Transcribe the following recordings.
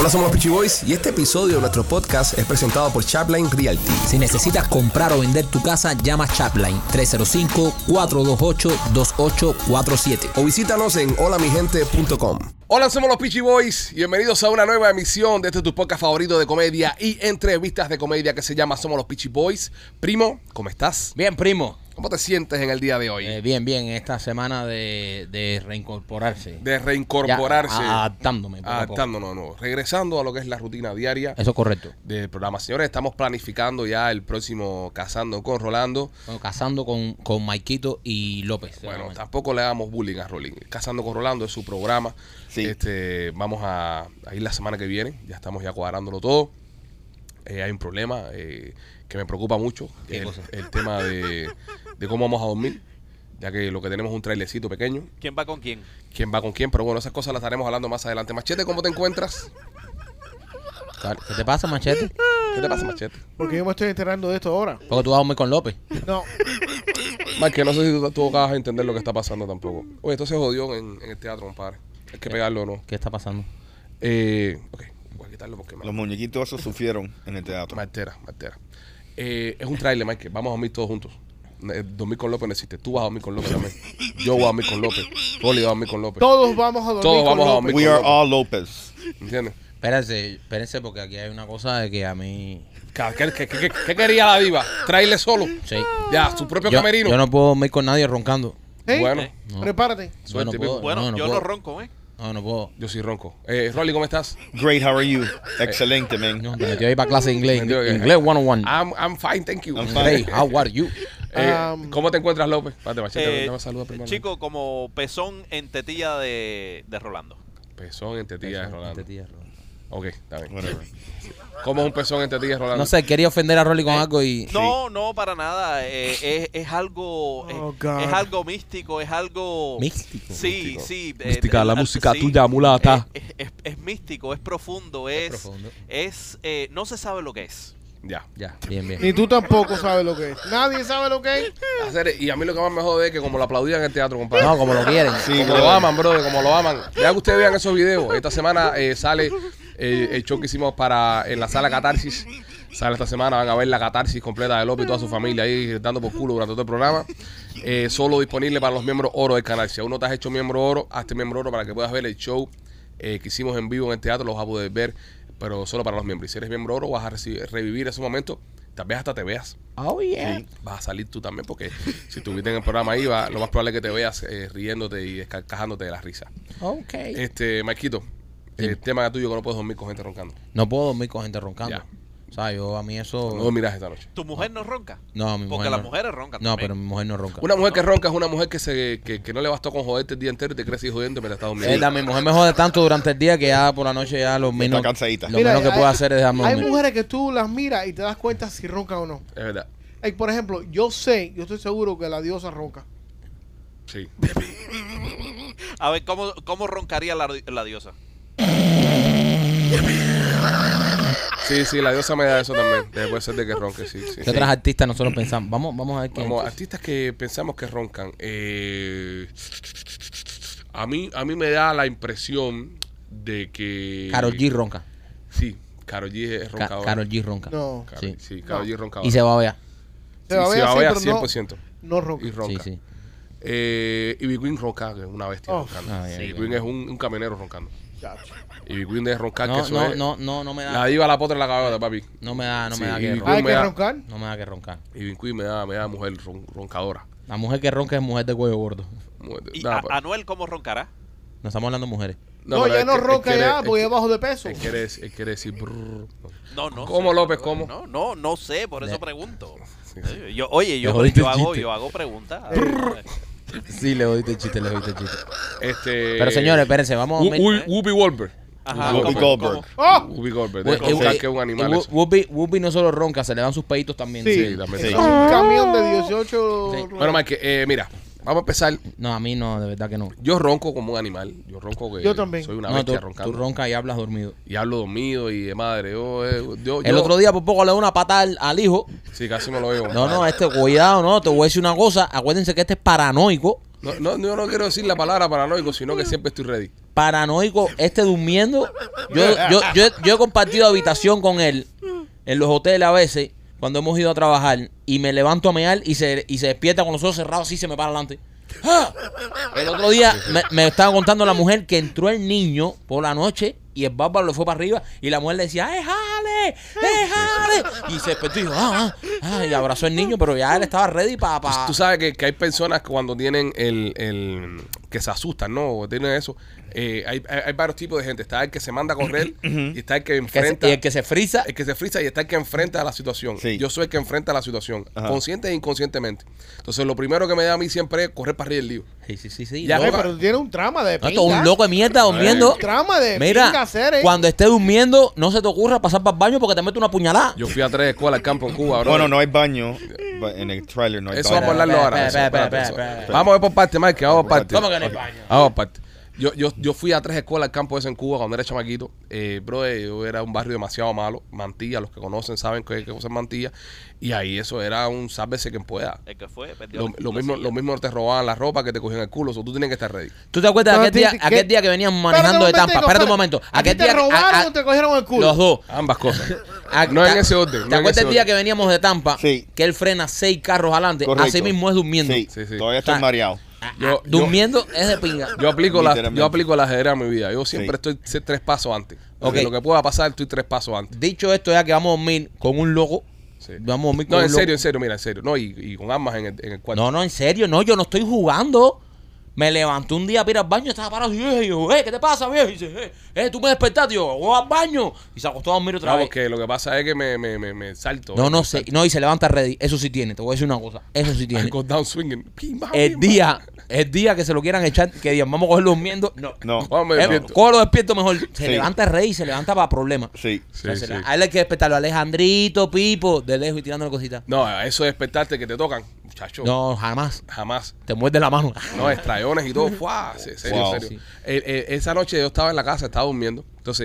Hola, somos los Peachy Boys y este episodio de nuestro podcast es presentado por Chapline Realty. Si necesitas comprar o vender tu casa, llama Chapline 305-428-2847 o visítanos en holamigente.com. Hola, somos los Peachy Boys y bienvenidos a una nueva emisión de este tu podcast favorito de comedia y entrevistas de comedia que se llama Somos los Peachy Boys. Primo, ¿cómo estás? Bien, primo. ¿Cómo te sientes en el día de hoy? Bien, esta semana de reincorporarse. De reincorporarse. Adaptándome. No. Regresando a lo que es la rutina diaria. Eso es correcto. Del programa. Señores, estamos planificando ya el próximo Cazando con Rolando. Bueno, Cazando con Maikito y López. Bueno, tampoco le hagamos bullying a Rolling. Cazando con Rolando es su programa. Sí. Vamos a ir la semana que viene. Ya estamos ya cuadrándolo todo. Hay un problema que me preocupa mucho. El tema de cómo vamos a dormir. Ya que lo que tenemos es un trailecito pequeño. ¿Quién va con quién? ¿Quién va con quién? Pero bueno, esas cosas las estaremos hablando más adelante. Machete, ¿cómo te encuentras? ¿Qué te pasa, Machete? ¿Qué te pasa, Machete? Porque yo me estoy enterando de esto ahora. Porque tú vas a dormir con López. No. Mike, no sé si tú acabas de entender lo que está pasando tampoco. Oye, esto se jodió en el teatro, compadre. Hay que pegarlo o no. ¿Qué está pasando? Ok, voy a quitarlo porque Los muñequitos esos sufrieron en el teatro. Martera. Es un trailer, Mike. Vamos a dormir todos juntos. Dormir con López no existe. Tú vas a dormir con López también. Yo voy a dormir con López. Rolly va a dormir con López. Todos vamos a dormir Todos con vamos a López. dormir. We are all López. ¿Entiendes? Espérense porque aquí hay una cosa de que a mí... ¿Qué quería la diva? ¿Traerle solo? Sí. Ya, su propio camerino. Yo no puedo dormir con nadie roncando. ¿Eh? Bueno, No. Prepárate. suerte, puedo. Pipo. Bueno, yo puedo. no ronco, ¿eh? No puedo. Yo sí ronco. Rolly, ¿cómo estás? Great, how are you? Excelente, man. No, te metió ahí para clase de inglés. Me metió- Inglés 101. I'm fine, thank you. I'm fine. Hey, how are you? ¿Cómo te encuentras, López? Espérate, Machete, dame saludos primero. Chico, como pezón en tetilla de Rolando. Pezón en tetillas de Rolando. Tetilla, Rolando. Ok, está bien. Whatever. ¿Cómo es un pezón en tetillas de Rolando? No sé, quería ofender a Rolly con algo y... No, para nada. Es algo Oh, God. es algo místico, es algo... Místico. Sí, sí. Mística, la música sí. tuya, mulata. Es místico, es profundo, profundo. no se sabe lo que es. Ya. Ya, bien. Ni tú tampoco sabes lo que es. Nadie sabe lo que es. Y a mí lo que más me jode es que como lo aplaudían en el teatro, compadre. No, como lo quieren. Sí, Como brother. lo aman, brother, como lo aman. Ya que ustedes vean esos videos. Esta semana sale el show que hicimos en la sala Catarsis. Sale esta semana, van a ver la catarsis completa de López y toda su familia ahí dando por culo durante todo el programa. Solo disponible para los miembros oro del canal. Si aún no te has hecho miembro oro, hazte miembro oro para que puedas ver el show que hicimos en vivo en el teatro. Los vas a poder ver, pero solo para los miembros. Y si eres miembro oro, vas a revivir ese momento. Tal vez hasta te veas. Oh, yeah. Vas a salir tú también, porque si estuviste en el programa ahí, lo más probable es que te veas riéndote y descarcajándote de la risa. Ok. Maikito, el tema tuyo que no puedes dormir con gente roncando. No puedo dormir con gente roncando. Ya. O sea, yo a mí eso... No dormirás esta noche. ¿Tu mujer no ronca? No, mi mujer Porque las no. mujeres roncan No, también. pero mi mujer no ronca. Una mujer que ronca es una mujer que no le bastó con joderte el día entero y te crees jodiendo mientras estás durmiendo. Mi mujer me jode tanto durante el día que ya por la noche ya lo menos... cansadita. Lo menos que puedo hacer es dejarme hay dormir. mujeres que tú las miras y te das cuenta si roncan o no. Es verdad. Por ejemplo, yo estoy seguro que la diosa ronca. Sí. A ver, ¿cómo roncaría la diosa? Sí, la diosa me da eso también. Puede ser de que ronque, sí. ¿Qué otras artistas nosotros pensamos? Vamos a ver quién. Vamos, artistas que pensamos que roncan. A mí me da la impresión de que... Karol G ronca. Sí, Karol G es roncadora. Karol G ronca. No. Sí, Karol G es roncadora. Y se va a ver. Se va a ver sí, así, va a pero 100%. no ronca. Y ronca. Sí. Ivy Queen ronca, que es una bestia Oh. roncando. Ah, Ivy ya. Queen es un camionero roncando. Chacho. Ivy Queen de roncar, que No, eso no, es... no me La da. diva la potra en la cabeza, papi. No me da Sí, que y- roncar. ¿Hay me que da- roncar? No me da que roncar. Ivy Queen me da mujer roncadora. La mujer que ronca es mujer de cuello gordo. ¿Y Nah, pa- Anuel cómo roncará? No estamos hablando de mujeres. No, pero ya él no que- él ronca quiere- ya él porque que- es bajo de peso. Él quiere decir brrr. No ¿Cómo, sé. López, cómo? No sé, por eso pregunto. Sí. Yo Le jodiste el chiste. yo hago preguntas. Sí, le oíste el chiste. Pero señores, espérense, vamos a... Whoopi Goldberg. Ajá, Whoopi ¿cómo? Goldberg. ¡Oh! Whoopi Goldberg. Whoopi- Debe pensar que es un animal eso. Whoopi no solo ronca, se le dan sus peitos también. Sí. Sí, también. Sí. Es un camión de 18 Sí. Bueno, Mike, mira, vamos a empezar. No, a mí no, de verdad que no. Yo ronco como un animal. Yo ronco que Yo también. soy una No, bestia tú roncando. roncas y hablas dormido. Y hablo dormido y de madre. El otro día por poco le da una patada al hijo. Sí, casi me lo veo. No, cuidado, no, te voy a decir una cosa. Acuérdense que este es paranoico. yo no quiero decir la palabra paranoico, sino que siempre estoy ready. Paranoico, durmiendo. Yo he compartido habitación con él en los hoteles a veces, cuando hemos ido a trabajar, y me levanto a mear y se despierta con los ojos cerrados, así se me para adelante. ¡Ah! El otro día me estaba contando la mujer que entró el niño por la noche y el bárbaro le fue para arriba y la mujer le decía, ¡Jale! Y se despertó y dijo, y abrazó al niño, pero ya él estaba ready para... Tú sabes que hay personas que cuando tienen que se asustan, ¿no? Tienen eso. Hay varios tipos de gente. Está el que se manda a correr y está el que enfrenta. Y el que se frisa. El que se frisa y está el que enfrenta la situación. Sí. Yo soy el que enfrenta la situación, Ajá. consciente e inconscientemente. Entonces, lo primero que me da a mí siempre es correr para arriba del lío. Sí. Ya, Pero tú tienes un trama de No, pinga. todo un loco de mierda durmiendo. Un trama de Mira, pinga hacer, cuando esté durmiendo, no se te ocurra pasar para el baño porque te mete una puñalada. Yo fui a 3 escuelas al campo en Cuba, bro. Bueno, no hay baño. En el trailer no hay Eso baño. vamos a hablarlo ahora. Eso. Vamos a ver por parte, Mike, vamos por parte. ¿Cómo que no hay baño? Vamos por parte. Yo fui a 3 escuelas al campo ese en Cuba cuando era chamaquito. Bro, yo era un barrio demasiado malo. Mantilla, los que conocen saben que es Mantilla. Y ahí eso era un sálvese quien pueda. El que fue, perdió Lo mismo te robaban la ropa, que te cogían el culo. O sea, tú tienes que estar ready. ¿Tú te acuerdas No, aquel día que veníamos manejando de Tampa? Espérate un momento. ¿A ti Aquel te día robaron o te cogieron el culo? los dos. Ambas cosas. No en ese orden. ¿Te acuerdas el día que veníamos de Tampa? Sí. Que él frena 6 carros adelante. Correcto. Así mismo es durmiendo. Sí, Sí. todavía estoy Está- mareado. Durmiendo es de pinga. Yo aplico Literalmente. la ajedrez en mi vida. Yo siempre Sí. estoy 3 pasos antes. Ok. De lo que pueda pasar, estoy 3 pasos antes. Dicho esto, ya que vamos a dormir con un loco. Sí. Vamos a dormir con No, un en loco. serio, mira, en serio. No, y con armas en el cuarto. No, en serio, no, yo no estoy jugando. Me levanté un día para ir al baño, estaba parado y yo, ¿qué te pasa, viejo? Y dice, tú me despertaste, yo, voy al baño. Y se acostó a dormir otra No, vez. porque lo que pasa es que me salto. No, me no sé, salto. no, y se levanta ready. Eso sí tiene, te voy a decir una cosa. Eso sí I tiene. go down swinging. Pimba, El pimba. día que se lo quieran echar, que digan, vamos a cogerlo durmiendo. No. No. Vamos, me despierto. Cógelo despierto mejor. Se Sí. levanta ready, se levanta para problemas. Sí. Sí, Entonces, sí. a él hay que despertarlo. Alejandrito, Pipo, de lejos y tirándole cositas. No, eso de despertarte que te tocan, muchacho. No, jamás. Jamás. Te muerde la mano. No, estrayones y todo. ¡Fua! Serio, Wow. serio. Sí. Esa noche yo estaba en la casa, estaba durmiendo. Entonces,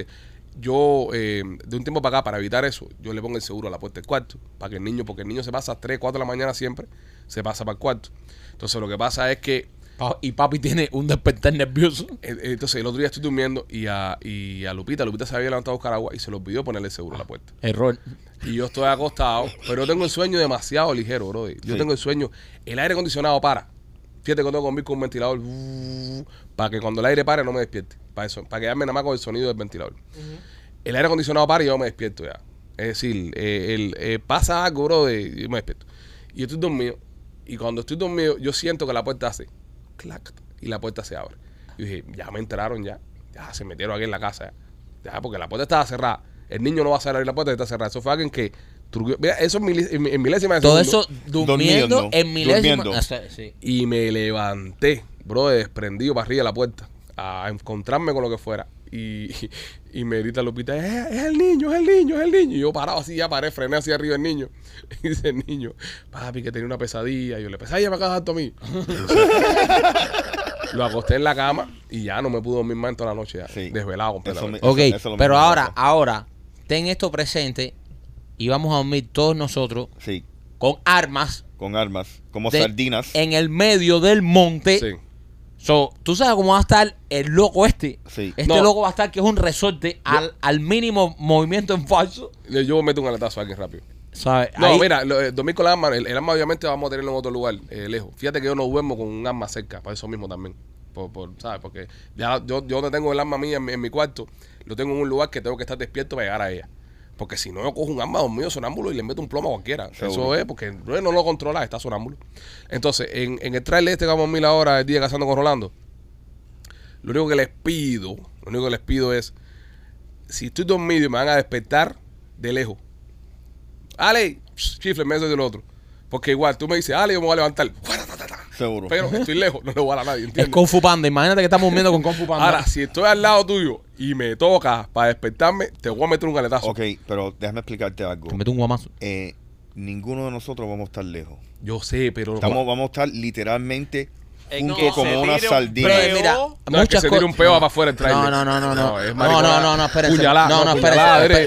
yo, de un tiempo para acá, para evitar eso, yo le pongo el seguro a la puerta del cuarto. Para que el niño, porque el niño se pasa a 3, 4 de la mañana siempre, se pasa para el cuarto. Entonces, lo que pasa es que Y papi tiene un despertar nervioso. entonces el otro día estoy durmiendo y a Lupita se había levantado a buscar agua y se le olvidó ponerle el seguro a la puerta. Error. Y yo estoy acostado, pero yo tengo el sueño demasiado ligero, bro. Yo Sí. tengo el sueño, el aire acondicionado para. Fíjate que tengo que dormir con un ventilador para que cuando el aire pare no me despierte. Para eso, para quedarme nada más con el sonido del ventilador. El aire acondicionado para y yo me despierto ya. Es decir, pasa algo, bro, y yo me despierto. Y yo estoy dormido. Y cuando estoy dormido, yo siento que la puerta hace clac y la puerta se abre. Y dije, ya me entraron ya. Ya se metieron aquí en la casa. Ya, porque la puerta estaba cerrada. El niño no va a salir a abrir la puerta, está cerrada. Eso fue alguien que turbió. Mira, eso en milésima de Todo segundo. eso durmiendo Durmiendo. en milésima. Durmiendo. O sea, sí. Y me levanté, bro, desprendido para arriba de la puerta, a encontrarme con lo que fuera. Y me grita Lupita, es el niño, es el niño, es el niño. Y yo parado así, ya paré, frené hacia arriba el niño. Y dice el niño, papi, que tenía una pesadilla. Y yo le pesadilla me acabas de a mí. Lo acosté en la cama y ya no me pudo dormir más en toda la noche, ya, Sí. desvelado completamente. Eso- Ok, eso es lo pero mismo que ahora, pasa. ten esto presente y vamos a dormir todos nosotros Sí. con armas Con armas. Como de- sardinas. en el medio del monte. Sí. So, tú sabes cómo va a estar el loco este. Sí. Este No. loco va a estar que es un resorte al mínimo movimiento en falso. Yo meto un aletazo a alguien rápido. ¿Sabes? No, Ahí- mira, dormir con el arma, el arma obviamente vamos a tenerlo en otro lugar, lejos. Fíjate que yo no duermo con un arma cerca, para eso mismo también. ¿Sabes? Porque ya yo no tengo el arma mía en mi cuarto, lo tengo en un lugar que tengo que estar despierto para llegar a ella. Porque si no, yo cojo un arma dormido sonámbulo y le meto un plomo a cualquiera. Seguro. Eso es porque no lo controla, está sonámbulo. Entonces, en el trailer este que vamos a dormir ahora, el día Cazando con Rolando, lo único que les pido es, si estoy dormido y me van a despertar, de lejos. Ale, chifle, me hace del otro. Porque igual, tú me dices, Ale, yo me voy a levantar. Seguro. Pero estoy lejos, no le voy a dar a nadie, Es ¿entiendes? Kung Fu Panda. Imagínate que estamos viendo con Kung Fu Panda. Ahora, si estoy al lado tuyo y me toca para despertarme, te voy a meter un galetazo. Ok, pero déjame explicarte algo. Te meto un guamazo. Ninguno de nosotros vamos a estar lejos. Yo sé, pero... Vamos a estar literalmente En juntos que como se una tire un sardina. Pero peo. mira, No, es que muchas se tire un cosas- peo para afuera el trailer. No, es no, mariconada. espérense. Puñalada, No, puñalada, espérense.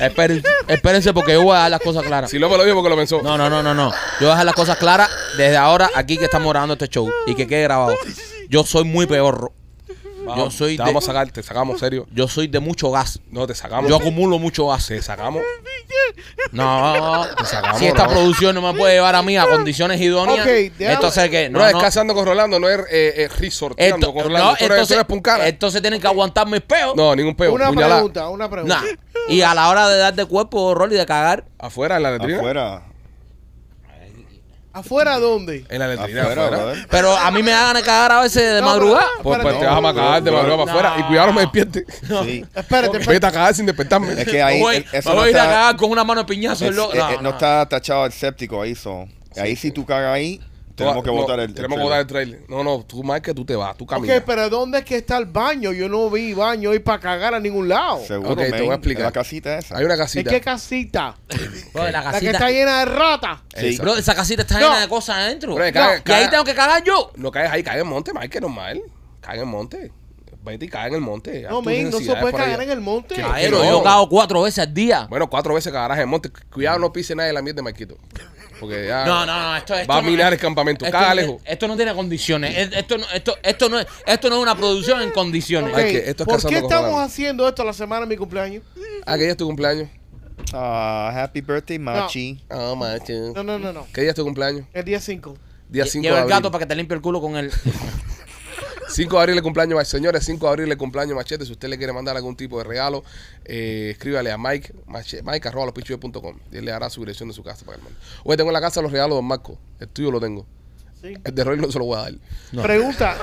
Espérense porque yo voy a dar las cosas claras. Si López lo dijo porque lo pensó. No. Yo voy a dejar las cosas claras desde ahora aquí que estamos grabando este show y que quede grabado. Yo soy muy peor. Yo soy te vamos a sacar, te sacamos serio. Yo soy de mucho gas. No, te sacamos. Yo acumulo mucho gas. Te sacamos. No, Te sacamos. si esta no. producción no me puede llevar a mí a condiciones idóneas, Ok, déjame- esto hace que No, es casando con Rolando, no es resorteando con Rolando. Tú eres puncana. entonces tienen que aguantar mis peos. No, ningún peo. Una Puñalada. pregunta. Nah. Y a la hora de dar de cuerpo, Rolly, de cagar, Afuera, en la letrina. Afuera. ¿Afuera dónde? En la letrina, Afuera, afuera. brother. pero a mí me dan de cagar a veces de No, madrugada. Pues Espérate. te vas a macar de madrugada para afuera. Y cuidado, no me despierte. Sí. Espérate. Vete a cagar sin despertarme. Es que ahí Me voy, eso me voy no a ir a está, cagar con una mano de piñazo. no está tachado el séptico ahí. Ahí si tú cagas ahí, tenemos que botar el Tenemos que botar el trailer. No, tú más que tú te vas, tú Ok, caminas. pero ¿dónde es que está el baño? Yo no vi baño ahí para cagar a ningún lado. Seguro, Ok, te men, voy a explicar. en la casita esa. Hay una ¿En casita. qué casita? Bro, la La que casita, está llena de ratas. Sí. bro, esa casita está No. llena de cosas adentro. Bro, No, caga- y ahí caga- tengo que cagar yo. No caes ahí, cae en el monte, Mike, que normal. Cae en el monte. Vete y cae en el monte. No, men, no se puede cagar en el monte. ¿Qué? Caballero, no. yo cago 4 veces al día. Bueno, 4 veces cagarás en el monte. Cuidado, no pise nadie la mierda de Marquito. Porque ya No, esto va a no- minar el campamento. esto Caga no- lejos. Esto no tiene condiciones. Esto no es una producción en condiciones. Ok, Ay, que esto es ¿por cazando qué con estamos Rolando. haciendo esto la semana de mi cumpleaños? Ah, ¿qué día es tu cumpleaños? Happy birthday, Machi. Oh, macho. No. ¿Qué día es tu cumpleaños? El día 5. Día 5 de Lleva el abril. gato para que te limpie el culo con él. 5 de abril el cumpleaños, señores, 5 de abril el cumpleaños Machete. Si usted le quiere mandar algún tipo de regalo, escríbale a Mike@lospichue.com y él le hará su dirección de su casa para que le mande. Oye, tengo en la casa los regalos de Don Marco. El tuyo lo tengo. Sí. El de Roy no se lo voy a dar. No. Pregunta.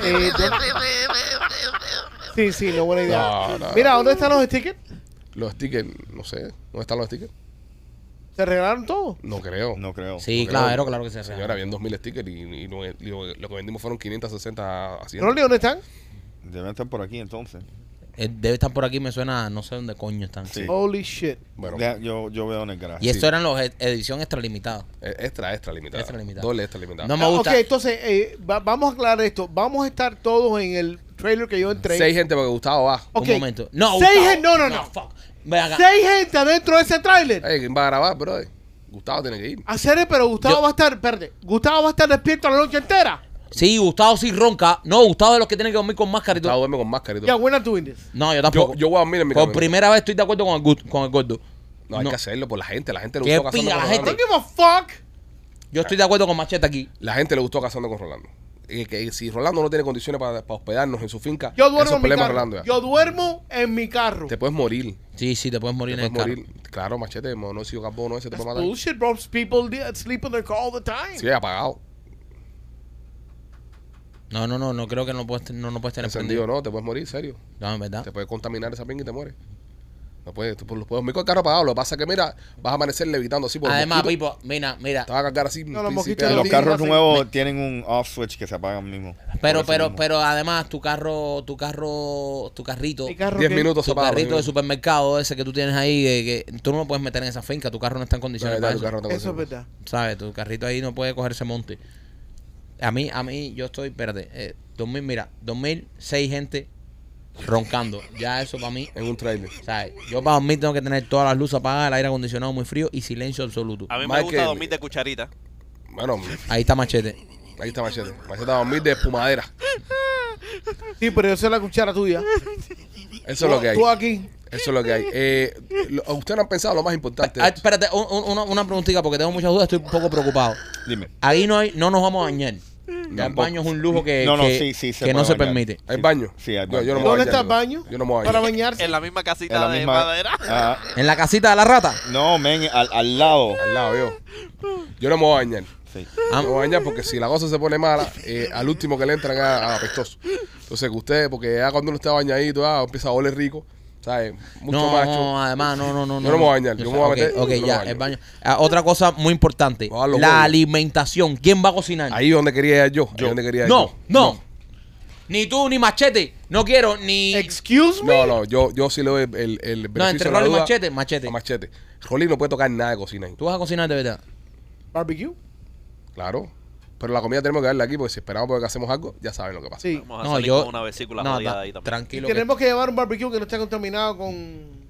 Sí, no, buena idea. No. Mira, ¿dónde están los stickers? Los stickers, no sé. ¿Dónde están los stickers? ¿Se regalaron todos? No creo. No creo. Sí, No creo. claro que se Señora, regala. habían 2000 stickers y lo que vendimos fueron 560 a 100. Rolly, ¿dónde están? Deben estar por aquí entonces. Debe estar por aquí, me suena, no sé dónde coño están. Sí. Holy shit. Bueno, Yo veo en el garaje. Y esto eran los edición extra limitada. extra limitada. Extra limitada. Doble extra limitada. No me gusta. Ok, entonces, vamos a aclarar esto. Vamos a estar todos en el trailer que yo entré. 6 gente porque Gustavo va. Ok. Un momento. No, Seis Gustavo. gen- no. Fuck. Ven acá. 6 gente adentro de ese trailer. ¿Quién va a grabar, brother? Gustavo tiene que ir. Hacer, pero Gustavo Yo- va a estar, espérate, Gustavo va a estar despierto la noche entera. Sí, Gustavo sí ronca. No, Gustavo es de los que tiene que dormir con máscara y Gustavo todo. duerme con máscara y Ya, todo. we're not doing this. No, yo tampoco. Yo voy a dormir en mi Por camino. primera vez estoy de acuerdo con el gordo. No, hay que hacerlo por la gente. La gente le ¿Qué gustó Cazando pilla con la I Rolando. gente? don't give a fuck. Yo estoy de acuerdo con Machete aquí. La gente le gustó Cazando con Rolando. Que si Rolando no tiene condiciones para hospedarnos en su finca, Yo eso duermo es en mi problema de carro. Rolando. ya. Yo duermo en mi carro. Te puedes morir. Sí, te puedes morir Te en puedes el carro. morir. Claro, Machete, monóxido de carbono ese te That's puede matar. bullshit, bro. People sleep in their car all the time. Sí, apagado. No creo que no puedes tener Encendido no, te puedes morir, serio. No, en verdad. Te puede contaminar esa pinga y te mueres. No puedes, tú puedes dormir con el carro apagado. Lo que pasa es que, mira, vas a amanecer levitando así por el Además, mosquito. Pipo, mira. Te vas a cargar así. No, los príncipe mosquitos ahí. Y los tienen carros más- nuevos tienen un off switch que se apagan mismo. Pero Por eso mismo. además tu carrito, Mi carro 10 que- minutos se tu apaga. carrito de supermercado ese que tú tienes ahí, que tú no lo puedes meter en esa finca, tu carro no está en condiciones para Tu eso. carro no te Eso es consigue. verdad. ¿Sabes? Tu carrito ahí no puede cogerse monte. A mí, yo estoy, espérate, 2006 gente roncando. Ya eso para mí, En un trailer. ¿sabes? Yo para dormir tengo que tener todas las luces apagadas, el aire acondicionado muy frío y silencio absoluto. A mí me Michael. gusta dormir de cucharita. Bueno, Ahí está Machete. ahí está Machete. Machete va a dormir de espumadera. Sí, pero yo sé la cuchara tuya. Eso es lo que hay. Tú aquí. Eso es lo que hay. Ustedes no han pensado lo más importante. de esto. Espérate, una preguntita porque tengo muchas dudas, estoy un poco preocupado. Dime. Ahí no nos vamos a bañar. Ya el Tampoco. baño es un lujo que No, que sí, se no puede se bañar. permite. ¿Hay Sí. baño? Sí, hay No, baño. yo no me voy a ¿Dónde bañar, está el yo. baño? Yo no me voy a Para bañar. bañarse. En la misma casita En la de misma. madera. Ah, En la casita de la rata. no, men, al lado. Al lado, yo no me voy a bañar. Sí. No me voy a bañar porque si la cosa se pone mala, al último que le entran es a apestoso. Entonces, que usted, porque ya cuando uno está bañadito, empieza a oler rico, ¿sabes? Mucho No, macho. además, no. Yo no me voy a bañar, yo me voy a meter, Ok, yo no me ya, baño. el baño. Otra cosa muy importante, Voy a dar los la huevos. alimentación. ¿Quién va a cocinar? Ahí es donde quería ir yo. Ahí es donde quería ir No, yo. no. Ni tú ni Machete. No quiero ni... Excuse me. No, yo sí le doy el beneficio No, entre de la Rolly y duda Machete, Machete. a Machete. Rolly no puede tocar nada de cocina ahí. Tú vas a cocinar de verdad. Barbecue. Claro. Pero la comida tenemos que darle aquí porque si esperamos porque hacemos algo, ya saben lo que pasa. Sí. Vamos a No, salir yo... con una vesícula No, jodida ahí también. tranquilo. que- Tenemos que llevar un barbecue que no esté contaminado con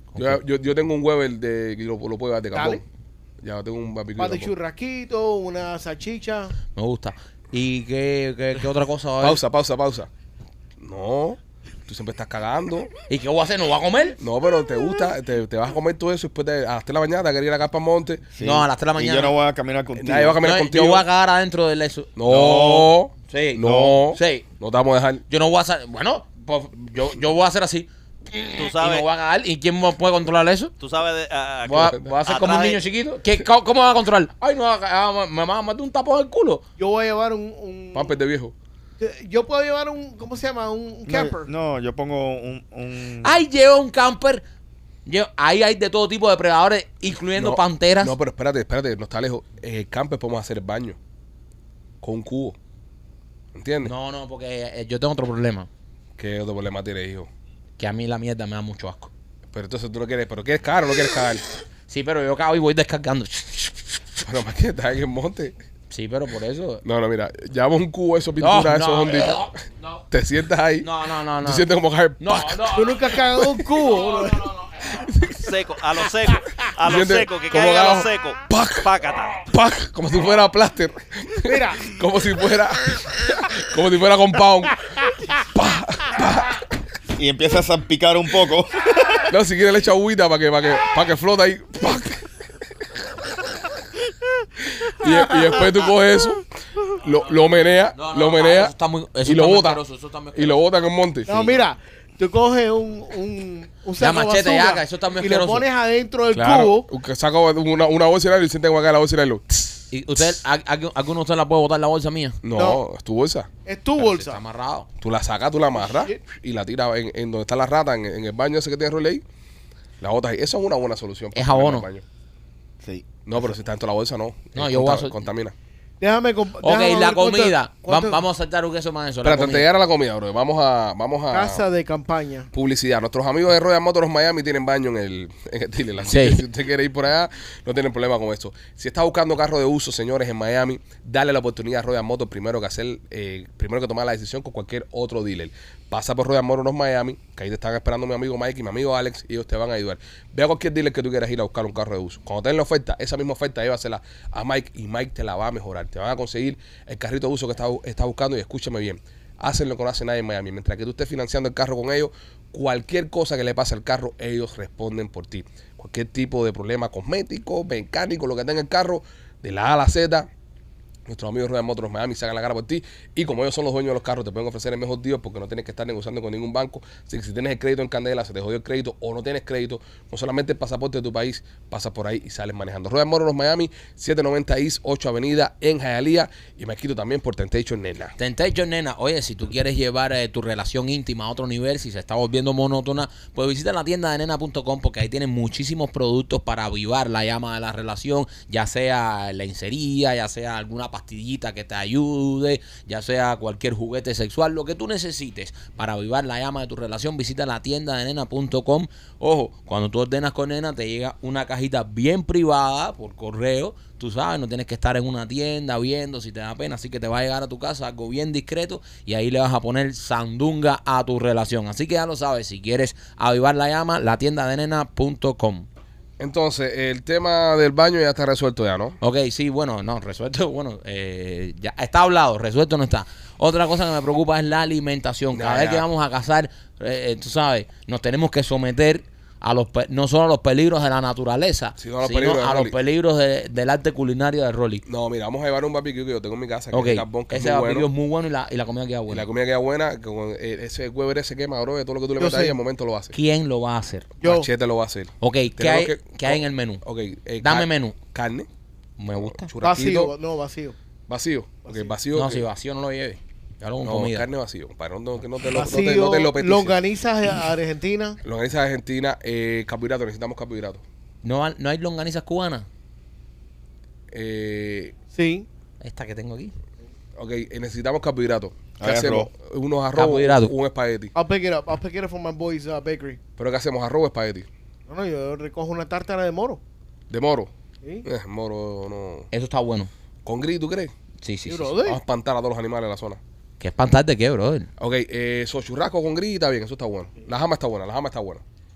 Yo tengo un Weber que lo puedo llevar de Dale. carbón. Ya tengo un barbecue Par de de carbón. churrasquito, una salchicha. Me gusta. ¿Y qué otra cosa va a haber? Pausa. No, tú siempre estás cagando. ¿Y qué voy a hacer? ¿No voy a comer? No, pero te gusta, te vas a comer todo eso y después a las 3 de la mañana te querer ir acá para el monte. Sí. No, a las 3 de la Y mañana. yo no voy a caminar contigo. Nadie va a caminar No, contigo. yo voy a cagar adentro del eso. No. Sí. No. Sí. No te vamos a dejar. Yo no voy a hacer. Bueno, pues yo voy a hacer así. Tú Y me sabes, voy a cagar. ¿Y quién me puede controlar eso? tú sabes Voy a hacer como un atrás de- niño chiquito. ¿Cómo va a controlar? Ay, no, me va a meter un tapón en el culo. Yo voy a llevar un Pampers de viejo. yo puedo llevar un, ¿cómo se llama? Un camper. No, yo pongo un Ay, lleva un camper. Ahí hay de todo tipo de predadores, incluyendo No, panteras. No, pero espérate, no está lejos. En el camper podemos hacer el baño. Con un cubo. ¿Entiendes? No, porque yo tengo otro problema. ¿Qué otro problema tienes, hijo? Que a mí la mierda me da mucho asco. Pero entonces tú no quieres, ¿pero quieres cagar o no quieres cagar? Sí, pero yo cago y voy descargando. Pero más que estás en el monte. Sí, pero por eso. No, mira, llevamos un cubo, eso, pintura, eso, hondito. no, Te sientas ahí. no. Tú sientes como caer. No, ¡pac! Tú nunca has cagado un cubo. seco, a lo seco, a lo Siente seco, que como caiga a lo abajo. seco. ¡Pac! Pácata. ¡Pac! Como si fuera plaster. Mira, Como si fuera. Como si fuera compound. ¡Pa! y empieza a salpicar un poco. No, si quieres le echa agüita para que flota ahí. ¡Pac! Y después tú coges eso, lo meneas, eso está muy- eso y lo está muy botas. asqueroso, eso está muy Y lo botas en el monte. no, mira, tú coges un saco de machete, basura yaca, eso está muy y lo asqueroso. pones adentro del Claro, cubo. que saca una bolsa de aire y siente como acá la bolsa de aire. ¿Y usted, alguno de ustedes la puede botar la bolsa mía? No, No. es tu bolsa. Es tu Está bolsa. amarrado. Tú la sacas, tú la amarras y la tiras en donde está la rata, en el baño ese que tiene roley. La botas ahí. Eso es una buena solución. para Es ponerla abono. en el baño. Sí. No, pero si está dentro de la bolsa, no. No, yo voy a contamina. Déjame Ok, déjame la ver cuánto- comida. cuánto- Vamos a saltar un queso más eso. Espérate, antes de llegar a la comida, bro, vamos a Casa de campaña. publicidad. Nuestros amigos de Royal Motors Miami tienen baño en el dealer. Así Sí. que si usted quiere ir por allá, no tienen problema con esto. Si está buscando carro de uso, señores, en Miami, dale la oportunidad a Royal Motors primero que tomar la decisión con cualquier otro dealer. Pasa por Royal Motors Miami, que ahí te están esperando mi amigo Mike y mi amigo Alex, y ellos te van a ayudar. Ve a cualquier dealer que tú quieras ir a buscar un carro de uso. Cuando tengan la oferta, esa misma oferta, llévasela a Mike y Mike te la va a mejorar. Te van a conseguir el carrito de uso que estás buscando y escúchame bien. Hacen lo que no hace nadie en Miami. Mientras que tú estés financiando el carro con ellos, cualquier cosa que le pase al carro, ellos responden por ti. Cualquier tipo de problema cosmético, mecánico, lo que tenga el carro, de la A a la Z, nuestros amigos Royal Motors Miami sacan la cara por ti. Y como ellos son los dueños de los carros, te pueden ofrecer el mejor deal porque no tienes que estar negociando con ningún banco. Así que si tienes el crédito en Candela, se te jodió el crédito o no tienes crédito, no solamente el pasaporte de tu país, pasas por ahí y sales manejando. Royal Motors Miami, 790 East, 8 Avenida en Hialeah. Y me quito también por Temptation Nena. Temptation, nena. Oye, si tú quieres llevar tu relación íntima a otro nivel, si se está volviendo monótona, pues visita la tienda de nena.com porque ahí tienen muchísimos productos para avivar la llama de la relación, ya sea lencería, ya sea alguna pastillita que te ayude, ya sea cualquier juguete sexual, lo que tú necesites para avivar la llama de tu relación, visita la tienda de nena.com. Ojo, cuando tú ordenas con Nena te llega una cajita bien privada por correo. Tú sabes, no tienes que estar en una tienda viendo si te da pena, así que te va a llegar a tu casa algo bien discreto y ahí le vas a poner sandunga a tu relación. Así que ya lo sabes, si quieres avivar la llama, la tienda de nena.com. Entonces, el tema del baño ya está resuelto ya, ¿no? Ok, sí, bueno, no, resuelto, bueno, ya está hablado, resuelto no está. Otra cosa que me preocupa es la alimentación. Cada Ya, vez ya. que vamos a cazar, tú sabes, nos tenemos que someter a no solo a los peligros de la naturaleza, Sino a los sino peligros del a los Rolly. peligros del arte culinario de Rolly. No, mira, vamos a llevar un barbecue que yo tengo en mi casa, que Ok, es carbón, que es ese muy barbecue bueno. es muy bueno y la comida queda Y buena. la comida queda buena, con ese Weber ese quema, bro, de todo lo que tú le Yo metas ahí, sé. al momento lo hace. ¿Quién lo va a hacer? Yo. Machete lo va a hacer. Ok, ¿qué Tenemos hay, ¿qué hay en el menú? Ok, Dame menú. Carne, Me gusta. churrasquito, Vacío, no, vacío. vacío. Ok, vacío. No, que- si vacío no lo lleve. Ya lo con no, comida. carne vacío, para que no te lo Vacío, no te lo petice. longanizas argentina. Longaniza de Argentina, carbohidratos, necesitamos carbohidratos. ¿No hay longanizas cubanas? Sí. Esta que tengo aquí. Ok, necesitamos carbohidratos. ¿Qué Hay hacemos? Unos arroz, Carbohidratos. un espagueti. I'll pick it up. I'll pick it up from my boys' bakery. ¿Pero qué hacemos? ¿Arroz o espagueti? No, yo recojo una tártara de moro. ¿De moro? Sí. Moro no. Eso está bueno. ¿Con gris, tú crees? Sí, sí, sí. Brother. Vamos a espantar a todos los animales en la zona. ¿Qué espantarte qué, brother? Ok, churrasco con gris está bien, eso está bueno. La jama está buena, la jama está buena.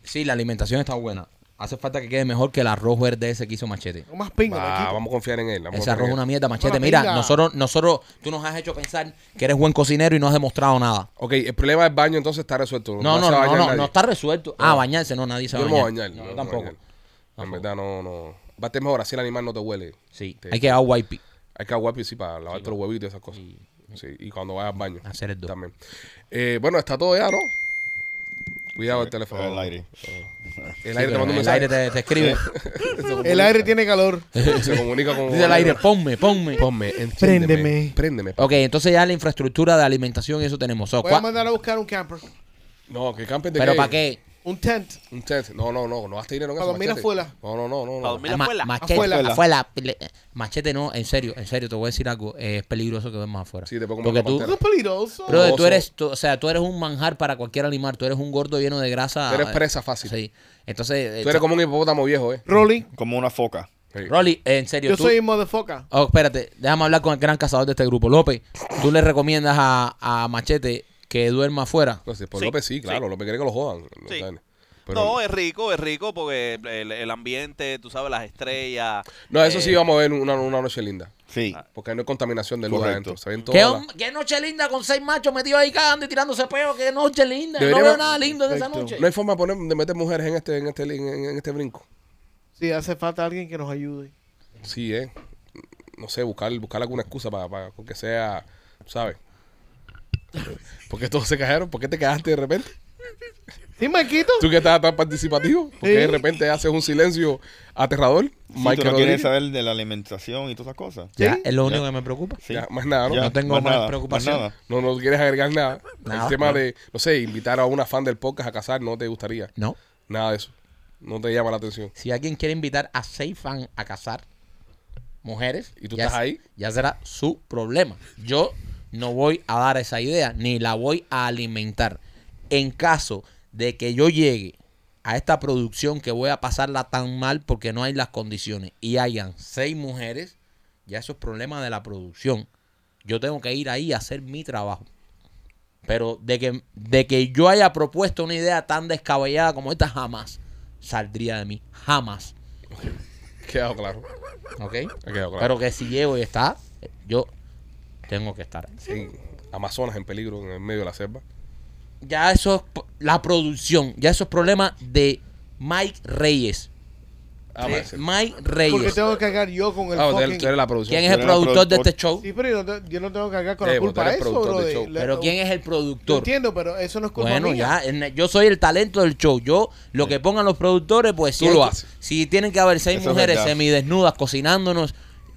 Sí, la alimentación está buena. Hace falta que quede mejor que el arroz verde ese que hizo Machete. No más pinga, Marquito. Vamos a confiar en él. Ese arroz es una mierda, Machete. Hola, Mira, pinga. nosotros, tú nos has hecho pensar que eres buen cocinero y no has demostrado nada. Ok, el problema del baño entonces está resuelto. No, se va a bañar nadie. no está resuelto. Bañarse, no, nadie se va Yo a no me voy a bañar. bañar. No, no yo me voy a tampoco. bañar. En verdad, no. Va a estar mejor, así el animal no te huele. Sí, Te- hay que dar wipe. Hay que aguar sí para lavarte los huevitos y esas cosas. Sí, y cuando vayas al baño. Hacer el dos. También. Bueno, está todo ya, ¿no? Cuidado el teléfono. El aire. El aire te manda un El mensaje. aire te escribe. El aire tiene calor. Se comunica con... Dice el aire, ponme. Ponme, Préndeme. Préndeme. Ok, entonces ya la infraestructura de alimentación y eso tenemos. So, Voy a mandar a buscar un camper. No, que camper de ¿Pero qué? para qué? Un tent. Un tent. No gaste dinero en Para eso, dormir Machete. afuera. No. Para dormir Ma- afuera. Machete, Afuera. Machete no, en serio, te voy a decir algo. Es peligroso que duermas afuera. Sí, te puedo Porque comer tú, una Eso es peligroso. brother, Oso. tú eres un manjar para cualquier animal. Tú eres un gordo lleno de grasa. Tú eres presa fácil. Sí. Entonces, Tú eres como un hipopótamo viejo, Rolly, Como una foca. Sí. Rolly, en serio, yo tú... soy motherfucker. Oh, espérate, déjame hablar con el gran cazador de este grupo. López, ¿tú le recomiendas a Machete que duerma afuera? No sé, por Sí, López sí, claro. sí. López quiere que lo jodan. Sí. ¿Saben? Pero- No, es rico porque el ambiente, tú sabes, las estrellas. No, eso sí vamos a ver una noche linda. Sí. Porque no hay contaminación de luz Correcto. adentro. Se ven ¿Qué, todas las- qué noche linda con 6 machos metidos ahí cagando y tirándose peo? ¿Qué noche linda? No Deberíamos- veo nada lindo en esa Perfecto. noche. No hay forma de meter mujeres en este brinco. Sí, hace falta alguien que nos ayude. Sí, no sé, buscar alguna excusa para que sea, ¿sabes? ¿Por qué todos se cayeron? ¿Por qué te quedaste de repente? ¿Sí, Marquito? ¿Tú que estás tan participativo? ¿Por qué de Sí. repente haces un silencio aterrador? Sí, tú Michael no quieres Rodríguez. saber de la alimentación y todas esas cosas. Ya, ¿Sí? es lo único que me preocupa. Sí. Ya, más nada, ¿no? Ya, No tengo más nada, preocupación. nada. No quieres agregar nada. Nada. El tema de, no sé, invitar a una fan del podcast a casar, no te gustaría. No. Nada de eso. No te llama la atención. Si alguien quiere invitar a 6 fans a casar mujeres, ¿Y tú ya estás ahí? Ya será su problema. Yo no voy a dar esa idea, ni la voy a alimentar. En caso de que yo llegue a esta producción que voy a pasarla tan mal porque no hay las condiciones y hayan 6 mujeres, ya eso es problema de la producción. Yo tengo que ir ahí a hacer mi trabajo. Pero de que yo haya propuesto una idea tan descabellada como esta, jamás saldría de mí. Jamás. Quedado claro. ¿Ok? Ha quedado claro. Pero que si llego y está, yo tengo que estar. Sí, Amazonas en peligro en el medio de la selva. Ya eso es la producción. Ya eso es problema de Mike Reyes. Puede ser. Mike Porque Reyes. tengo que cargar yo con el Ah, fucking... tú eres la producción. ¿Quién es el Tú eres el productor de productor. este show? Sí, pero yo no tengo que cargar con la Vos tú culpa eres de eso, productor del bro. show. Pero ¿quién es el Yo productor? entiendo, pero eso no es culpa Bueno, mía. ya, yo soy el talento del show. Yo, lo que pongan los productores, pues Tú si, lo hay- haces. si tienen que haber 6 Eso es mujeres verdad. semidesnudas cocinándonos,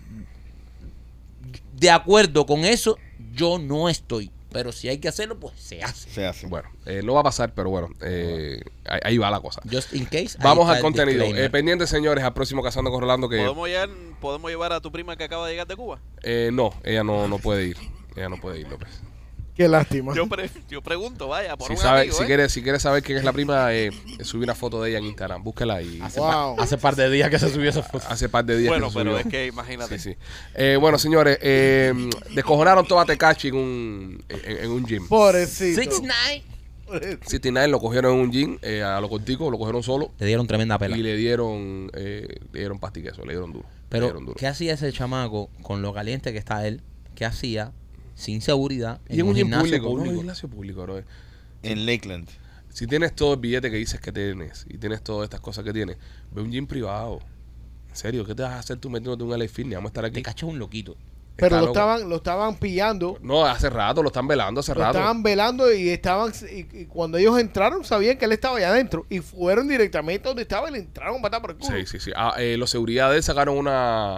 de acuerdo con eso, yo no estoy. Pero si hay que hacerlo, pues se hace. Se hace. Bueno, no va a pasar, pero bueno, ahí va la cosa. Just in case. ahí Vamos está al el contenido. disclaimer. Pendientes, señores, al próximo Cazando con Rolando que... ¿Podemos llevar a tu prima que acaba de llegar de Cuba? no, ella no puede ir. Ella no puede ir, López. Qué lástima. Yo pregunto, vaya, por un Si amigo, quieres saber quién es la prima, subí una foto de ella en Instagram. Búsquela y Wow. Hace par de días que se subió esa foto. hace par de días Bueno, que se pero subió. es que imagínate. Sí. Bueno, señores, descojonaron todo a Tekashi en un gym. Pobrecito. 6ix9ine. 69 lo cogieron en un gym, a lo cortico, lo cogieron solo Le dieron tremenda pela. y le dieron pastiqueso, le dieron duro. le Pero, dieron duro. ¿qué hacía ese chamaco con lo caliente que está él? ¿Qué hacía sin seguridad Y en un gym gimnasio público, público? un gimnasio público, bro. En Lakeland. Si tienes todo el billete que dices que tienes y tienes todas estas cosas que tienes, ve un gym privado. En serio, ¿qué te vas a hacer tú metiéndote en un LA Fitness? Vamos a estar aquí. Te cachas un loquito. Pero Está loco. lo estaban pillando. No, hace rato, lo están velando, hace Lo rato. estaban velando y cuando ellos entraron sabían que él estaba allá adentro y fueron directamente donde estaba y le entraron a patar por el culo. Sí. Los seguridades sacaron una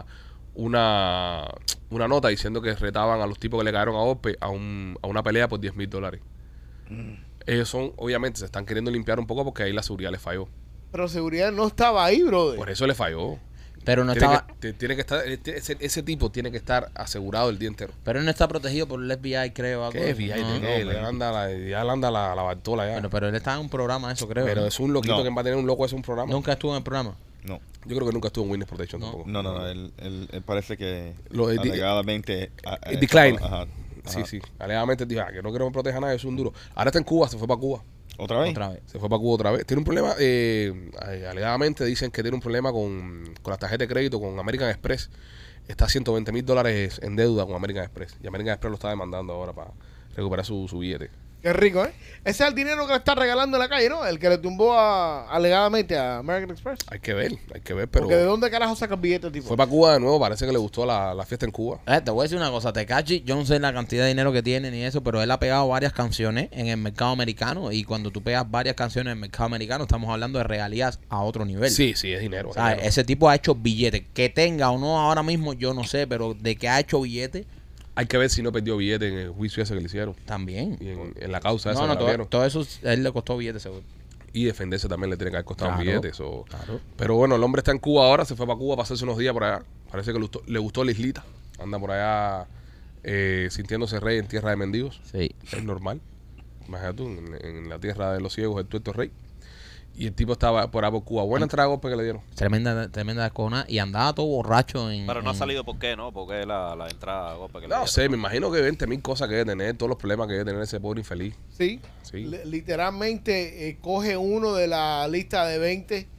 nota diciendo que retaban a los tipos que le cayeron a golpe a una pelea por $10,000. Ellos obviamente se están queriendo limpiar un poco porque ahí la seguridad les falló. Pero seguridad no estaba ahí, brother. Por eso le falló. Pero no Tiene estaba, tiene que estar, ese tipo tiene que estar asegurado el día entero. pero él no está protegido por el FBI, creo. algo. ¿Qué FBI No. de qué? Le anda la Bartola ya. Bueno, pero él está en un programa, eso creo. Pero ¿no? es un loquito No. que va a tener un loco, es un programa. Nunca estuvo en el programa. No. Yo creo que nunca estuvo en Witness Protection No. tampoco. No. Él parece que Lo de- alegadamente... decline. Ajá. Sí. Alegadamente dijo, que no quiero que me proteja a nadie, es un duro. Ahora está en Cuba, se fue para Cuba. ¿Otra vez? Otra vez. Se fue para Cuba otra vez. Tiene un problema, alegadamente dicen que tiene un problema con las tarjetas de crédito, con American Express. Está a $120,000 en deuda con American Express. Y American Express lo está demandando ahora para recuperar su billete. Qué rico, ¿eh? Ese es el dinero que le está regalando en la calle, ¿no? El que le tumbó alegadamente a American Express. Hay que ver, pero Porque ¿de dónde carajo saca el billete, tipo? fue para Cuba de nuevo. Parece que le gustó la fiesta en Cuba. Te voy a decir una cosa, Tekashi, yo no sé la cantidad de dinero que tiene ni eso, pero él ha pegado varias canciones en el mercado americano y cuando tú pegas varias canciones en el mercado americano estamos hablando de regalías a otro nivel. Sí, es dinero. O sea, ese tipo ha hecho billetes. Que tenga o no ahora mismo, yo no sé, pero de que ha hecho billetes, Hay que ver si no perdió billete en el juicio ese que le hicieron. también. Y en la causa esa No, que le dieron. todo eso a él le costó billetes seguro. Y defenderse también le tiene que haber costado un Claro, billete. claro. Pero bueno, el hombre está en Cuba ahora. Se fue para Cuba a pasarse unos días por allá. Parece que le gustó la islita. Anda por allá sintiéndose rey en tierra de mendigos. Sí. Es normal. Imagínate tú, en la tierra de los ciegos, el tuerto rey. Y el tipo estaba por ahí por Cuba. Buena entrada de golpe que le dieron. Tremenda descojonada. Y andaba todo borracho en... Pero no ha en- salido por qué, ¿no? Porque la entrada a golpe que le No dieron. sé, me imagino que 20,000 cosas que debe tener, todos los problemas que debe tener ese pobre infeliz. Sí. Sí. Literalmente coge uno de la lista de 20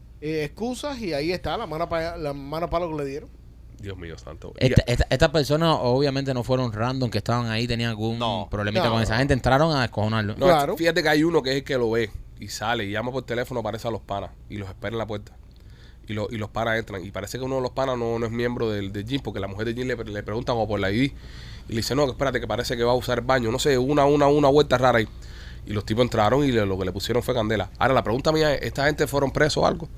excusas y ahí está la mano para lo que le dieron. Dios mío santo. Estas personas obviamente no fueron random que estaban ahí, tenían algún No. problemita No. con esa gente, entraron a descojonarlo. No, Claro. fíjate que hay uno que es el que lo ve y sale y llama por teléfono, aparece a los panas y los espera en la puerta. Y los panas entran. Y parece que uno de los panas no es miembro del gym, porque la mujer del gym le preguntan o por la ID. Y le dice, no, que espérate, que parece que va a usar el baño. No sé, una vuelta rara ahí. Y los tipos entraron y lo que le pusieron fue candela. Ahora, la pregunta mía es, ¿esta gente fueron presos o algo?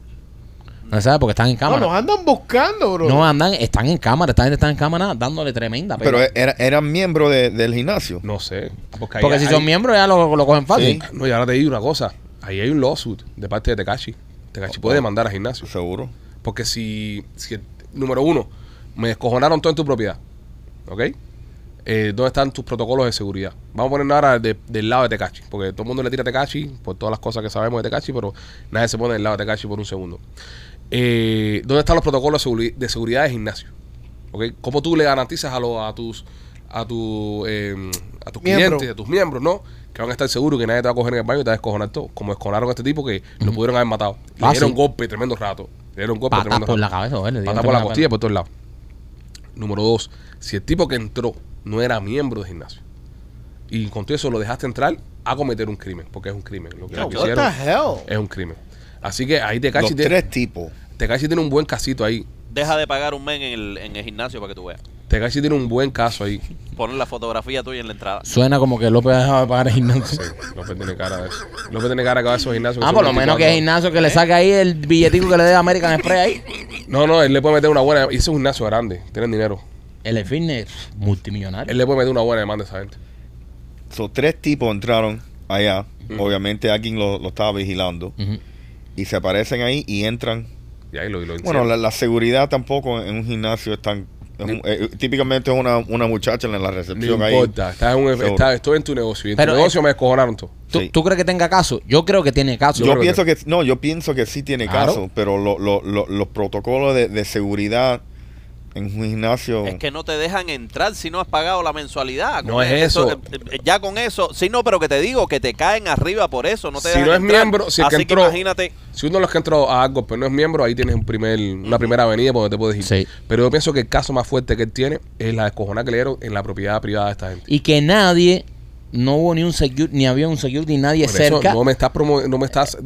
No sabes porque están en No, cámara. nos andan buscando, bro. No andan, están en cámara, esta gente está en cámara dándole tremenda. Pero eran miembros del gimnasio. No sé. Porque, porque si son miembros ya lo cogen fácil. Sí. No, y ahora te digo una cosa. Ahí hay un lawsuit de parte de Tekashi. Tekashi puede demandar al gimnasio. Seguro. Porque si número uno, me descojonaron todo en tu propiedad, ¿ok? ¿Dónde están tus protocolos de seguridad? Vamos a ponernos ahora del lado de Tekashi, porque todo el mundo le tira a Tekashi por todas las cosas que sabemos de Tekashi, pero nadie se pone del lado de Tekashi por un segundo. ¿Dónde están los protocolos de seguridad de gimnasio? ¿Ok? ¿Cómo tú le garantizas a tus clientes, a tus miembros, ¿no? Que van a estar seguros que nadie te va a coger en el baño y te va a descojonar todo. Como descojonaron a este tipo que lo pudieron haber matado. Le Fácil. dieron golpe tremendo rato. Le dieron golpe Patas tremendo por rato. la cabeza, ¿vale? Patas por la costilla por todos lados. Número 2, si el tipo que entró no era miembro del gimnasio y con todo eso lo dejaste entrar a cometer un crimen, porque es un crimen. Lo que What hicieron the hell? es un crimen. Así que ahí Tekashi Los tres tipos. tiene un buen casito ahí. Deja de pagar un mes en el gimnasio para que tú veas. Tekashi tiene un buen caso ahí. Poner la fotografía tuya en la entrada. Suena como que López ha dejado de pagar el gimnasio. López tiene cara de eso. López tiene cara que va a esos gimnasios. Ah, por lo menos que es gimnasio que le saque ahí el billetico que le dé a American Express ahí. No, él le puede meter una buena. Y ese es un gimnasio grande, tienen dinero. El fitness multimillonario. Él le puede meter una buena demanda a esa gente. So, tres tipos entraron allá. Obviamente alguien lo estaba vigilando. Ujú. Y se aparecen ahí y entran. Y ahí lo Bueno, encierran. la seguridad tampoco en un gimnasio es tan... típicamente es una muchacha en la No recepción ahí. importa. Estoy en tu negocio. Y en Pero, tu negocio me descojonaron todo. Sí. ¿Tú crees que tenga caso? Yo creo que tiene caso. Yo Yo pienso que sí tiene Claro. caso, pero los protocolos de seguridad en un gimnasio... Es que no te dejan entrar si no has pagado la mensualidad. No es eso. Ya con eso, sí, no, pero que te digo que te caen arriba por eso. No te Si dejan no es entrar. miembro, si el que Así entró- imagínate. Si uno de los que entró a algo pero no es miembro, ahí tienes una primera avenida por donde te puedes ir. Sí. Pero yo pienso que el caso más fuerte que él tiene es la descojonada que le dieron en la propiedad privada de esta gente. Y que nadie, no hubo ni un security, ni había un security, nadie Por eso cerca. no me estás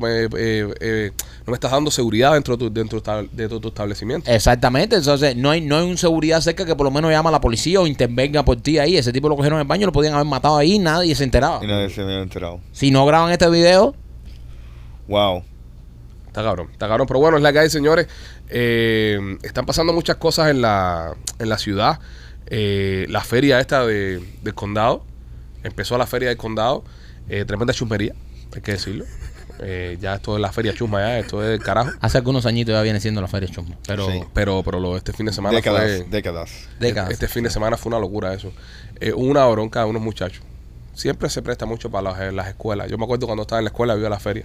dando seguridad dentro de tu establecimiento. Exactamente, entonces no hay un seguridad cerca que por lo menos llama a la policía o intervenga por ti ahí. Ese tipo lo cogieron en el baño, lo podían haber matado ahí, nadie se enteraba. Y nadie se había enterado. Si no graban este video, Wow. Está cabrón, pero bueno, es la que hay, señores. Están pasando muchas cosas en la ciudad. La feria esta del condado, empezó la feria del condado, tremenda chusmería, hay que decirlo. Ya esto es la feria chusma, ya esto es del carajo. hace algunos añitos ya viene siendo la feria chusma. Pero Sí. Pero este fin de semana Décadas. décadas. Este fin de semana fue una locura eso. Hubo una bronca de unos muchachos. Siempre se presta mucho para las escuelas. Yo me acuerdo cuando estaba en la escuela, iba a la feria.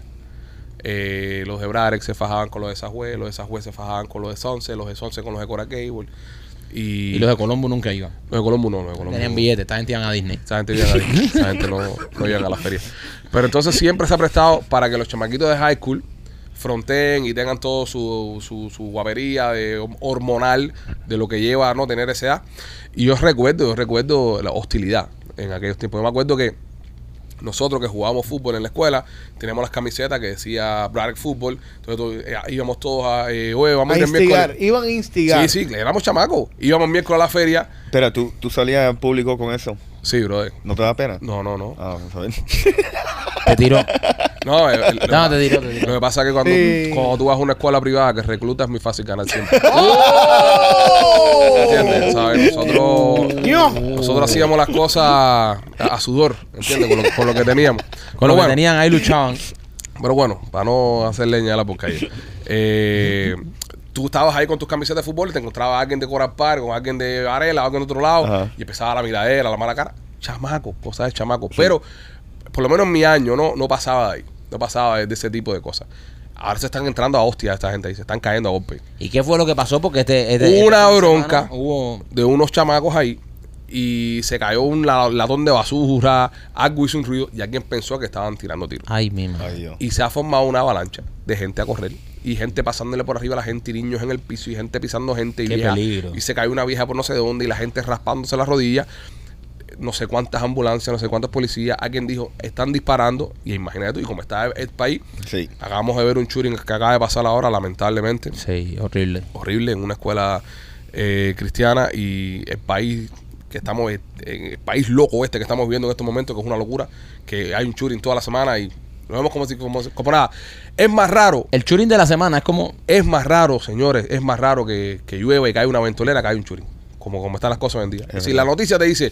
Los de Brarex se fajaban con los de Sajue, los de Sajue se fajaban con los de Sonce, los de Sonce con los de Cora Gable. Y los de Colombo nunca iban. Los de Colombo no, los de Colombo Tenían no. billetes, esta gente iban a Disney. Esa gente llega a Disney. Esa gente no llega a la feria. Pero entonces siempre se ha prestado para que los chamaquitos de high school fronteen y tengan todo su guapería hormonal de lo que lleva a no tener esa edad. Y yo recuerdo la hostilidad en aquellos tiempos. Yo me acuerdo que nosotros que jugábamos fútbol en la escuela, teníamos las camisetas que decía Braddock Fútbol. Entonces íbamos todos vamos A a ir el miércoles. instigar, iban a instigar. Sí, éramos chamacos. Íbamos miércoles a la feria. Espera, ¿tú salías en público con eso? Sí, brother. ¿No te da pena? No. Ah, vamos a ver. Te tiró. No, No, te tiró. Lo que pasa es que Sí. cuando tú vas a una escuela privada que recluta es muy fácil ganar siempre. ¡Oh! ¿Entiendes? ¿Sabes? ¡Ño! Nosotros hacíamos las cosas a sudor, ¿entiendes? Con lo que teníamos. Con lo que bueno, tenían ahí luchaban. Pero bueno, para no hacer leña de la porcaria. Tú estabas ahí con tus camisetas de fútbol y te encontrabas a alguien de Coral Park, con alguien de Varela, alguien de otro lado, Ajá. y empezaba la miradera, la mala cara. Chamaco, cosas de chamaco. Pero, por lo menos en mi año, no pasaba de ahí. No pasaba de ese tipo de cosas. Ahora se están entrando a hostias esta gente ahí, se están cayendo a golpe. ¿Y qué fue lo que pasó? Porque Una esta bronca. semana hubo... De unos chamacos ahí y se cayó un latón de basura, algo hizo un ruido y alguien pensó que estaban tirando tiros. Ay, mi madre. Ay, Dios. Y se ha formado una avalancha de gente a correr y gente pasándole por arriba a la gente y niños en el piso y gente pisando gente y Qué vieja. peligro. Y se cayó una vieja por no sé de dónde y la gente raspándose las rodillas. No sé cuántas ambulancias, no sé cuántos policías. Alguien dijo, están disparando. Y imagínate tú, y como está el país, Sí. acabamos de ver un shooting que acaba de pasar ahora, lamentablemente. Sí, horrible. Horrible en una escuela cristiana y el país que estamos, el país loco que estamos viviendo en estos momentos, que es una locura, que hay un shooting toda la semana y lo vemos como nada. Es más raro, El shooting de la semana es como... señores, es más raro que llueva y que haya una ventolera que hay un shooting, como están las cosas hoy en día. Es decir, la noticia te dice,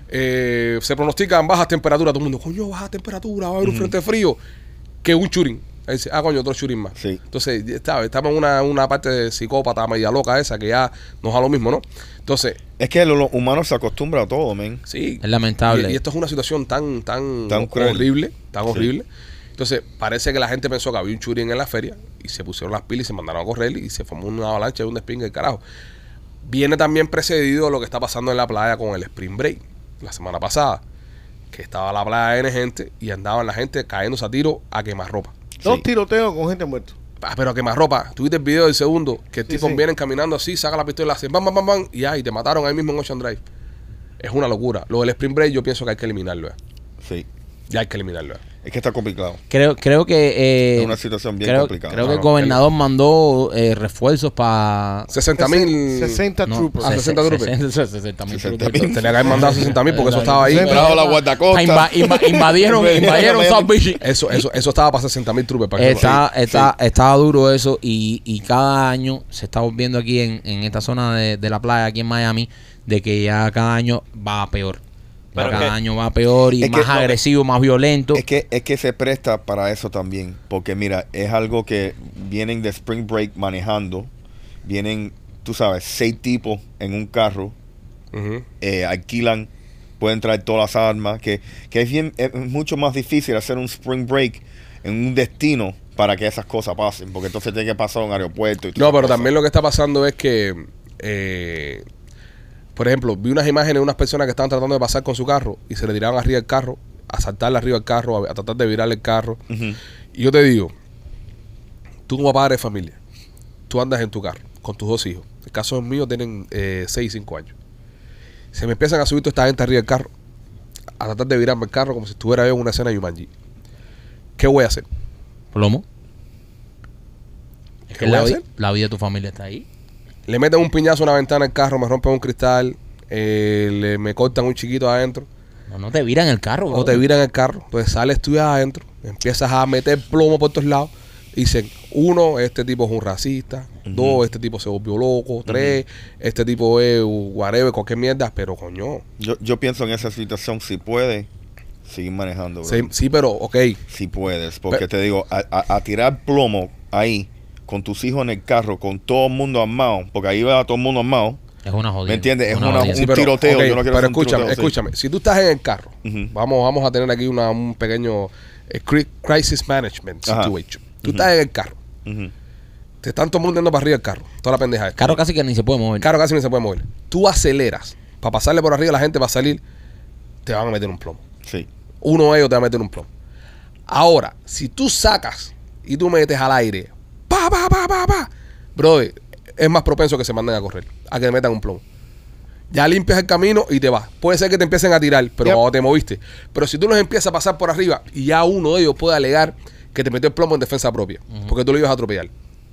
se pronostican bajas temperaturas, todo el mundo, coño, baja temperatura, va a haber un frente frío, que un shooting. Ahí dice, coño, otro shooting más. Sí. Entonces, estamos en una parte de psicópata media loca esa, que ya nos da lo mismo, ¿no? Entonces, Es que los humanos se acostumbran a todo, men. sí. Es lamentable. Y esto es una situación tan cruel. horrible, tan Sí. horrible. Entonces, parece que la gente pensó que había un shooting en la feria y se pusieron las pilas y se mandaron a correr y se formó una avalancha y un despingue del carajo. Viene también precedido lo que está pasando en la playa con el Spring Break la semana pasada, que estaba la playa llena de gente y andaban la gente cayéndose a tiro a quemarropa. Dos tiroteos con gente muerta. Pero a quemarropa, tuviste el video del segundo, que el Sí, tipo sí. vienen caminando así, saca la pistola, hace bam, bam, bam, bam, y te mataron ahí mismo en Ocean Drive. Es una locura. Lo del Spring Break yo pienso que hay que eliminarlo. Sí. Ya hay que eliminarlo. Es que está complicado. Creo que... Es una situación bien creo complicada. que el Claro. gobernador mandó refuerzos para... 60,000. 60 troopers. Ah, 60 troopers. 60,000 60,000. troopers. Tenía que haber mandado 60,000 porque eso estaba ahí. Bravo la guardacosta. Invadieron South Beach. Eso estaba para 60,000 troopers. Para que Estaba duro eso y cada año se está volviendo aquí en esta zona de la playa, aquí en Miami, de que ya cada año va a peor. Pero Cada es que- año va a peor y es que- más agresivo, más violento. Es que se presta para eso también. Porque mira, es algo que vienen de Spring Break manejando. Vienen, tú sabes, 6 tipos en un carro. Ujú. Alquilan, pueden traer todas las armas. Que es mucho más difícil hacer un Spring Break en un destino para que esas cosas pasen. Porque entonces tiene que pasar a un aeropuerto. Y todas No, esas pero cosas. también lo que está pasando es que, por ejemplo, vi unas imágenes de unas personas que estaban tratando de pasar con su carro y se le tiraban arriba del carro, a saltarle arriba del carro, a tratar de virarle el carro. Ujú. Y yo te digo, tú como padre de familia, tú andas en tu carro con tus 2 hijos. El caso es mío, tienen 6 y 5 años. Se me empiezan a subir toda esta gente arriba del carro, a tratar de virarme el carro como si estuviera yo en una escena de Jumanji. ¿Qué voy a hacer? Plomo. Es ¿Qué que voy a hacer? la vida de tu familia está ahí. Le meten un piñazo a una ventana del carro, me rompen un cristal, me cortan un chiquito adentro, No te viran el carro. o te viran el carro. Entonces sales tú de adentro, empiezas a meter plomo por todos lados. Dicen, 1, este tipo es un racista. 2, este tipo se volvió loco. 3, este tipo es whatever, cualquier mierda. Pero coño, Yo pienso en esa situación, si puede, seguir manejando, bro. sí, pero ok. Si puedes, porque Pero- te digo, a tirar plomo ahí, con tus hijos en el carro, con todo el mundo armado, porque ahí va todo el mundo armado, Es una jodida. ¿me entiendes? Es jodida. un Sí, pero, tiroteo, ok, yo no quiero pero hacer un escúchame, tiroteo, sí. escúchame. Si tú estás en el carro, Ujú. vamos a tener aquí un pequeño crisis management Ajá. situation. Tú estás en el carro Ujú. te están todo el mundo yendo para arriba el carro, toda la pendeja. El carro casi que ni se puede mover. El carro casi no se puede mover. Tú aceleras para pasarle por arriba a la gente para salir, te van a meter un plomo. Sí. Uno de ellos te va a meter un plomo. Ahora, si tú sacas y tú metes al aire, brother, es más propenso que se manden a correr, a que te metan un plomo. Ya limpias el camino y te vas. Puede ser que te empiecen a tirar, pero Yep. cuando te moviste. Pero si tú los empiezas a pasar por arriba y ya uno de ellos puede alegar que te metió el plomo en defensa propia, porque tú lo ibas a atropellar.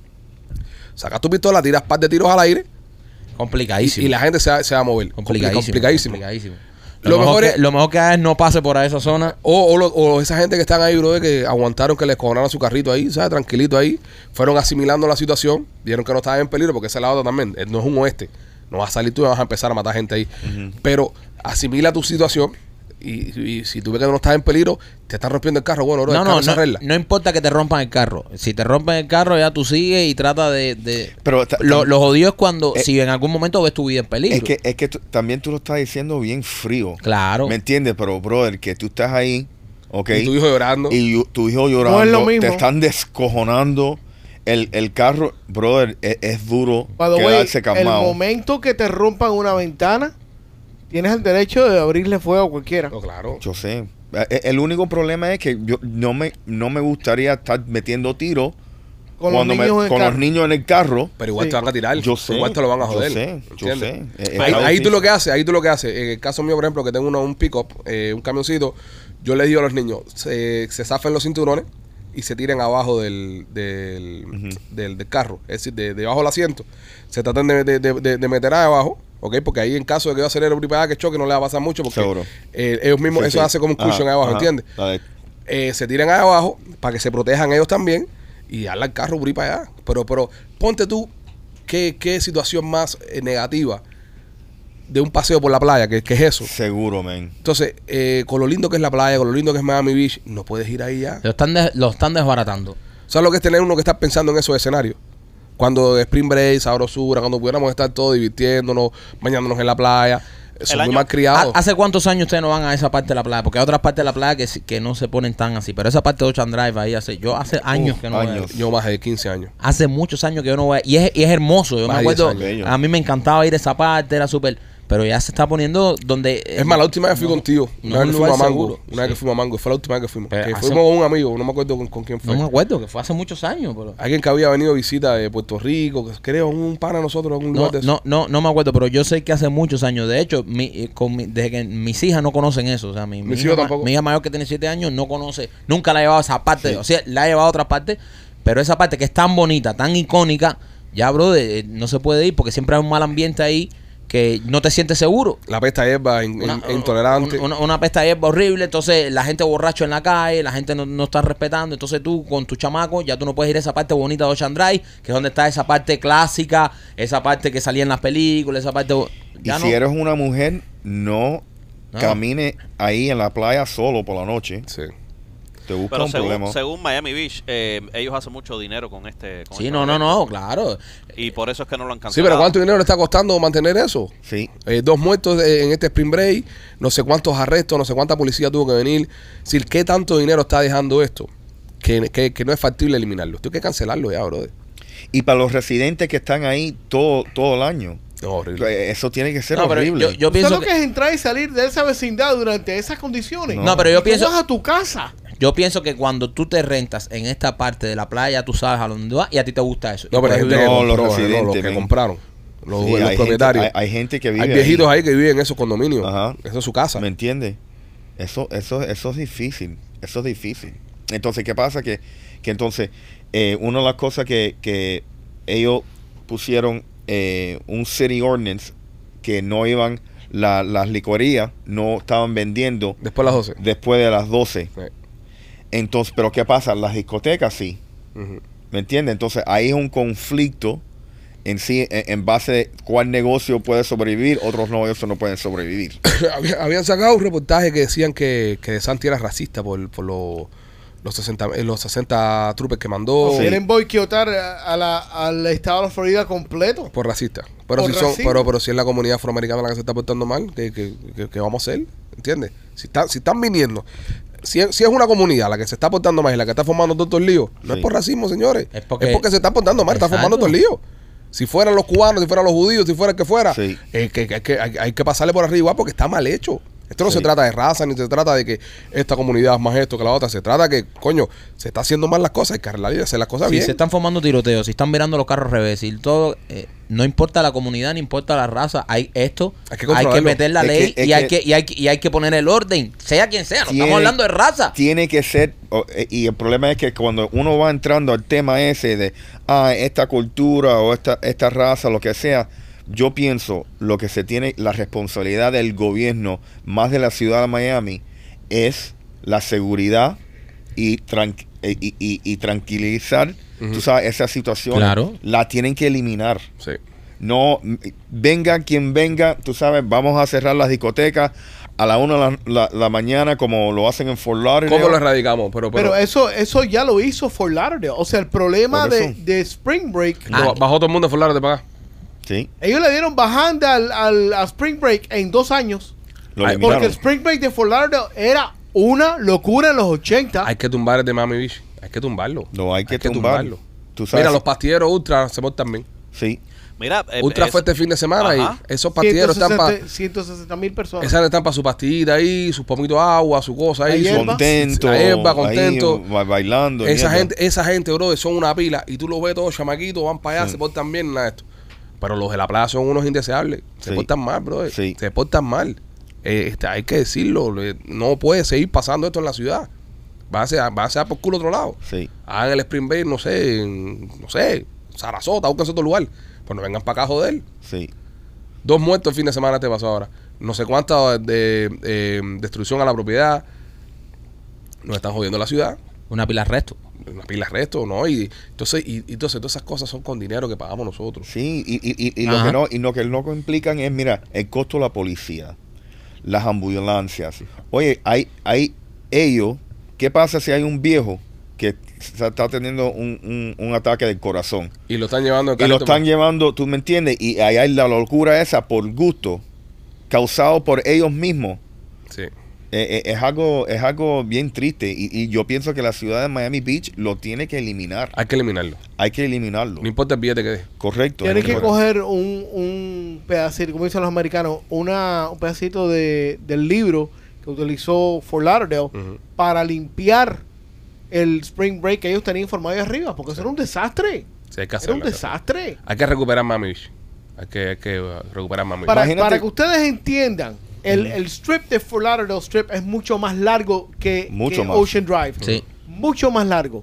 Sacas tu pistola, tiras par de tiros al aire Complicadísimo. y la gente se va a mover. Complicadísimo. Lo Lo, mejor mejor es- que, lo mejor que hagas es no pase por esa zona. O esa gente que están ahí, brother, que aguantaron que les cobraran su carrito ahí, ¿sabes? Tranquilito ahí. Fueron asimilando la situación. Vieron que no estaban en peligro porque ese lado también. No es un oeste. No vas a salir tú y vas a empezar a matar gente ahí. Pero asimila tu situación y si tú ves que no estás en peligro, te están rompiendo el carro. Bueno, bro, el carro se arregla. No importa que te rompan el carro. Si te rompen el carro, ya tú sigues y trata de... Pero Lo jodido es cuando, Eh, si en algún momento ves tu vida en peligro. es que también tú lo estás diciendo bien frío. Claro. ¿Me entiendes? Pero, brother, que tú estás ahí, ¿ok? Y tu hijo llorando. Y tu hijo llorando. No es lo mismo. Te están descojonando. El carro, brother, es duro By the way, quedarse el calmado. momento que te rompan una ventana, tienes el derecho de abrirle fuego a cualquiera. No, claro. Yo sé. El único problema es que yo no me gustaría estar metiendo tiros Con los niños en el con los carro. niños en el carro. Pero igual Sí. te van a tirar. Yo sé. Igual te lo van a joder. Yo sé. ¿entiendes? Está Ahí tú difícil. ahí tú lo que haces. En el caso mío, por ejemplo, que tengo un pick-up, un camioncito, yo les digo a los niños, se zafen los cinturones y se tiren abajo del carro, es decir, debajo del asiento. Se tratan de meter ahí abajo, ¿ok? Porque ahí en caso de que yo acelere un que choque no le va a pasar mucho porque Seguro. ellos mismos, Sí, eso sí. hace como un cushion Ajá, ahí abajo, ajá. ¿entiendes? Se tiran ahí abajo para que se protejan ellos también y darle al carro por ahí para allá. Pero ponte tú, ¿qué situación más negativa de un paseo por la playa? ¿Qué es eso? Seguro, man. Entonces, con lo lindo que es la playa, con lo lindo que es Miami Beach, no puedes ir ahí ya. Lo están desbaratando. ¿Sabes lo que es tener uno que está pensando en esos escenarios? Cuando Spring Break, sabrosura, cuando pudiéramos estar todos divirtiéndonos, bañándonos en la playa. Son muy año- mal criados. ¿Hace cuántos años ustedes no van a esa parte de la playa? Porque hay otras partes de la playa que no se ponen tan así. Pero esa parte de Ocean Drive ahí hace años que no voy. años. Yo más de 15 años. Hace muchos años que yo no voy. Y es hermoso. Yo Más me de 10 acuerdo, años. a mí me encantaba ir a esa parte, era súper. Pero ya se está poniendo donde... Es más, la última vez fui contigo. no Una vez es que un fuimos a lugar Mango. seguro. Una vez que fuimos a Mango. Fue la última vez que fuimos. Pero Que hace- fuimos con un amigo. No me acuerdo con quién fue. No me acuerdo, que fue hace muchos años. Pero... Alguien que había venido a visita de Puerto Rico. Que creo, un pana a nosotros. En un No, lugar de eso. no me acuerdo, pero yo sé que hace muchos años. De hecho, desde que mis hijas no conocen eso. O sea, mi Mis hija, hijos tampoco. mi hija mayor que tiene 7 años no conoce, nunca la ha llevado a esa parte. O sea, la ha llevado a otra parte, pero esa parte que es tan bonita, tan icónica, ya, bro, no se puede ir porque siempre hay un mal ambiente ahí que no te sientes seguro. La pesta hierba intolerante. Una pesta de hierba horrible, entonces la gente borracho en la calle, la gente no está respetando, entonces tú con tu chamaco ya tú no puedes ir a esa parte bonita de Ocean Drive, que es donde está esa parte clásica, esa parte que salía en las películas, esa parte... Y Ya si eres una mujer, no No. camine ahí en la playa solo por la noche. Sí. Te busca Pero un problema. según Miami Beach, ellos hacen mucho dinero con este. Con Sí, este no, evento. claro. Y por eso es que no lo han Sí, cancelado. pero ¿cuánto dinero le está costando mantener eso? Sí. 2 muertos en este Spring Break, no sé cuántos arrestos, no sé cuánta policía tuvo que venir. Es decir, ¿qué tanto dinero está dejando esto? Que no es factible eliminarlo. Esto hay que cancelarlo ya, brother. Y para los residentes que están ahí todo el año, No, horrible. eso tiene que ser No, pero horrible. yo ¿Sabes pienso lo que es entrar y salir de esa vecindad durante esas condiciones? No, pero yo Y tú pienso... vas a tu casa. Yo pienso que cuando tú te rentas en esta parte de la playa, tú sabes a dónde vas y a ti te gusta eso. No, pero hay Y gente puedes que No, vivir- los compró, residentes, los que ven. compraron. Los, Sí, los hay propietarios. Gente, hay gente que vive Hay viejitos ahí. ahí que viven en esos condominios. Ajá. Eso es su casa. ¿Me entiendes? Eso es difícil. Eso es difícil. Entonces, ¿qué pasa? Que entonces, una de las cosas que ellos pusieron un city ordinance que no iban, las licorerías no estaban vendiendo Después de las 12. después de las 12. Sí. Entonces, ¿pero qué pasa? Las discotecas sí. Ujú. ¿Me entiendes? Entonces, ahí es un conflicto en sí, en base de cuál negocio puede sobrevivir, otros negocios no pueden sobrevivir. Habían sacado un reportaje que decían que Santi era racista por los 60 troopers que mandó. Sí. Quieren boicotar al estado de la Florida completo. Por racista. Pero Por si son, racismo. pero si es la comunidad afroamericana la que se está portando mal, ¿qué vamos a hacer? ¿Entiendes? Si están viniendo. si es una comunidad la que se está portando mal y la que está formando todos estos líos, no Sí. es por racismo, señores. Es porque se está portando mal, está Exacto. formando todos los líos. Si fueran los cubanos, si fueran los judíos, si fuera el que fuera, Sí. hay que pasarle por arriba igual porque está mal hecho. Esto no Sí. se trata de raza, ni se trata de que esta comunidad es más esto que la otra. Se trata de que, coño, se está haciendo mal las cosas, hay que arreglar y hacer las cosas Si bien. se están formando tiroteos, si están mirando los carros revés, y todo, no importa la comunidad, no importa la raza, hay esto, Hay que hay que controlarlo. meter la Es ley que- es y, hay que- y hay que poner el orden, sea quien sea, no Tiene- estamos hablando de raza. Tiene que ser, y el problema es que cuando uno va entrando al tema ese de esta cultura o esta raza, lo que sea, yo pienso lo que se tiene, la responsabilidad del gobierno, más de la ciudad de Miami, es la seguridad y tranquilizar, Ujú. tú sabes, esa situación. Claro. La tienen que eliminar. Sí. No, venga quien venga, tú sabes, vamos a cerrar las discotecas a la 1 de la mañana como lo hacen en Fort Lauderdale. ¿Cómo lo erradicamos? Pero eso ya lo hizo Fort Lauderdale. O sea, el problema Por eso. de Spring Break, Bajó todo el mundo a Fort Lauderdale para acá. Sí, ellos le dieron bajanda a Spring Break en 2 años. lo Ay, eliminaron. Porque el Spring Break de Fort Lauderdale era una locura en los 80. Hay que tumbar el de Miami Beach. Hay que tumbarlo. No, hay que tumbarlo. Tú sabes, Mira, los pastilleros Ultra se portan bien. sí, Mira, Ultra es- fue este fin de semana Ajá. y esos pastilleros están para 160,000 personas. esas están para su pastillita ahí, sus pomitos de agua, su cosa ahí. La su- hierba. contento, La hierba, ahí, contento. bailando. Esa mierda. gente, bro, son una pila y tú los ves todos chamaquitos, van para allá, Sí. se portan bien, nada de esto. Pero los de la playa son unos indeseables. Se Sí. portan mal, bro. Sí. Se portan mal. Hay que decirlo. No puede seguir pasando esto en la ciudad. Va a ser por culo otro lado. Sí, Hagan el Spring Break, no sé, Sarasota, búsquense otro lugar. Pues no vengan para acá a joder. sí, 2 muertos el fin de semana te pasó ahora. No sé cuánta destrucción a la propiedad. Nos están jodiendo la ciudad. Una pila de resto. Una pila de resto, ¿no? Y entonces todas esas cosas son con dinero que pagamos nosotros. sí. Y lo Ajá. que no, y lo que no implican es, mira, el costo de la policía, las ambulancias. Oye, hay ellos, ¿qué pasa si hay un viejo que está teniendo un ataque del corazón? Y lo están llevando en Y lo carrito, están llevando, tú me entiendes, y ahí hay la locura esa por gusto, causado por ellos mismos. Sí. Es algo bien triste y yo pienso que la ciudad de Miami Beach lo tiene que eliminar. Hay que eliminarlo. Hay que eliminarlo. No importa el billete que dé. Correcto. Tienen que Correcto. coger un pedacito, como dicen los americanos, un pedacito del libro que utilizó Fort Lauderdale Ujú. para limpiar el Spring Break que ellos tenían informado ahí arriba, porque eso era un desastre. Sí, hay que Era hacerlo. un desastre. Hay que recuperar Miami Beach. Hay que recuperar Miami Beach. Para Imagínate- que ustedes entiendan, el strip de Fort Lauderdale Strip es mucho más largo que Mucho más. Ocean Drive. Sí. Mucho más largo.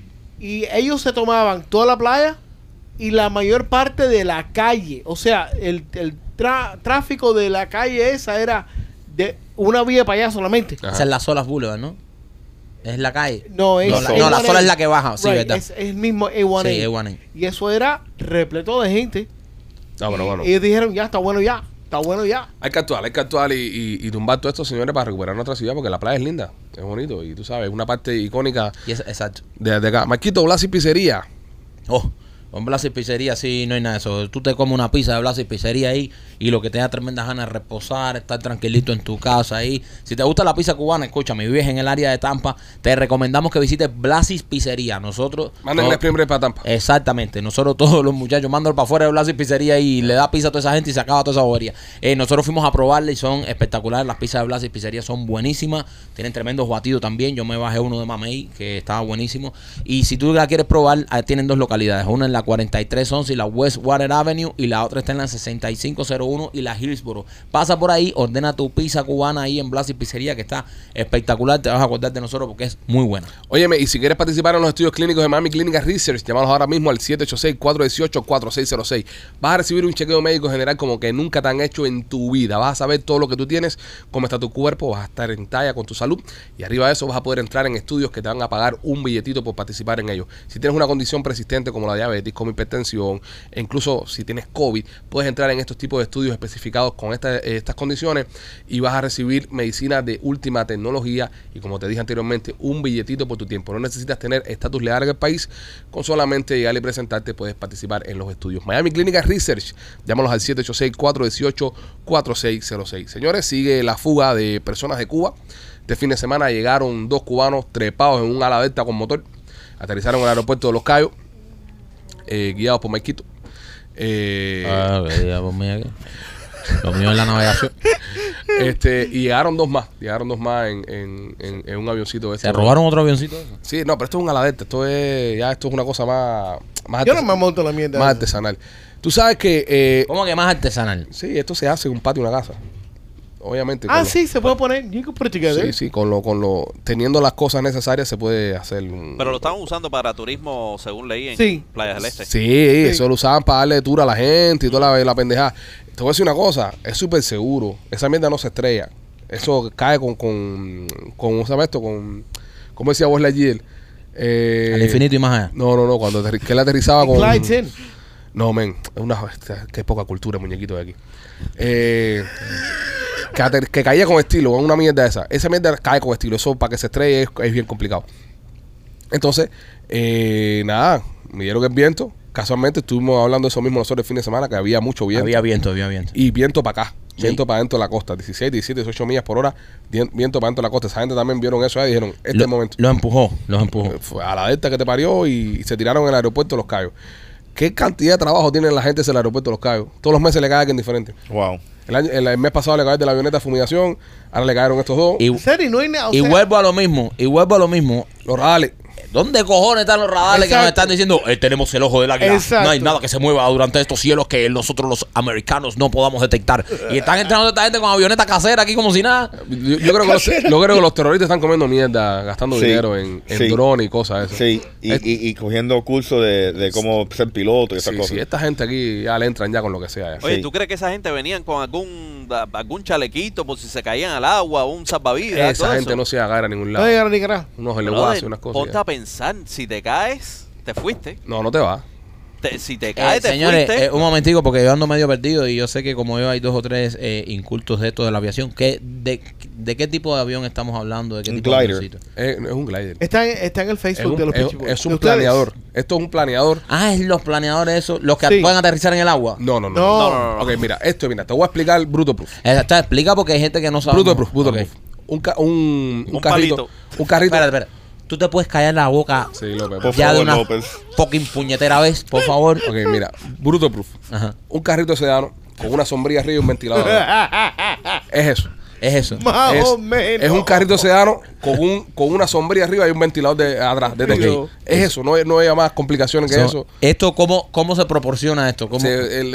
Y ellos se tomaban toda la playa y la mayor parte de la calle. O sea, el tráfico de la calle esa era de una vía para allá solamente. Ajá. Esa es la Solas Boulevard, ¿no? Es la calle. No, es No, No, la A1A. Sola es la que baja, sí, Right, ¿verdad? es el mismo A1A. Sí, A1A. Y eso era repleto de gente. No, pero bueno. Y ellos dijeron, ya, está bueno ya. Está bueno ya. Hay que actuar y tumbar todo esto, señores, para recuperar nuestra ciudad, porque la playa es linda, es bonito, y tú sabes, es una parte icónica Exacto. de acá. Marquito, Blas y Pizzería. Oh, con Blas y Pizzería sí, no hay nada de eso. Tú te comes una pizza de Blas y Pizzería ahí y lo que te da tremendas ganas de reposar, estar tranquilito en tu casa ahí. Si te gusta la pizza cubana, escúchame, vives en el área de Tampa, te recomendamos que visites Blas y Pizzería. Nosotros... Manden el Spring Break para Tampa. Exactamente, nosotros todos los muchachos mandan para afuera de Blas y Pizzería y le da pizza a toda esa gente y se acaba toda esa bobería. Nosotros fuimos a probarla y son espectaculares. Las pizzas de Blas y Pizzería son buenísimas, tienen tremendos batidos también. Yo me bajé uno de Mamey que estaba buenísimo. Y si tú la quieres probar, tienen 2 localidades, una en la 4311 y la Westwater Avenue, y la otra está en la 6501 y la Hillsboro. Pasa por ahí, ordena tu pizza cubana ahí en Blas y Pizzería, que está espectacular. Te vas a acordar de nosotros porque es muy buena. Óyeme, y si quieres participar en los estudios clínicos de Miami Clinic Research, llámalos ahora mismo al 786-418-4606. Vas a recibir un chequeo médico general como que nunca te han hecho en tu vida. Vas a saber todo lo que tú tienes, cómo está tu cuerpo, vas a estar en talla con tu salud, y arriba de eso vas a poder entrar en estudios que te van a pagar un billetito por participar en ellos. Si tienes una condición persistente como la diabetes, diabetes, como hipertensión, e incluso si tienes COVID, puedes entrar en estos tipos de estudios especificados con estas condiciones y vas a recibir medicina de última tecnología y, como te dije anteriormente, un billetito por tu tiempo. No necesitas tener estatus legal en el país, con solamente llegar y presentarte puedes participar en los estudios. Miami Clinic Research, llámalos al 786-418-4606. Señores, sigue la fuga de personas de Cuba. Este fin de semana llegaron 2 cubanos trepados en un ala delta con motor. Aterrizaron en el aeropuerto de Los Cayos, guiados por Marquito. Lo mío es la navegación. Y llegaron dos más. Llegaron 2 más en un avioncito ese. ¿Se robaron otro avioncito de eso? Sí, no, pero esto es un ala delta. Esto es una cosa más Yo no me monto la mierda. más artesanal. Tú sabes que... ¿Cómo que más artesanal? sí, esto se hace en un patio de una casa. Obviamente. Sí, se puede poner. You can put it together. Sí, teniendo las cosas necesarias se puede hacer Pero lo estaban usando para turismo, según leí, en Sí. Playas del Este. Sí, eso lo usaban para darle tour a la gente y toda la pendejada. Te voy a decir una cosa, es súper seguro. Esa mierda no se estrella. Eso cae ¿cómo se llama esto? ¿Cómo decía Buzz Lightyear? Al infinito y más allá. No, cuando que él aterrizaba con... Glides in. No, men, qué poca cultura, muñequito de aquí. Que caía con estilo, con una mierda esa. Esa mierda cae con estilo. Eso para que se estrelle es bien complicado. Entonces, nada, midieron el viento. Casualmente estuvimos hablando de eso mismo nosotros el fin de semana, que había mucho viento. Había viento. Y viento para acá. Sí. Viento para dentro de la costa. 16, 17, 18 millas por hora. Viento para dentro de la costa. Esa gente también vieron eso y dijeron, este es el momento. Los empujó. Fue a la delta que te parió y se tiraron en el aeropuerto de Los Cayos. ¿Qué cantidad de trabajo tienen la gente en el aeropuerto de Los Cayos? Todos los meses le cae alguien diferente. Wow. El mes pasado le cayó de la avioneta de fumigación, ahora le cayeron estos dos. Y, ¿En serio? No hay nada. y vuelvo a lo mismo. Los radares. ¿Dónde cojones están los radares que nos Exacto. están diciendo tenemos el ojo del águila? Exacto. No hay nada que se mueva durante estos cielos que nosotros los americanos no podamos detectar. Y están entrando esta gente con avioneta casera aquí como si nada. Yo creo que los terroristas están comiendo mierda, gastando Sí, dinero en sí. drones y cosas esas. Sí, y cogiendo cursos de cómo ser piloto y esas cosas. Sí, esta gente aquí ya le entran ya con lo que sea. Ya. Oye, Sí. ¿tú crees que esa gente venían con algún chalequito por si se caían al agua o un salvavidas? Esa gente no se agarra a ningún No lado. llegaron ni carajo. Unos Brother, eleguazos y unas cosas. ponte a pensar, si te caes, te fuiste. No te va. Si te caes, te Señores, fuiste. un momentico porque yo ando medio perdido y yo sé que como yo hay 2 o 3 incultos de esto de la aviación. ¿De qué tipo de avión estamos hablando? ¿De qué Un tipo glider. de avioncito? Es un glider. Está en el Es Facebook de los Peachy Boys. es un ¿De ustedes? planeador. Esto es un planeador. Ah, es los planeadores esos, los que Sí. pueden aterrizar en el agua. No. No. Ok, mira, te voy a explicar Bruto Proof. Está, explica porque hay gente que no sabe. Bruto Proof. Ok. Un carrito. palito. Un carrito. Espera. Tú te puedes callar la boca Sí, López. Por ya de favor, una López. fucking puñetera vez, por favor. Ok, mira, Bruto Proof. Ajá. Un carrito sedano con una sombrilla arriba y un ventilador. Es eso. Es eso. Más Es, o menos. es un carrito sedano con una sombrilla arriba y un ventilador de atrás, de techo. Ok. Es eso, no hay más complicaciones que eso. Esto, ¿cómo se proporciona esto? ¿Cómo?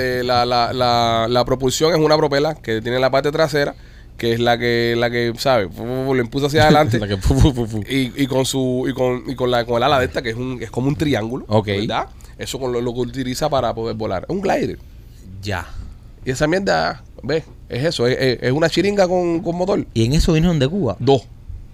La propulsión es una propela que tiene la parte trasera, que es la que ¿sabes? Lo impulsa hacia adelante. La que fu, fu, fu, fu. y con el ala de esta, que es como un triángulo. Ok. ¿Verdad? Eso con lo que utiliza para poder volar. Es un glider. Ya. Y esa mierda, ¿ves? Es eso, es una chiringa con motor. ¿Y en eso vinieron de Cuba? Dos.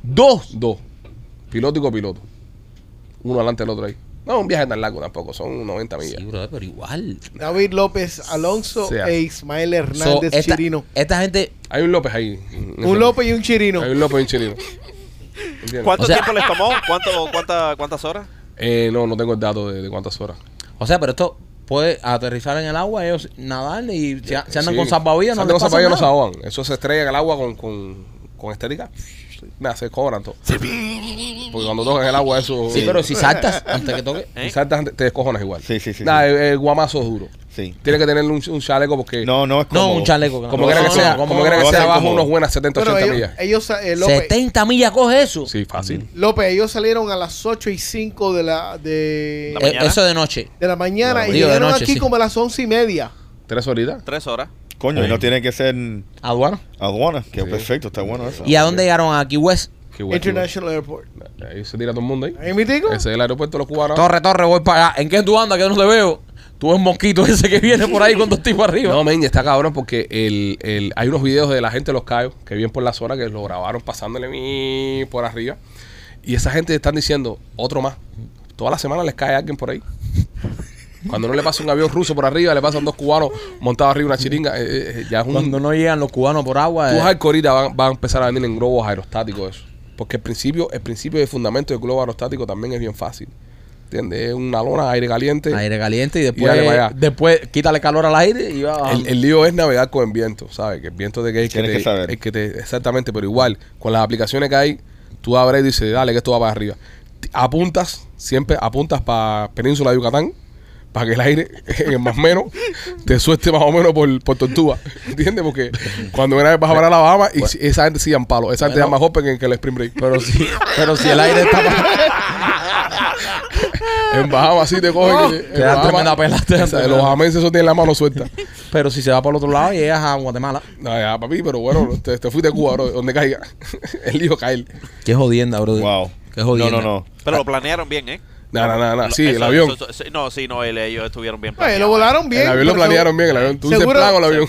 Piloto y copiloto. Uno adelante del otro ahí. No es un viaje tan largo tampoco, son 90 millas. Sí, brother, pero igual. David López Alonso Sí. e Ismael Hernández Chirino. Esta gente, Hay un López ahí. Un López y un Chirino. Hay un López y un chileno. ¿Entiendes? ¿Cuánto o sea- tiempo les tomó? ¿Cuántas horas? No tengo el dato de cuántas horas. o sea, pero esto puede aterrizar en el agua, ellos nadar y se andan Sí. con salvavidas, Se no andan les con pasa salvavidas, no se nada. ahogan. Eso se estrella en el agua con estética. Nada, se cobran todo. Porque cuando tocan el agua eso... Sí, pero si saltas antes que toque. Si saltas, te descojonas igual. Sí. Nada, el guamazo es duro. Sí. Tienes que tenerle un chaleco porque... No es No, cómodo. un chaleco. Como quiera que sea, como quiera que no, sea, no, abajo como- unos buenas 70, Bueno, 80 millas. López, 70 millas coge eso. Sí, fácil. López, ellos salieron a las 8:05 de la mañana. Eso de noche. mañana y Digo, de llegaron noche, aquí sí. como a las 11:30. 3 horitas. 3 horas. Coño, y no tiene que ser Aduana. aduana. Que Sí. perfecto, está bueno eso. ¿Y a dónde llegaron? ¿A Key West? Qué guay, qué International Airport. guay. Ahí se tira todo el mundo ahí. ¿Ahí mi tico? Ese es el aeropuerto de los cubanos. Torre, voy para allá. ¿En qué tú andas? Que no te veo. Tú ves mosquito ese que viene por ahí con 2 tipos arriba. No, men, está cabrón porque hay unos videos de la gente de Los Cayos que viven por la zona que lo grabaron pasándole por arriba. Y esa gente están diciendo, otro más. Toda la semana les cae alguien por ahí. Cuando no le pasa un avión ruso por arriba, le pasan 2 cubanos montados arriba de una chiringa, ya es un... Cuando no llegan los cubanos por agua. Tú vas ahorita van a empezar a venir en globos aerostáticos eso. Porque el principio y el fundamento del globo aerostático también es bien fácil. ¿Entiendes? Es una lona, aire caliente. Aire caliente y dale para allá. después quítale calor al aire y va. El lío es navegar con el viento, ¿sabes? Que el viento de que es Tienes que saber. exactamente, pero igual, con las aplicaciones que hay, tú abres y dices, dale, que esto va para arriba. Siempre apuntas para Península de Yucatán, para que el aire, más o menos, te suelte más o menos por Tortuga. ¿Entiendes? Porque cuando una vez vas a parar a la Bahama, y esa gente sí dan palo. Esa gente da más joven que el Spring Break. Pero si el aire está En Bahamas sí te cogen. te dan tremenda pelada. Los bahaменses eso tienen la mano suelta. Pero si se va por el otro lado, llegas a Guatemala. No, ya, papi, pero bueno, te fuiste de Cuba, bro, donde caiga. El lío caer. Qué jodienda, bro. Wow. Qué jodienda. No. Pero lo planearon bien, ¿eh? No. Sí, el Eso- avión. ellos estuvieron bien Lo planeados. volaron bien. El avión lo pero planearon bien, el avión. Tú dices seguro- plan o el avión.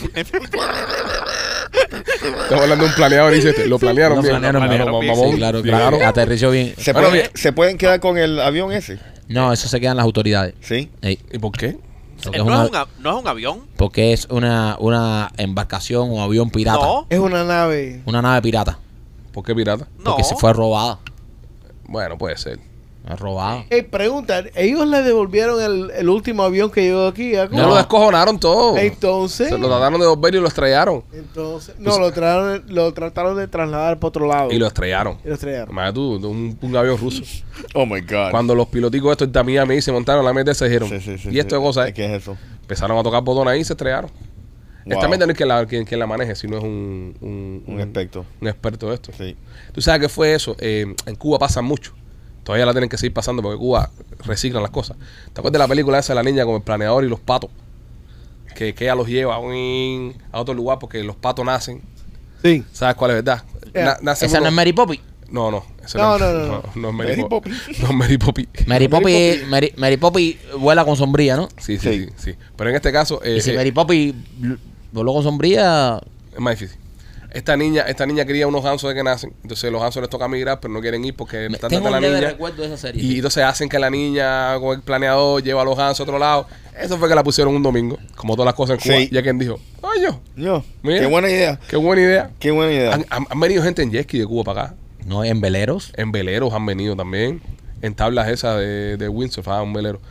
Estamos hablando de un planeador y dices, lo planearon Lo bien. planearon bien. Claro, Sí, mamón. Claro, Claro. aterrizó bien. Bueno, bien. ¿Se pueden quedar con el avión ese? No, eso se quedan las autoridades. Sí. Ey, ¿Y por qué? porque es No, una- no es un avión. porque es una embarcación o avión pirata. No. Es una nave. Una nave pirata. ¿Por qué pirata? No. Porque se fue robada. Bueno, puede ser. Es robada. Pregunta, ¿ellos le devolvieron el último avión que llegó aquí a Cuba? No lo descojonaron todo. Entonces, Se lo trataron de devolver y lo estrellaron. no, lo trataron de trasladar para otro lado. Y lo estrellaron. Y lo estrellaron. Imagínate tú, un avión ruso. Oh my God. Cuando los piloticos estos de Miami se montaron en la meta, se dijeron, Sí, y esto de cosas, ¿Qué es eso? empezaron a tocar botones ahí y se estrellaron. Wow. Esta meta no es quien la maneje, sino es un experto. un experto de esto. Sí. ¿Tú sabes qué fue eso? En Cuba pasan mucho. Todavía la tienen que seguir pasando porque Cuba reciclan las cosas. ¿Te acuerdas de la película esa de la niña con el planeador y los patos? Que ella los lleva a otro lugar porque los patos nacen. Sí. ¿Sabes cuál es verdad? Nacen Esa no es unos- Mary Poppins. No. ese No. No es Mary Mary Poppins. No es Mary Poppins. Mary Poppins vuela con sombrilla, ¿no? Sí. Pero en este caso Y si Mary Poppins voló con sombrilla, es más difícil. Esta niña quería unos gansos de que nacen. Entonces los gansos les toca migrar, pero no quieren ir porque están tengo tratando a un la leve niña. recuerdo de esa serie. Y entonces hacen que la niña con el planeador lleva a los gansos a otro lado. Eso fue que la pusieron un domingo. Como todas las cosas en Cuba. Sí. Ya quien dijo, coño, Yo. Mira. Qué buena idea. qué buena idea. Qué buena idea. Han venido gente en jet ski de Cuba para acá. No, en veleros. En veleros han venido también. En tablas esas de windsurf, un velero.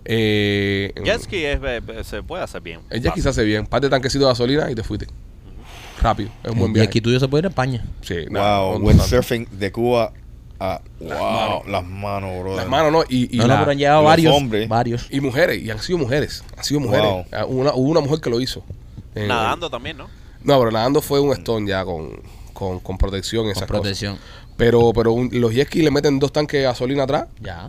Jet ski se puede hacer bien. El jet ski se hace bien. Par de tanquecito de gasolina y te fuiste. Rápido. Es un buen Y viaje. aquí tuyo se puede ir a España. Sí, Wow. no Windsurfing de Cuba a... Wow. Las manos, bro. Las manos, ¿no? Y No, pero han llegado los varios. hombres. Varios. y mujeres. Y han sido mujeres. Wow. Hubo una mujer que lo hizo. Nadando también, ¿no? No, pero nadando fue un stone ya con protección y esas Con protección. cosas. Pero los jet ski le meten 2 tanques de gasolina atrás Ya.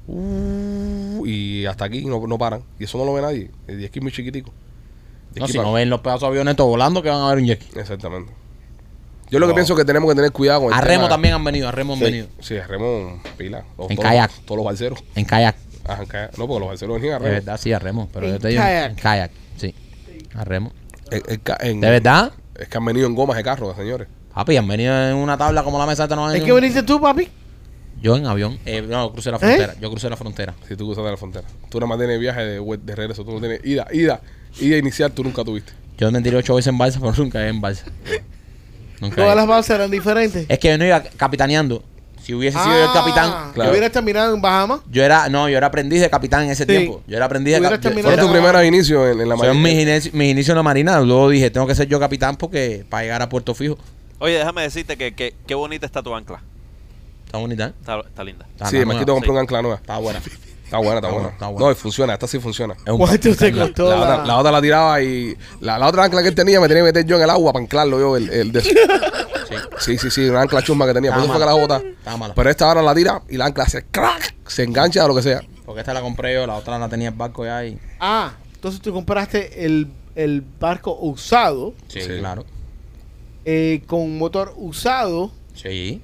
y hasta aquí no paran. Y eso no lo ve nadie. El jet ski es muy chiquitico. Jet No, ski si para- no ven los pedazos de aviones todos volando, que van a ver un jet ski. Exactamente. Yo lo que Wow. pienso es que tenemos que tener cuidado con el A remo tema- también han venido, a remo han Sí. venido. Sí, a remo pila. En kayak. Todos los balseros. En kayak. Ajá, en kayak. No, porque los balseros venían a De remo. verdad, sí, a remo. Pero En yo te digo, kayak. en kayak, sí. A remo. ¿De ¿De verdad? Es que han venido en gomas de carro, señores. Papi, han venido en una tabla como la mesa esta no han ¿Es venido. que viniste tú, papi? Yo en avión. No, crucé la frontera. Yo crucé la frontera. Si tú cruzas la frontera. Tú nada más tienes viaje de regreso. Tú no tienes ida inicial, tú nunca tuviste. Yo me tiré 8 veces en balsa, pero nunca he en balsa. Nunca Todas he. las balsas eran diferentes. Es que yo no iba capitaneando. Si hubiese sido yo el capitán, Claro. ¿Yo hubieras terminado en Bahamas? yo era aprendiz de capitán en ese Sí. tiempo. Yo era aprendiz de Hubieras capitán. terminado Fueron tus primeros inicios en la Fueron marina. mis inicios en la marina. Luego dije, tengo que ser yo capitán porque para llegar a Puerto Fijo. Oye, déjame decirte que qué bonita está tu ancla. Está bonita, ¿eh? Está linda. Está Sí, nueva. Marquito compró sí. un ancla nueva. Está buena. Está buena. Está buena. No, y funciona. Esta sí funciona. Es un ¿Cuánto te ancla. costó La otra la tiraba y... La otra ancla que él tenía me tenía que meter yo en el agua para anclarlo yo el de eso. Sí, una ancla chusma que tenía. Por eso fue que la bota. Está mala. Pero esta ahora la tira y la ancla hace crack, se engancha a lo que sea. Porque esta la compré yo, la otra la tenía el barco ya y... Entonces tú compraste el barco usado Sí, Sí. claro. con motor usado. Sí.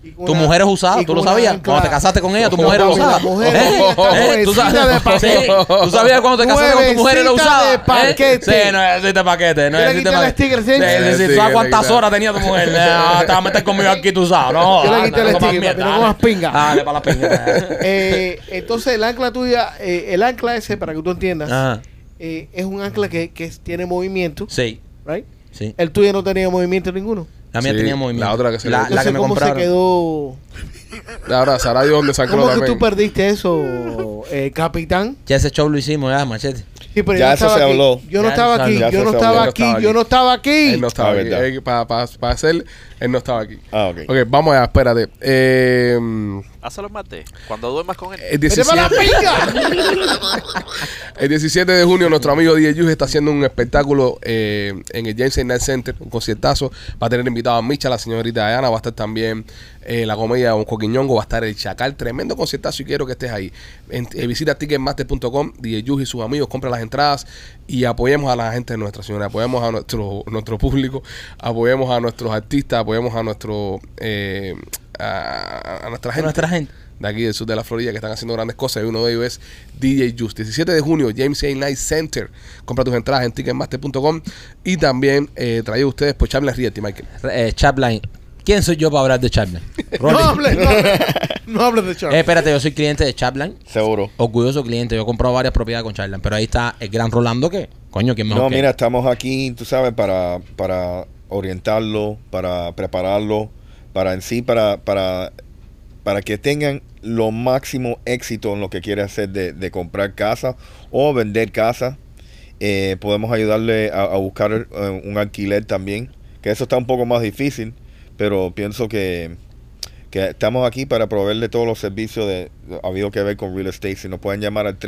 Tu mujer es usada, y ¿tú lo con una sabías? ancla. Cuando te casaste con ella, tu No, mujer era papi, usada. la mujer está ¿Tú nuevecita de paquete. Sí, ¿tú sabías cuando te casaste con tu mujer era Nuevecita usada? de paquete. Sí, no necesita paquete. No Yo le necesita quité el paquete. sticker, ¿sí? Sí, Sí, ¿tú sabes le cuántas quité. horas tenía tu mujer? Te vas a meter conmigo aquí, tú sabes. No, Yo le quité el no comas sticker, mierda, papi, no comas pinga. Dale, para la pinga. Entonces, el ancla tuya, el ancla ese, para que tú entiendas, Ajá. es un ancla que tiene movimiento, Sí, right? sí. El tuyo no tenía movimiento ninguno. La mía Sí, tenía movimiento. la otra que se la, le- la que Entonces, me ¿cómo compraron. se quedó? Ahora, Sara Dios donde San ¿Cómo Carlos que tú también. perdiste eso, capitán? Ya ese show lo hicimos, ya, machete. Sí, pero Ya yo no eso estaba se aquí. habló. Yo no Ya estaba eso aquí. se Yo habló. no estaba Ya aquí. eso se Yo no estaba aquí. Él no estaba Ah, aquí. verdad. Para hacer, él no estaba aquí. Ah, ok. Ok, vamos allá, espérate. Hazlo mate. Cuando duermas con él. El ¡Vete 17, para la pinga! el 17 de junio, nuestro amigo DJ Yuge está haciendo un espectáculo en el James A. Night Center, un conciertazo. Va a tener invitado a Micha, la señorita Diana, va a estar también la comedia Un Coquiñongo, va a estar el Chacal, tremendo conciertazo y quiero que estés ahí. Visita ticketmaster.com, DJ Yuge y sus amigos, compra las entradas y apoyemos a la gente de Nuestra Señora, apoyemos a nuestro público, apoyemos a nuestros artistas, apoyemos a nuestro a nuestra gente. Nuestra gente. De aquí del sur de la Florida que están haciendo grandes cosas y uno de ellos es DJ Just. 17 de junio, James A. Night Center. Compra tus entradas en ticketmaster.com y también traído ustedes por Chaplin Realty, Michael. Chaplin. ¿Quién soy yo para hablar de Chaplin? No hables, no hables de Charles. Espérate, yo soy cliente de Chaplin. Seguro. Orgulloso cliente. Yo he comprado varias propiedades con Chaplin. Pero ahí está el gran Rolando que, coño, ¿quién mejor No, que mira, él? estamos aquí, tú sabes, para orientarlo, para prepararlo, para que tengan lo máximo éxito en lo que quiere hacer de comprar casa o vender casa. Podemos ayudarle a buscar un alquiler también, que eso está un poco más difícil, pero pienso que estamos aquí para proveerle todos los servicios habido que ver con real estate. Si nos pueden llamar al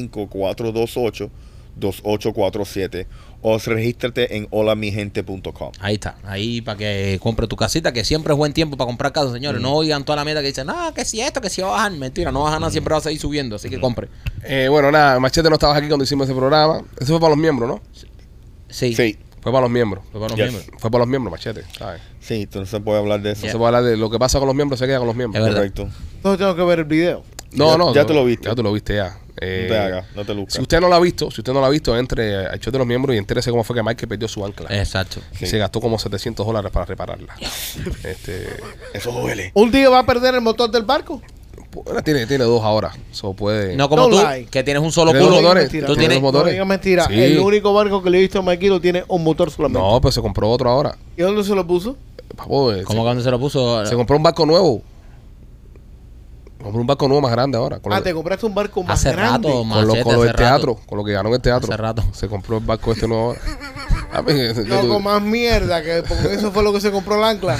305-428-2847 o regístrate en holamigente.com. Ahí está. Ahí para que compre tu casita, que siempre es buen tiempo para comprar casa, señores. No oigan toda la mierda que dicen, no, que si esto, que si va a bajar. Mentira, no baja nada, siempre va a seguir subiendo. Así que compre. Bueno, nada, Machete no estabas aquí cuando hicimos ese programa. Eso fue para los miembros, ¿no? Sí. Sí, Fue para los miembros. Fue para los Yes. miembros. Fue para los miembros, Machete, ¿sabes? sí, entonces se puede hablar de eso. No se puede hablar de lo que pasa con los miembros, se queda con los miembros. Es verdad. Correcto. Entonces tengo que ver el video. No, Ya te lo viste. Ya te lo viste ya. No te hagas, no te lucas. Si usted no lo ha visto, entre al show de los miembros y entérese cómo fue que Mike perdió su ancla. Exacto. Y se gastó como $700 para repararla. Eso duele. ¿Un día va a perder el motor del barco? Bueno, tiene dos ahora. Eso puede. No como Don't tú, lie. que tienes un solo ¿Tiene culo. dos motores? Mentira, Tú ¿Tiene tienes dos motores? No digas mentira. Sí. El único barco que le he visto a Maquilo tiene un motor solamente. No, pues se compró otro ahora. ¿Y dónde se lo puso? Papo, ¿Cómo que cuando se lo puso? se compró un barco nuevo. Compró un barco nuevo más grande ahora. Con, Te compraste un barco más Hace grande. rato, con lo Machete, del hace rato. teatro. Con lo que ganó en el teatro. Hace rato. Se compró el barco este nuevo ahora. A mí, No, con más mierda, que porque eso fue lo que se compró el ancla.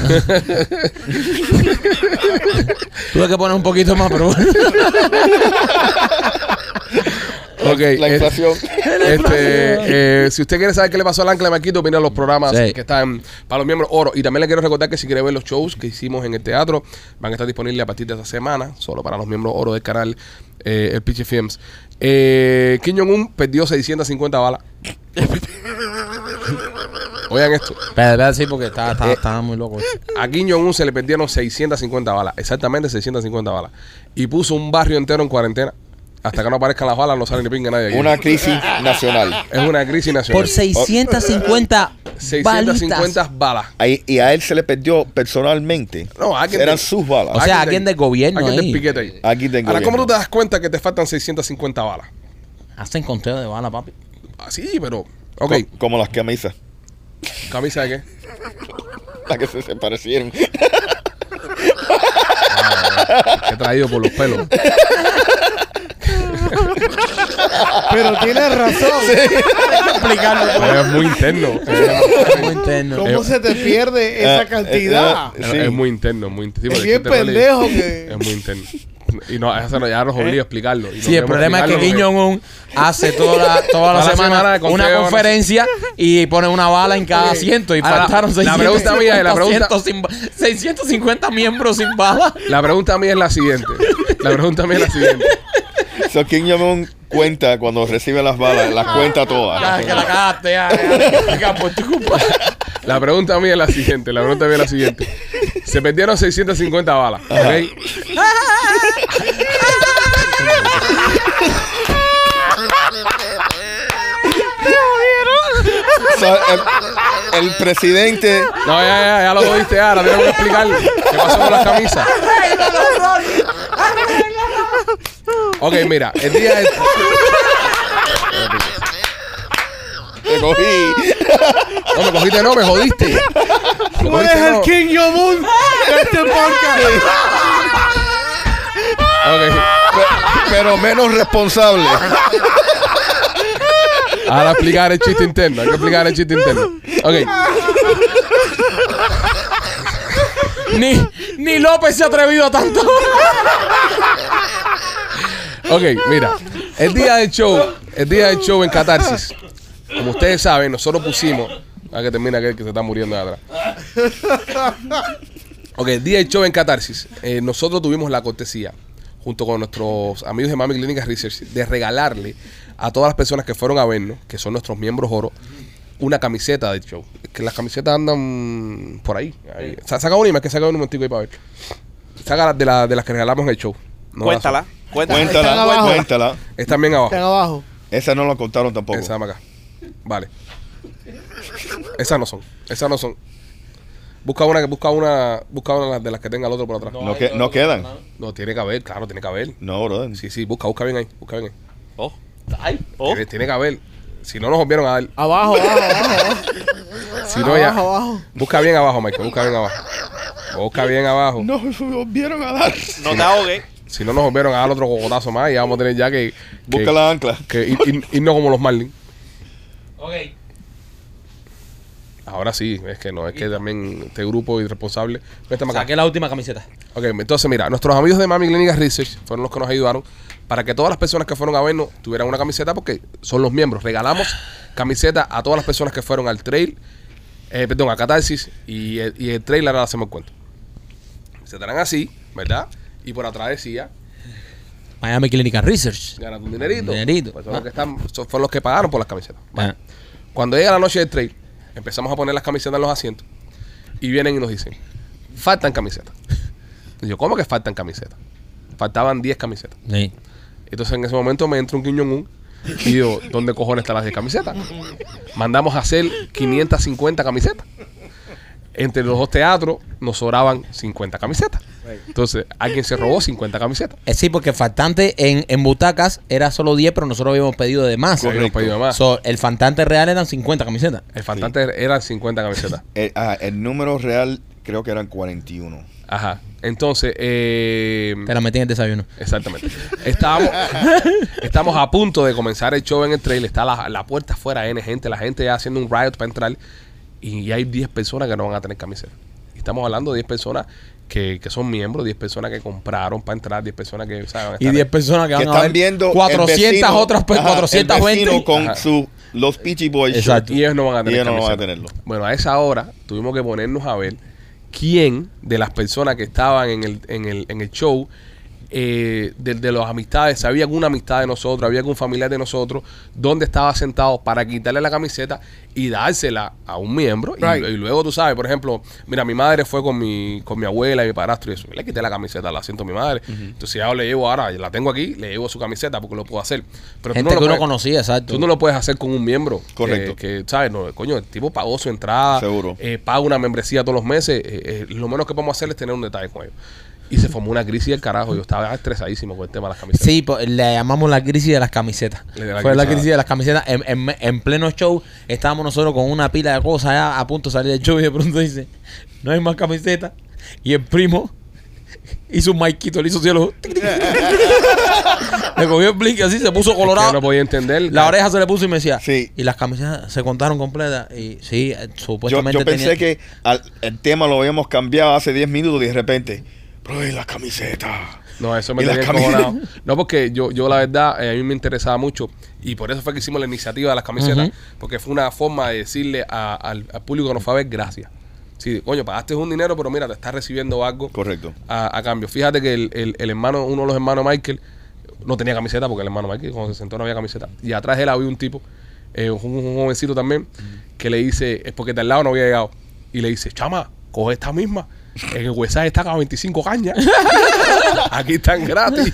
Tuve que poner un poquito más, pero bueno. Ok, La inflación. si usted quiere saber qué le pasó al ancla de Marquito, mira los programas Sí. que están para los miembros oro. Y también le quiero recordar que si quiere ver los shows que hicimos en el teatro, van a estar disponibles a partir de esta semana, solo para los miembros oro del canal, el Pitch Films. Kim Jong-un perdió 650 balas. Oigan esto. Espera, sí, porque estaba muy loco. A Kim Jong-un se le perdieron 650 balas. Exactamente 650 balas. Y puso un barrio entero en cuarentena. Hasta que no aparezcan las balas, no sale ni pinga nadie aquí. Una crisis nacional. Es una crisis nacional. Por 650 650 balas. Y a él se le perdió personalmente. No, alguien Eran de- sus balas. O sea, alguien del gobierno Alguien del ahí. piquete ahí. Alguien del Ahora, ¿cómo gobierno. tú te das cuenta que te faltan 650 balas? Hacen conteo de bala, papi. Ah, sí, pero... Ok, Como las camisas. ¿camisa de qué? Las que se parecieron. Que he traído por los pelos. Pero tienes razón. Pero es muy interno. Muy interno. ¿Cómo se te pierde esa cantidad? Sí. Es muy interno, muy interno. Es bien pendejo que... Es muy interno. Y no, eso ya nos obliga a explicarlo. Y no Sí, el queremos problema es que Kim explicarlo Jong-un hace toda la la semana semana de conteo, una no conferencia y pone una bala en cada asiento y Ahora, faltaron la pregunta mía es, la pregunta- 650 miembros sin bala. La pregunta mía es la siguiente. So, Kim Jong-un cuenta cuando recibe las balas, las cuenta todas. Ya, que la cagaste, ya, por tu culpa. La pregunta mía es la siguiente. Se perdieron 650 balas. ¿Ok? So, el presidente. No, ya lo tuviste. Ahora tenemos que explicar qué pasó con las camisas. Ok, mira, el día de... Te cogí. No, me cogiste, no, me jodiste. Me Tú cogiste, eres el no. King Jong-un de este podcast. Ok. Pero menos responsable. Ahora explicar el chiste interno. Hay que explicar el chiste interno. Ok. Ni López se ha atrevido a tanto. Ok, mira. El día del show en Catarsis. Como ustedes saben, nosotros pusimos. A que termine aquel que se está muriendo de atrás. Ok, el día del show en Catarsis. Nosotros tuvimos la cortesía, junto con nuestros amigos de Mami Clínica Research, de regalarle a todas las personas que fueron a vernos, que son nuestros miembros oro, una camiseta del show. Que las camisetas andan por ahí. Saca una imagen, que saca un momentico ahí para ver. Saca de las que regalamos en el show. No Cuéntala. Están abajo. Cuéntala. están bien abajo. Están abajo. Esa no la contaron tampoco. Esa acá. Vale. Esas no son. Busca una de las que tenga el otro por atrás. No quedan. No, tiene que haber, claro, tiene que haber. No, brother. Sí, busca bien ahí. Oh. Oh. Tiene que haber. Si no nos volvieron a dar. Abajo. Si no, ya. Abajo. Busca bien abajo, Michael. Busca bien abajo. No me volvieron a dar. No te ahogues. Si no nos volvieron a dar otro cocotazo más, ya vamos a tener ya que Busca la ancla. irnos como los Marlins. Ok. Ahora sí, es que también este grupo irresponsable. Préstame acá. Saqué la última camiseta. Ok, entonces mira, nuestros amigos de Mami Clínica Research fueron los que nos ayudaron para que todas las personas que fueron a vernos tuvieran una camiseta, porque son los miembros. Regalamos camisetas a todas las personas que fueron al trail, a Catarsis, y el trail ahora hacemos el cuento. Se estarán así, ¿verdad? Y por atrás decía, Miami Clinical Research. gana un dinerito. Pues Pues fueron los que pagaron por las camisetas. Vale. Cuando llega la noche del trail, empezamos a poner las camisetas en los asientos y vienen y nos dicen, faltan camisetas. Y yo, ¿cómo que faltan camisetas? Faltaban 10 camisetas. Sí. Entonces en ese momento me entra un Kim Jong-un y digo, ¿dónde cojones están las 10 camisetas? Mandamos a hacer 550 camisetas. Entre los dos teatros nos sobraban 50 camisetas. Entonces alguien se robó 50 camisetas. Sí, porque faltante en butacas era solo 10, pero nosotros habíamos pedido de más. Habíamos pedido de más. So, el faltante real eran 50 camisetas. El faltante eran 50 camisetas. El número real creo que eran 41. Ajá. Entonces, Te la metí en el desayuno. exactamente. Estamos a punto de comenzar el show en el trail. Está la puerta afuera, gente, la gente ya haciendo un riot para entrar. Y hay 10 personas que no van a tener camiseta. Y estamos hablando de 10 personas que son miembros, 10 personas que compraron para entrar, 10 personas que saben. Y 10 personas que Que van a están ver viendo 400 el vecino, otras, pues, ajá, 420. el vecino con Ajá. los Peachy Boys. Exacto. Y ellos no van a Y tener ellos no van a camiseta. tenerlo. Bueno, a esa hora tuvimos que ponernos a ver quién de las personas que estaban en el show, de las amistades, si había alguna amistad de nosotros, había algún familiar de nosotros, donde estaba sentado para quitarle la camiseta y dársela a un miembro. Right. Y luego tú sabes, por ejemplo, mira, mi madre fue con mi abuela y mi padrastro y eso. Le quité la camiseta al asiento a mi madre. Entonces ya le llevo ahora, la tengo aquí, le llevo su camiseta porque lo puedo hacer. Pero Gente tú no que lo uno puedes- conocía, exacto. Tú no lo puedes hacer con un miembro. Correcto. Que ¿sabes? No, coño, el tipo pagó su entrada. Seguro. Paga una membresía todos los meses. Lo menos que podemos hacer es tener un detalle con ellos. Y se formó una crisis del carajo. Yo estaba estresadísimo con el tema de las camisetas. Sí, pues, le llamamos la crisis de las camisetas. Fue la crisis de las camisetas. En pleno show estábamos nosotros con una pila de cosas ya a punto de salir del show y de pronto dice, no hay más camisetas. Y el primo hizo un maiquito, le hizo cielo. Le cogió el blink así, se puso Es que colorado. yo no podía entender. La oreja se le puso y me decía, Sí. y las camisetas se contaron completas. Y sí, Yo supuestamente pensé tenía- que el tema lo habíamos cambiado hace 10 minutos y de repente, bro, y la camiseta. No, eso me Y las tenía camisetas. encojonado. No, porque yo la verdad, a mí me interesaba mucho. Y por eso fue que hicimos la iniciativa de las camisetas. Ujú. Porque fue una forma de decirle al público que nos fue a ver gracias. Sí, coño, pagaste un dinero, pero mira, te estás recibiendo algo Correcto. a cambio. Fíjate que el hermano, uno de los hermanos Michael, no tenía camiseta porque el hermano Michael cuando se sentó no había camiseta. Y atrás de él había un tipo, un jovencito también, que le dice, es porque de al lado no había llegado. Y le dice, chama, coge esta misma. En el Westside están a 25 cañas. Aquí están gratis.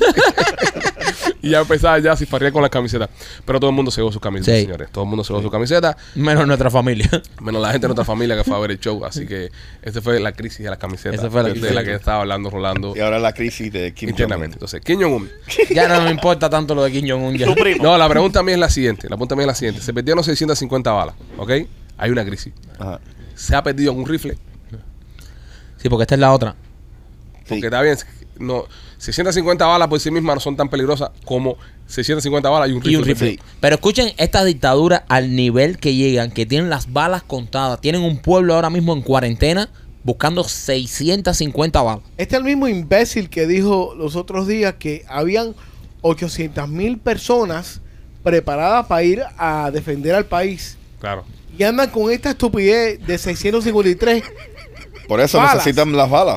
Y ya empezaba ya a cifarrear con las camisetas. Pero todo el mundo se llevó sus camisetas, Sí. señores. Todo el mundo se llevó sus camisetas. Menos nuestra familia. Menos la gente de nuestra familia que fue a ver el show. Así que esa fue la crisis de las camisetas. Esa fue la de crisis. la que estaba hablando Rolando Y ahora la crisis de Kim internamente. Jong-un. Entonces, Kim Jong-un. Ya no me importa tanto lo de Kim Jong-un ya. Tu primo. No, la pregunta mía es la siguiente. Se perdieron 650 balas, ¿ok? Hay una crisis. Ajá. Se ha perdido un rifle. Sí, porque esta es la otra. Sí. Porque está bien, no, 650 balas por sí mismas no son tan peligrosas como 650 balas y un rifle. Y un rifle. Sí. Pero escuchen esta dictadura al nivel que llegan, que tienen las balas contadas. Tienen un pueblo ahora mismo en cuarentena buscando 650 balas. Este es el mismo imbécil que dijo los otros días que habían 800,000 personas preparadas para ir a defender al país. Claro. Y andan con esta estupidez de 653. Por eso Balas. necesitan las balas.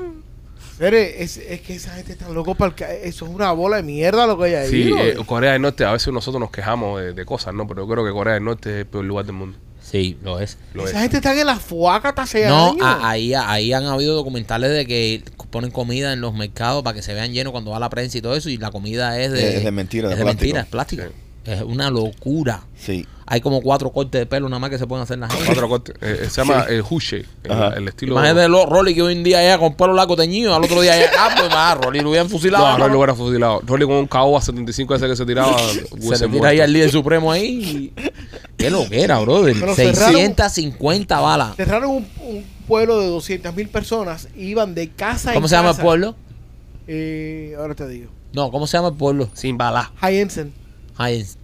Es que esa gente está loco para eso es una bola de mierda lo que hay ahí. Sí, ¿no? Corea del Norte, a veces nosotros nos quejamos de cosas, ¿no? Pero yo creo que Corea del Norte es el peor lugar del mundo. Sí, lo es. Lo Esa es. gente está en la fuácata hace No, años. ahí han habido documentales de que ponen comida en los mercados para que se vean llenos cuando va la prensa y todo eso. Y la comida es de... Es de mentira, Es de de mentira, plástico. es plástico. Es una locura. Sí. Hay como 4 cortes de pelo nada más que se pueden hacer en la gente. 4 cortes. Se llama el Hushe, Ajá. el estilo. Imagínate Rolly que hoy en día ya con pelo largo teñido, al otro día ya, pues más, Rolly lo hubieran fusilado. No, Rolly mano. lo hubiera fusilado. Rolly con un KO a 75 ese que se tiraba. Se le tira ahí al líder supremo ahí. Y... Qué loquera, brother. Pero 650 balas. Cerraron un pueblo de 200,000 personas y iban de casa en ¿Cómo se llama el casa. pueblo? Ahora te digo. No, ¿cómo se llama el pueblo? Sin balas. Hyensen. Heinz.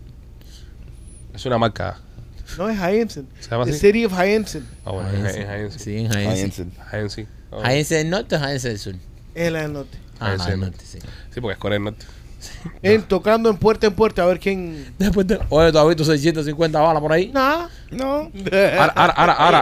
Es una marca. No es Hyensen. ¿Se llama The así? City of Hyensen. Ah, bueno, Heinz. es Sí, en Heinz. Hyensen. Heinz, sí. ¿Heinz del norte o Heinz del sur? Es la del norte. Ah, Heinz del del norte, sí. Sí, porque es Corea del Norte. Tocando en puerta a ver quién. Después de... Oye, ¿tú has visto 650 balas por ahí? Nada. No. Ahora,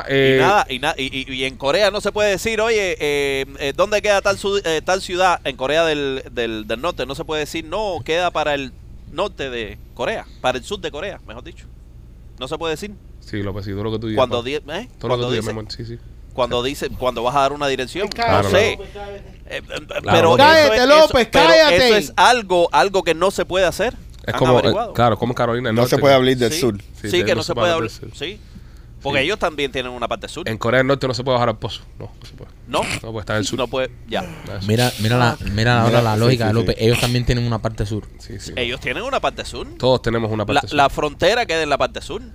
Y en Corea no se puede decir, oye, ¿dónde queda tal ciudad? En Corea del Norte no se puede decir, no, queda para el norte de Corea, para el sur de Corea, mejor dicho. No se puede decir. Sí, López, sí, todo lo que tú dices. Cuando, Pablo. di- Todo lo que cuando tú dices, dice, mi amor, sí, sí. cuando vas a dar una dirección, Claro, no sé. Pero Cállate, eso es, López, pero cállate. eso es algo que no se puede hacer. Es ¿Han como, averiguado? claro, como en Carolina del No Norte. se puede hablar del Sí. sur. Sí, Sí, que no se puede hablar. del sur. Sí. Porque Sí. ellos también tienen una parte sur. En Corea del Norte no se puede bajar al pozo. No, no se puede. No, No puede estar en el sur. no puede. Ya. Eso. Mira ahora la sí, lógica sí, de López. sí. Ellos también tienen una parte sur. Sí, sí. Ellos tienen una parte sur. Todos tenemos una parte sur. La frontera queda en la parte sur.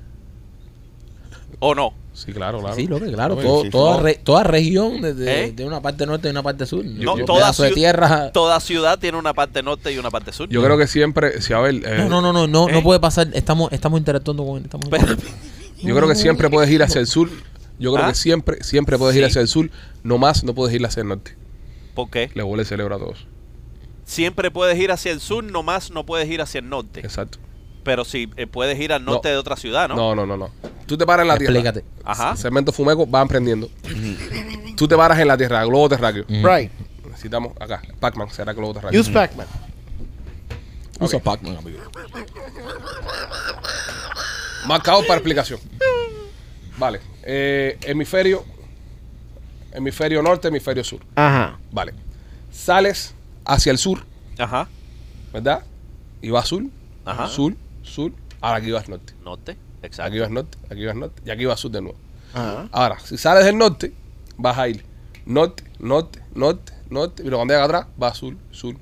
¿O no? Sí, claro, claro. Sí, López, claro. López, sí, Toda región de ¿Eh? una parte norte y una parte sur. No, Un toda pedazo de tierra. Toda ciudad tiene una parte norte y una parte sur. Yo creo que siempre, si a ver, No ¿Eh? puede pasar. Estamos interactuando con él. Pero- yo creo que siempre puedes ir hacia el sur. Yo creo ¿Ah? que siempre puedes ir Sí. hacia el sur. No más, no puedes ir hacia el norte. ¿Por qué? Le vuelve el cerebro a todos. Siempre puedes ir hacia el sur, nomás no puedes ir hacia el norte. Exacto. Pero si puedes ir al norte No. de otra ciudad, ¿no? No. Tú te paras en la tierra. Explícate. Ajá. Cemento Fumeco van prendiendo. Tú te paras en la tierra, globo terráqueo. Right. Necesitamos acá. Pac-Man será globo terráqueo. Use Pac-Man. Usa Pac-Man, amigo. Marcado para explicación. Vale. Hemisferio norte, hemisferio sur. Ajá. Vale. Sales hacia el sur, Ajá. ¿verdad? Y vas sur, Ajá. sur. Ahora aquí vas norte. Norte. Exacto. Aquí vas norte, aquí vas norte. Y aquí vas sur de nuevo. Ajá. Ahora, si sales del norte, vas a ir norte. Pero cuando llegas atrás, vas sur. So,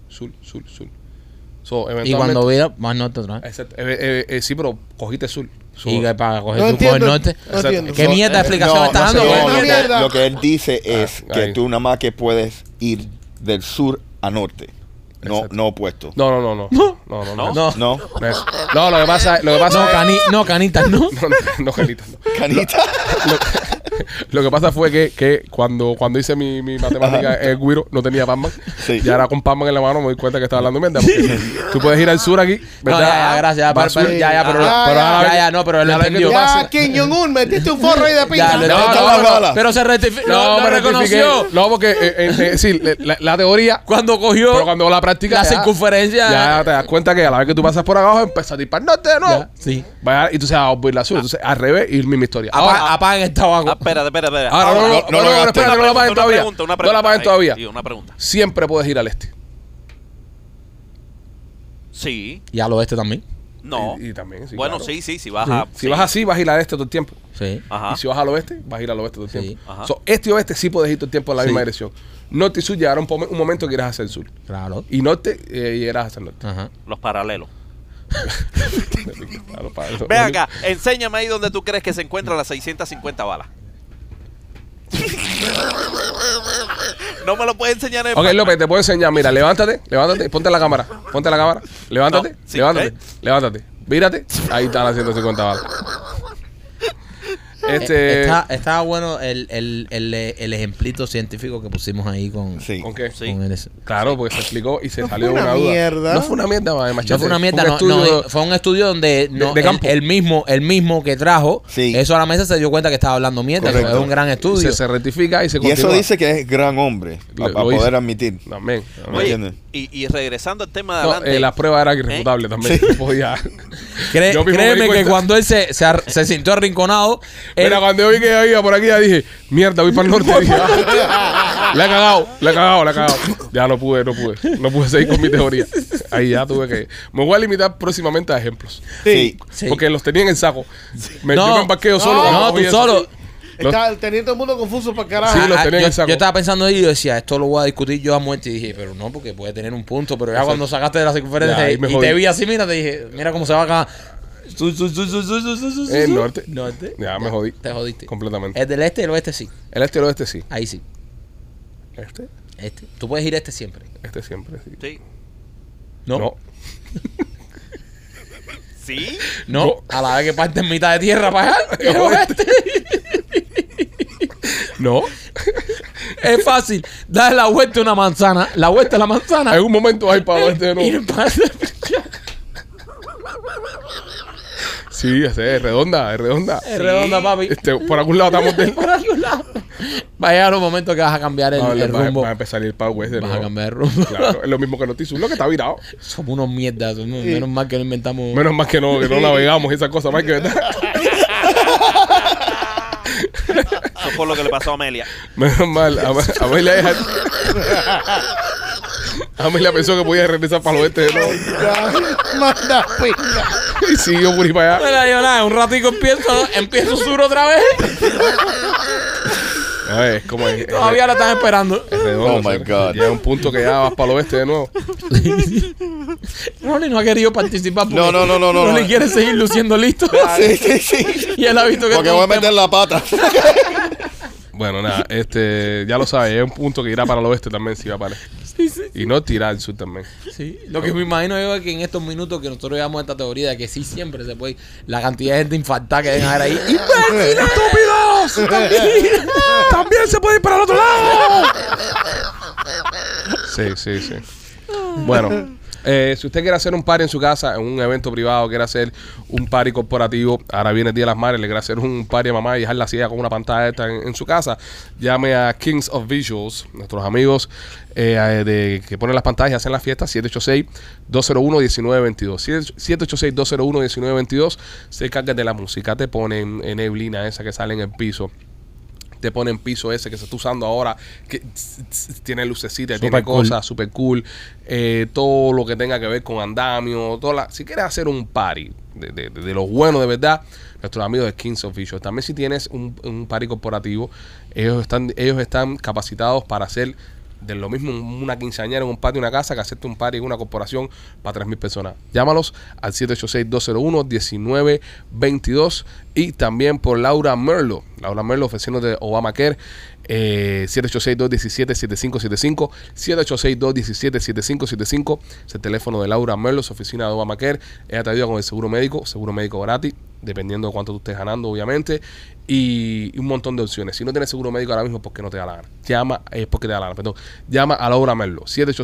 Y eventualmente, cuando vira, más norte otra vez. Exacto. Sí, pero cogiste sur. So, Y que para coger No tu entiendo. el norte. No entiendo. ¿Qué mierda de explicación estás dando? no, ¿Qué lo, que, mierda? lo que él dice es que ahí. tú nada más que puedes ir del sur a norte. No, Exacto. no opuesto. No. No. No. No, lo que pasa es. Canitas, ¿no? No, Janita, no. Canita. Lo que pasa fue que cuando hice mi matemática en el Guiro, no tenía Pac-Man. Sí. Y ahora con Pac-Man en la mano me doy cuenta que estaba hablando mierda. Porque tú puedes ir al sur aquí, No, ¿verdad? ya, gracias. Vas sur. Pero Ya, él lo ya, entendió. Ya, Kim Jong-un, metiste un forro ahí de Ya, pinta. lo No, entendió, no, pero- no. pero se rectificó. No, No, me reconoció. rectifiqué. No, porque sí, la teoría, Cuando cogió pero cuando la práctica la circunferencia. ya te das cuenta que a la vez que tú pasas por abajo, empiezas a ir para el norte, ¿no? Ya, sí. Vaya, y tú se vas a volver la sur. Entonces, al revés, y misma historia. Ahora, Apaguen el tabaco. Espérate. Ahora, no, espérate, no la paguen todavía. Una No la paguen todavía. Sí, una pregunta. Siempre puedes ir al este. Sí. Y al oeste también. No. Y también, sí, Bueno, claro. sí, si vas a... Si vas así, vas a ir al este todo el tiempo. Sí. Ajá. Y si vas al oeste, vas a ir al oeste todo el Sí. tiempo. Ajá. So, este y oeste sí puedes ir todo el tiempo en la Sí. misma dirección. Norte y sur llegará un momento que irás hacia el sur. Claro. Y norte irás hacia el norte. Ajá. Los paralelos. Claro, para eso. Ve acá, enséñame ahí donde tú crees que se encuentran las 650 balas. No me lo puedes enseñar en Ok, López, te puedo enseñar. Mira, levántate, ponte la cámara. Levántate, No, sí, levántate. Vírate. Ahí están las 150 balas. Estaba bueno el ejemplito científico que pusimos ahí con, Sí. ¿Con qué? Sí. con el... Claro, porque se explicó y se salió fue una una duda. mierda. No fue una mierda, Machete. No fue una mierda, un estudio- fue un estudio donde no, de campo. el mismo que trajo, Sí. eso a la mesa se dio cuenta que estaba hablando mierda, Correcto. que es un gran estudio. se rectifica y se Y continúa. eso dice que es gran hombre, Lo para hizo. poder admitir. También. ¿Me Oye, entiendes? y regresando al tema de No, adelante. las pruebas eran irrefutables también. No podía. Yo mismo me di Créeme que cuenta. cuando él se sintió arrinconado, él, Mira, cuando yo vi que iba por aquí, ya dije, mierda, voy para el norte. Dije, "Ah, la he cagado. Ya no pude seguir con mi teoría. Ahí ya tuve que. Me voy a limitar próximamente a ejemplos. Sí. Sí. Porque los tenía en el saco. No, yo me embarqué solo. no, cuando no, cogí tú eso. solo. Tenía todo el mundo confuso para carajo. Sí, lo tenía en yo, el saco. yo estaba pensando ahí y yo decía, esto lo voy a discutir yo a muerte. Y dije, pero no, porque puede tener un punto. Pero ya cuando sacaste de la circunferencia Ya, ahí me y jodí. te vi así, mira, te dije, mira cómo se va acá. El norte. Norte. Ya me jodí. Te jodiste. Completamente. El del este y el oeste sí. El este y el oeste sí. Ahí sí. Este Tú puedes ir este siempre. siempre sí. Sí. No. ¿Sí? No. No. A la vez que parte en mitad de tierra para allá. que es oeste. No. Es fácil. Dale la vuelta a una manzana. La vuelta a la manzana. En un momento vas a ir para el oeste de nuevo. Ir para Sí, es redonda, es redonda. Es redonda, papi. Por algún lado estamos de. Por algún lado. Va a llegar un momento que vas a cambiar el rumbo. Va a empezar a ir para el oeste de Vas a nuevo. cambiar el rumbo. Claro, es lo mismo que Noticias, lo que está virado. Somos unos mierdas. Menos mal que no inventamos. Menos más que no navegamos esas cosas, más que verdad. Eso fue lo que le pasó a Amelia. Menos mal. Amelia pensó que podía regresar para el oeste de nuevo. Manda pinga. Y siguió por ir para allá. Mira, yo nada, un ratico empiezo sur otra vez. A ver, es como es Todavía la están esperando. redondo. Oh, my ¿sabes? God. Llega un punto que ya vas para el oeste de nuevo. Ronnie no ha querido participar porque No. Ronnie quiere seguir luciendo listo. Sí. Y él ha visto que Porque todo voy a el tema- meter la pata. Bueno, nada, ya lo sabes, es un punto que irá para el oeste también si va para el este. Y no tirar al sur también. Sí, lo que me imagino yo es que en estos minutos que nosotros llevamos esta teoría de que sí siempre se puede, la cantidad de gente infartada que deben haber ahí. ¡Estúpidos! ¡También se puede ir para el otro lado! Sí. Bueno, si usted quiere hacer un party en su casa, en un evento privado, quiere hacer un party corporativo, ahora viene el Día de las Madres, le quiere hacer un party a mamá y dejar la silla con una pantalla esta en su casa, llame a Kings of Visuals, nuestros amigos que ponen las pantallas y hacen la fiesta, 786-201-1922. 786-201-1922, se encargan de la música, te ponen neblina esa que sale en el piso. Te ponen piso ese que se está usando ahora, que tiene lucecitas, tiene cosas super cool, todo lo que tenga que ver con andamio, si quieres hacer un party de lo bueno de verdad, nuestros amigos de Kings of Visuals. También si tienes un party corporativo, ellos están capacitados para hacer de lo mismo una quinceañera en un patio de una casa que hacerte un party en una corporación para 3,000 personas. Llámalos al 786-201-1922 y también por Laura Merlo ofreciéndote Obamacare, 786-217-7575, 786-217-7575, es el teléfono de Laura Merlo, su oficina de Obamacare. Ella te ayuda con el seguro médico gratis, dependiendo de cuánto tú estés ganando, obviamente, y un montón de opciones. Si no tienes seguro médico ahora mismo, porque no te da la gana. Llama a Laura Merlo,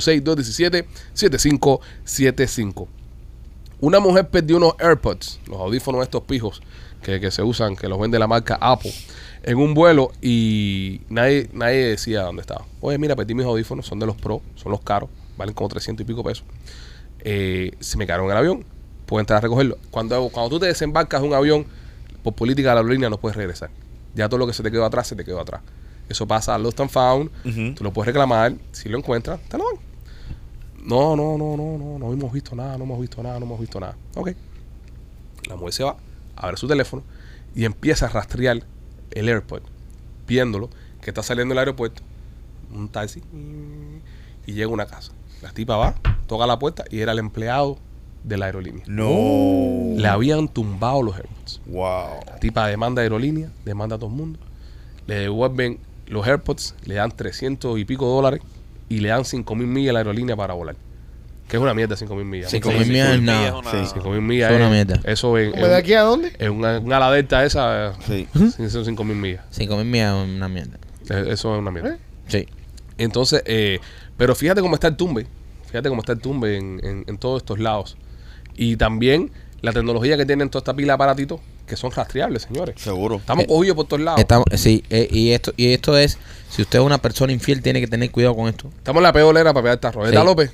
786-217-7575. Una mujer perdió unos AirPods, los audífonos estos pijos que se usan, que los vende la marca Apple, en un vuelo, y nadie decía dónde estaba. Oye, mira, perdí mis audífonos, son de los Pro, son los caros, valen como 300 y pico pesos. Se me quedaron en el avión, puedo entrar a recogerlo. Cuando tú te desembarcas de un avión, por política de la aerolínea no puedes regresar. Ya todo lo que se te quedó atrás, se te quedó atrás. Eso pasa a Lost and Found. Tú lo puedes reclamar. Si lo encuentras, te lo dan. No hemos visto nada, no hemos visto nada. Ok. La mujer se va, abre su teléfono y empieza a rastrear el airport, viéndolo, que está saliendo del aeropuerto, un taxi, y llega a una casa. La tipa va, toca la puerta y era el empleado de la aerolínea. No. Le habían tumbado los AirPods. Wow. La tipa demanda a aerolínea, demanda a todo el mundo. Le devuelven los AirPods, le dan 300 y pico dólares y le dan 5,000 millas a la aerolínea para volar. Que es una mierda 5,000 millas. 5,000 millas es nada. 5,000 millas Es una mierda. Eso en, ¿Cómo de aquí a dónde? en una ala delta esa, Sí. son 5,000 millas. 5,000 millas es una mierda. Eso es una mierda. Sí. Entonces, pero fíjate cómo está el tumbe. Fíjate cómo está el tumbe en todos estos lados. Y también la tecnología que tienen toda esta pila de aparatitos que son rastreables, señores. Seguro. Estamos cogidos por todos lados. Sí, y esto es, si usted es una persona infiel, tiene que tener cuidado con esto. Estamos en la peolera para pegar tarro. ¿Verdad, Sí. López?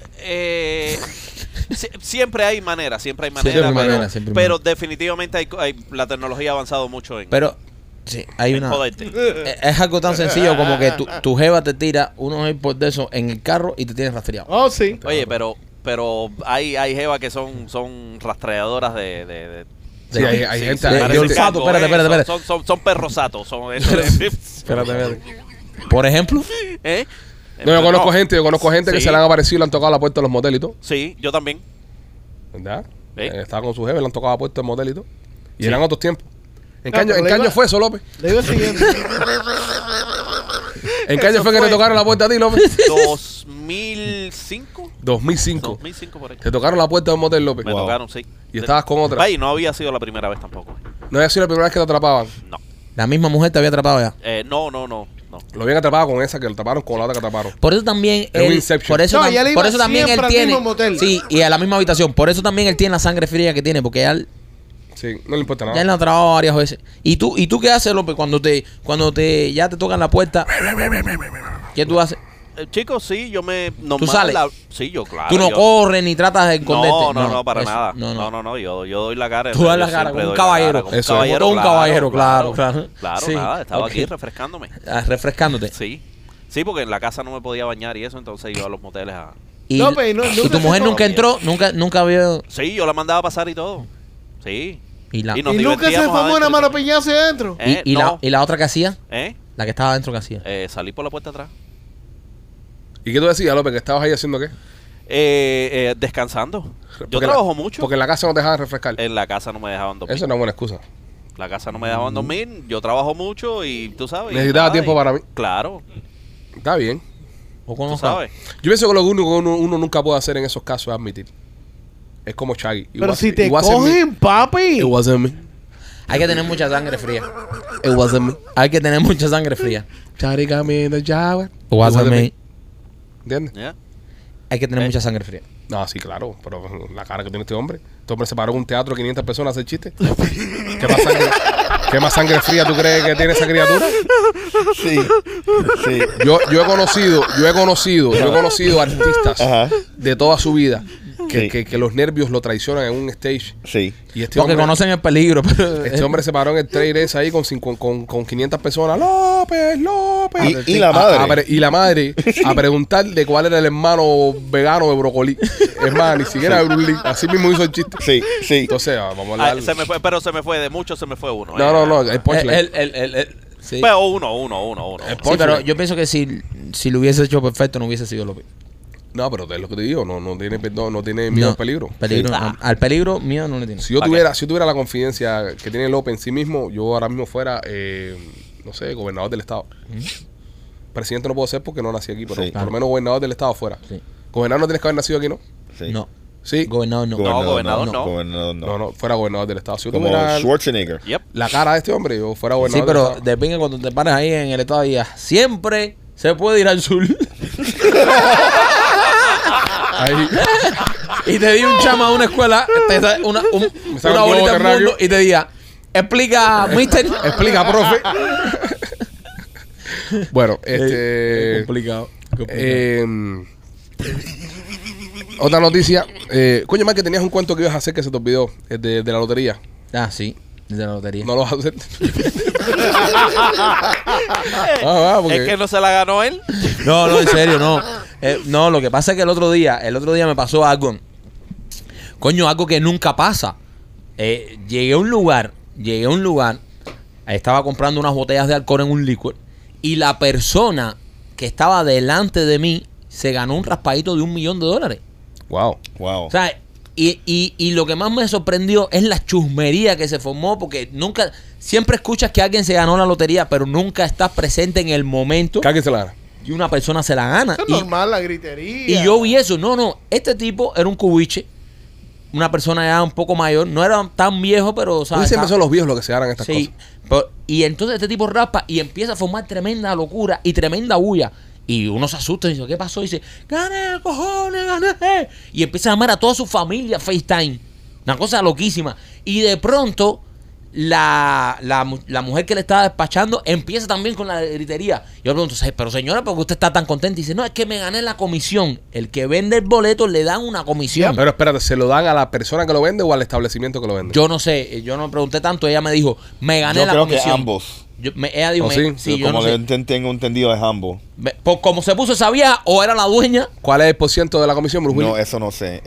Siempre hay manera, siempre hay Siempre hay manera, manera, siempre hay pero manera. definitivamente la tecnología ha avanzado mucho en, Pero, sí, hay en una... joderte. Es algo tan sencillo como que tu jeva te tira unos AirPods de eso en el carro y te tienes rastreado. Oh, sí. Oye, pero hay jevas que son rastreadoras de Sí, hay gente. de hay gente- olfato. Espérate. Son perrosatos. Espérate. Por ejemplo, ¿Eh? No, yo conozco gente que Sí. se le han aparecido y le han tocado la puerta de los moteles y todo. Sí, yo también. ¿Verdad? Sí. Estaba con su jefe, le han tocado la puerta del motel y todo. Y Sí. eran otros tiempos. ¿En No, qué año, pero ¿en le qué año iba- fue eso, López? Le digo siguiente. ¿En qué año Eso fue que te fue- tocaron la puerta a ti, López? 2005. 2005. 2005 por ahí. Te tocaron la puerta de un motel, López. Me Wow. tocaron, sí. Y estabas con otra. Y no había sido la primera vez tampoco. No había sido la primera vez que te atrapaban. No. la misma mujer te había atrapado ya. No. Lo habían atrapado con esa que lo atraparon con la otra que atraparon. Por eso también Es un él, Inception. por eso, No, ya le por iba eso también él siempre al tiene, mismo motel. sí, y a la misma habitación. Por eso también él tiene la sangre fría que tiene, porque él Sí, no le importa ya nada. él la ha trabado varias veces. ¿Y tú qué haces, López, cuando ya te tocan la puerta? ¿Qué tú haces? Chicos, sí, yo me... ¿Tú sales? Sí, yo, claro. Tú no yo- corres ni tratas de esconderte. No, para eso, nada. No. No, yo doy la cara. Tú das la Yo cara siempre como un doy la cara, caballero. como un Eso, caballero, como todo un caballero, claro. Claro, Sí, nada, estaba ok. aquí refrescándome. Refrescándote. Sí. Sí, porque en la casa no me podía bañar y eso, entonces iba a los moteles a... Y, López, no, y nunca tu mujer se nunca entró, nunca vio. Sí, yo la mandaba a pasar y todo. Sí. Y la, Y nos ¿Y nunca se divertíamos formó una adentro. mano piñazo ahí adentro? No. y la otra que hacía, ¿Eh? la que estaba adentro que hacía. Salí por la puerta atrás. ¿Y qué tú decías, López? ¿Que estabas ahí haciendo qué? Descansando. Yo Porque trabajo mucho. Porque en la casa no te dejaban refrescar. En la casa no me dejaban dormir. Eso no es buena excusa. La casa no me dejaban dormir. Yo trabajo mucho y tú sabes. y Necesitaba nada, tiempo y- para mí. Claro, Está bien. ¿O tú conozco? sabes. Yo pienso que lo que uno nunca puede hacer en esos casos es admitir. Es como Shaggy. Pero si te cogen, papi. It wasn't me. Hay que tener mucha sangre fría. It wasn't me. Hay que tener mucha sangre fría. Shaggy got me in the shower. It wasn't me. ¿Entiendes? ¿Ya? Hay que tener mucha sangre fría. No, sí, claro. Pero la cara que tiene este hombre. Este hombre se paró en un teatro de 500 personas a hacer chistes. ¿Qué más sangre fría tú crees que tiene esa criatura? Sí. Sí. Yo he conocido artistas Ajá. de toda su vida Sí. que los nervios lo traicionan en un stage. Sí. Y este Porque hombre, conocen el peligro. Pero este hombre se paró en el trailer ese ahí con 500 personas. López. Y la madre. Y la madre a preguntar de cuál era el hermano vegano de brócoli. Es más, ni siquiera de Bruce Lee. Así mismo hizo el chiste. Sí, sí. Entonces, vamos a hablar. Se me fue, de muchos se me fue uno. No, el punchline. sí. Pero uno. El Sí, punchline. pero yo pienso que si lo hubiese hecho perfecto, no hubiese sido López. No, pero es lo que te digo. No tiene perdón, no tiene miedo al peligro. Peligro, Sí. no. Al peligro, miedo no le tiene. Si yo ¿Para tuviera la confidencia que tiene López en sí mismo, yo ahora mismo fuera, no sé, gobernador del estado. Presidente no puedo ser porque no nací aquí, pero Sí. por lo menos gobernador del estado fuera. Sí. Gobernador no tienes que haber nacido aquí, ¿no? Sí. No. Sí. Gobernador no. Gobernador no. Gobernador no. No, fuera gobernador del estado. Si yo Como tuviera Schwarzenegger. Yep. la cara de este hombre, yo fuera Sí, gobernador pero del estado. depende cuando te pares ahí en el estado de día. Siempre se puede ir al sur. Ahí. Y te di un chama a una escuela, una saca un bolita globo del terráqueo. mundo y te diga, explica, mister. Explica, profe. Bueno, Complicado. otra noticia. Coño, más que tenías un cuento que ibas a hacer que se te olvidó, el de la lotería. Ah, sí. De la lotería. No lo vas a hacer. Porque... Es que no se la ganó él. No, en serio, no. No, lo que pasa es que el otro día me pasó algo. Coño, algo que nunca pasa. Llegué a un lugar, estaba comprando unas botellas de alcohol en un licor y la persona que estaba delante de mí se ganó un raspadito de $1 millón. Wow. Wow. O sea, y lo que más me sorprendió es la chusmería que se formó, porque siempre escuchas que alguien se ganó la lotería, pero nunca estás presente en el momento ¿Qué alguien se la gana? y una persona se la gana. Eso es normal, la gritería. Y yo vi eso. No, este tipo era un cubiche, una persona ya un poco mayor, no era tan viejo, pero Porque siempre son los viejos los que se ganan estas sí, cosas. y entonces este tipo raspa y empieza a formar tremenda locura y tremenda bulla. Y uno se asusta y dice, ¿qué pasó? Y dice, gané, cojones, gané. Y empieza a llamar a toda su familia FaceTime. Una cosa loquísima. Y de pronto, la mujer que le estaba despachando empieza también con la gritería. Yo le pregunto, pero señora, ¿por qué usted está tan contenta? Y dice, no, es que me gané la comisión. El que vende el boleto le dan una comisión. Pero espérate, ¿se lo dan a la persona que lo vende o al establecimiento que lo vende? Yo no sé, yo no pregunté tanto. Ella me dijo, me gané Yo la creo comisión. que ambos. Ella dijo, ¿Oh, sí? yo Como no sé. tengo entendido es ambos. Por como se puso esa vieja, o era la dueña. ¿Cuál es el % de la comisión, Bruce No, Willis? eso no sé.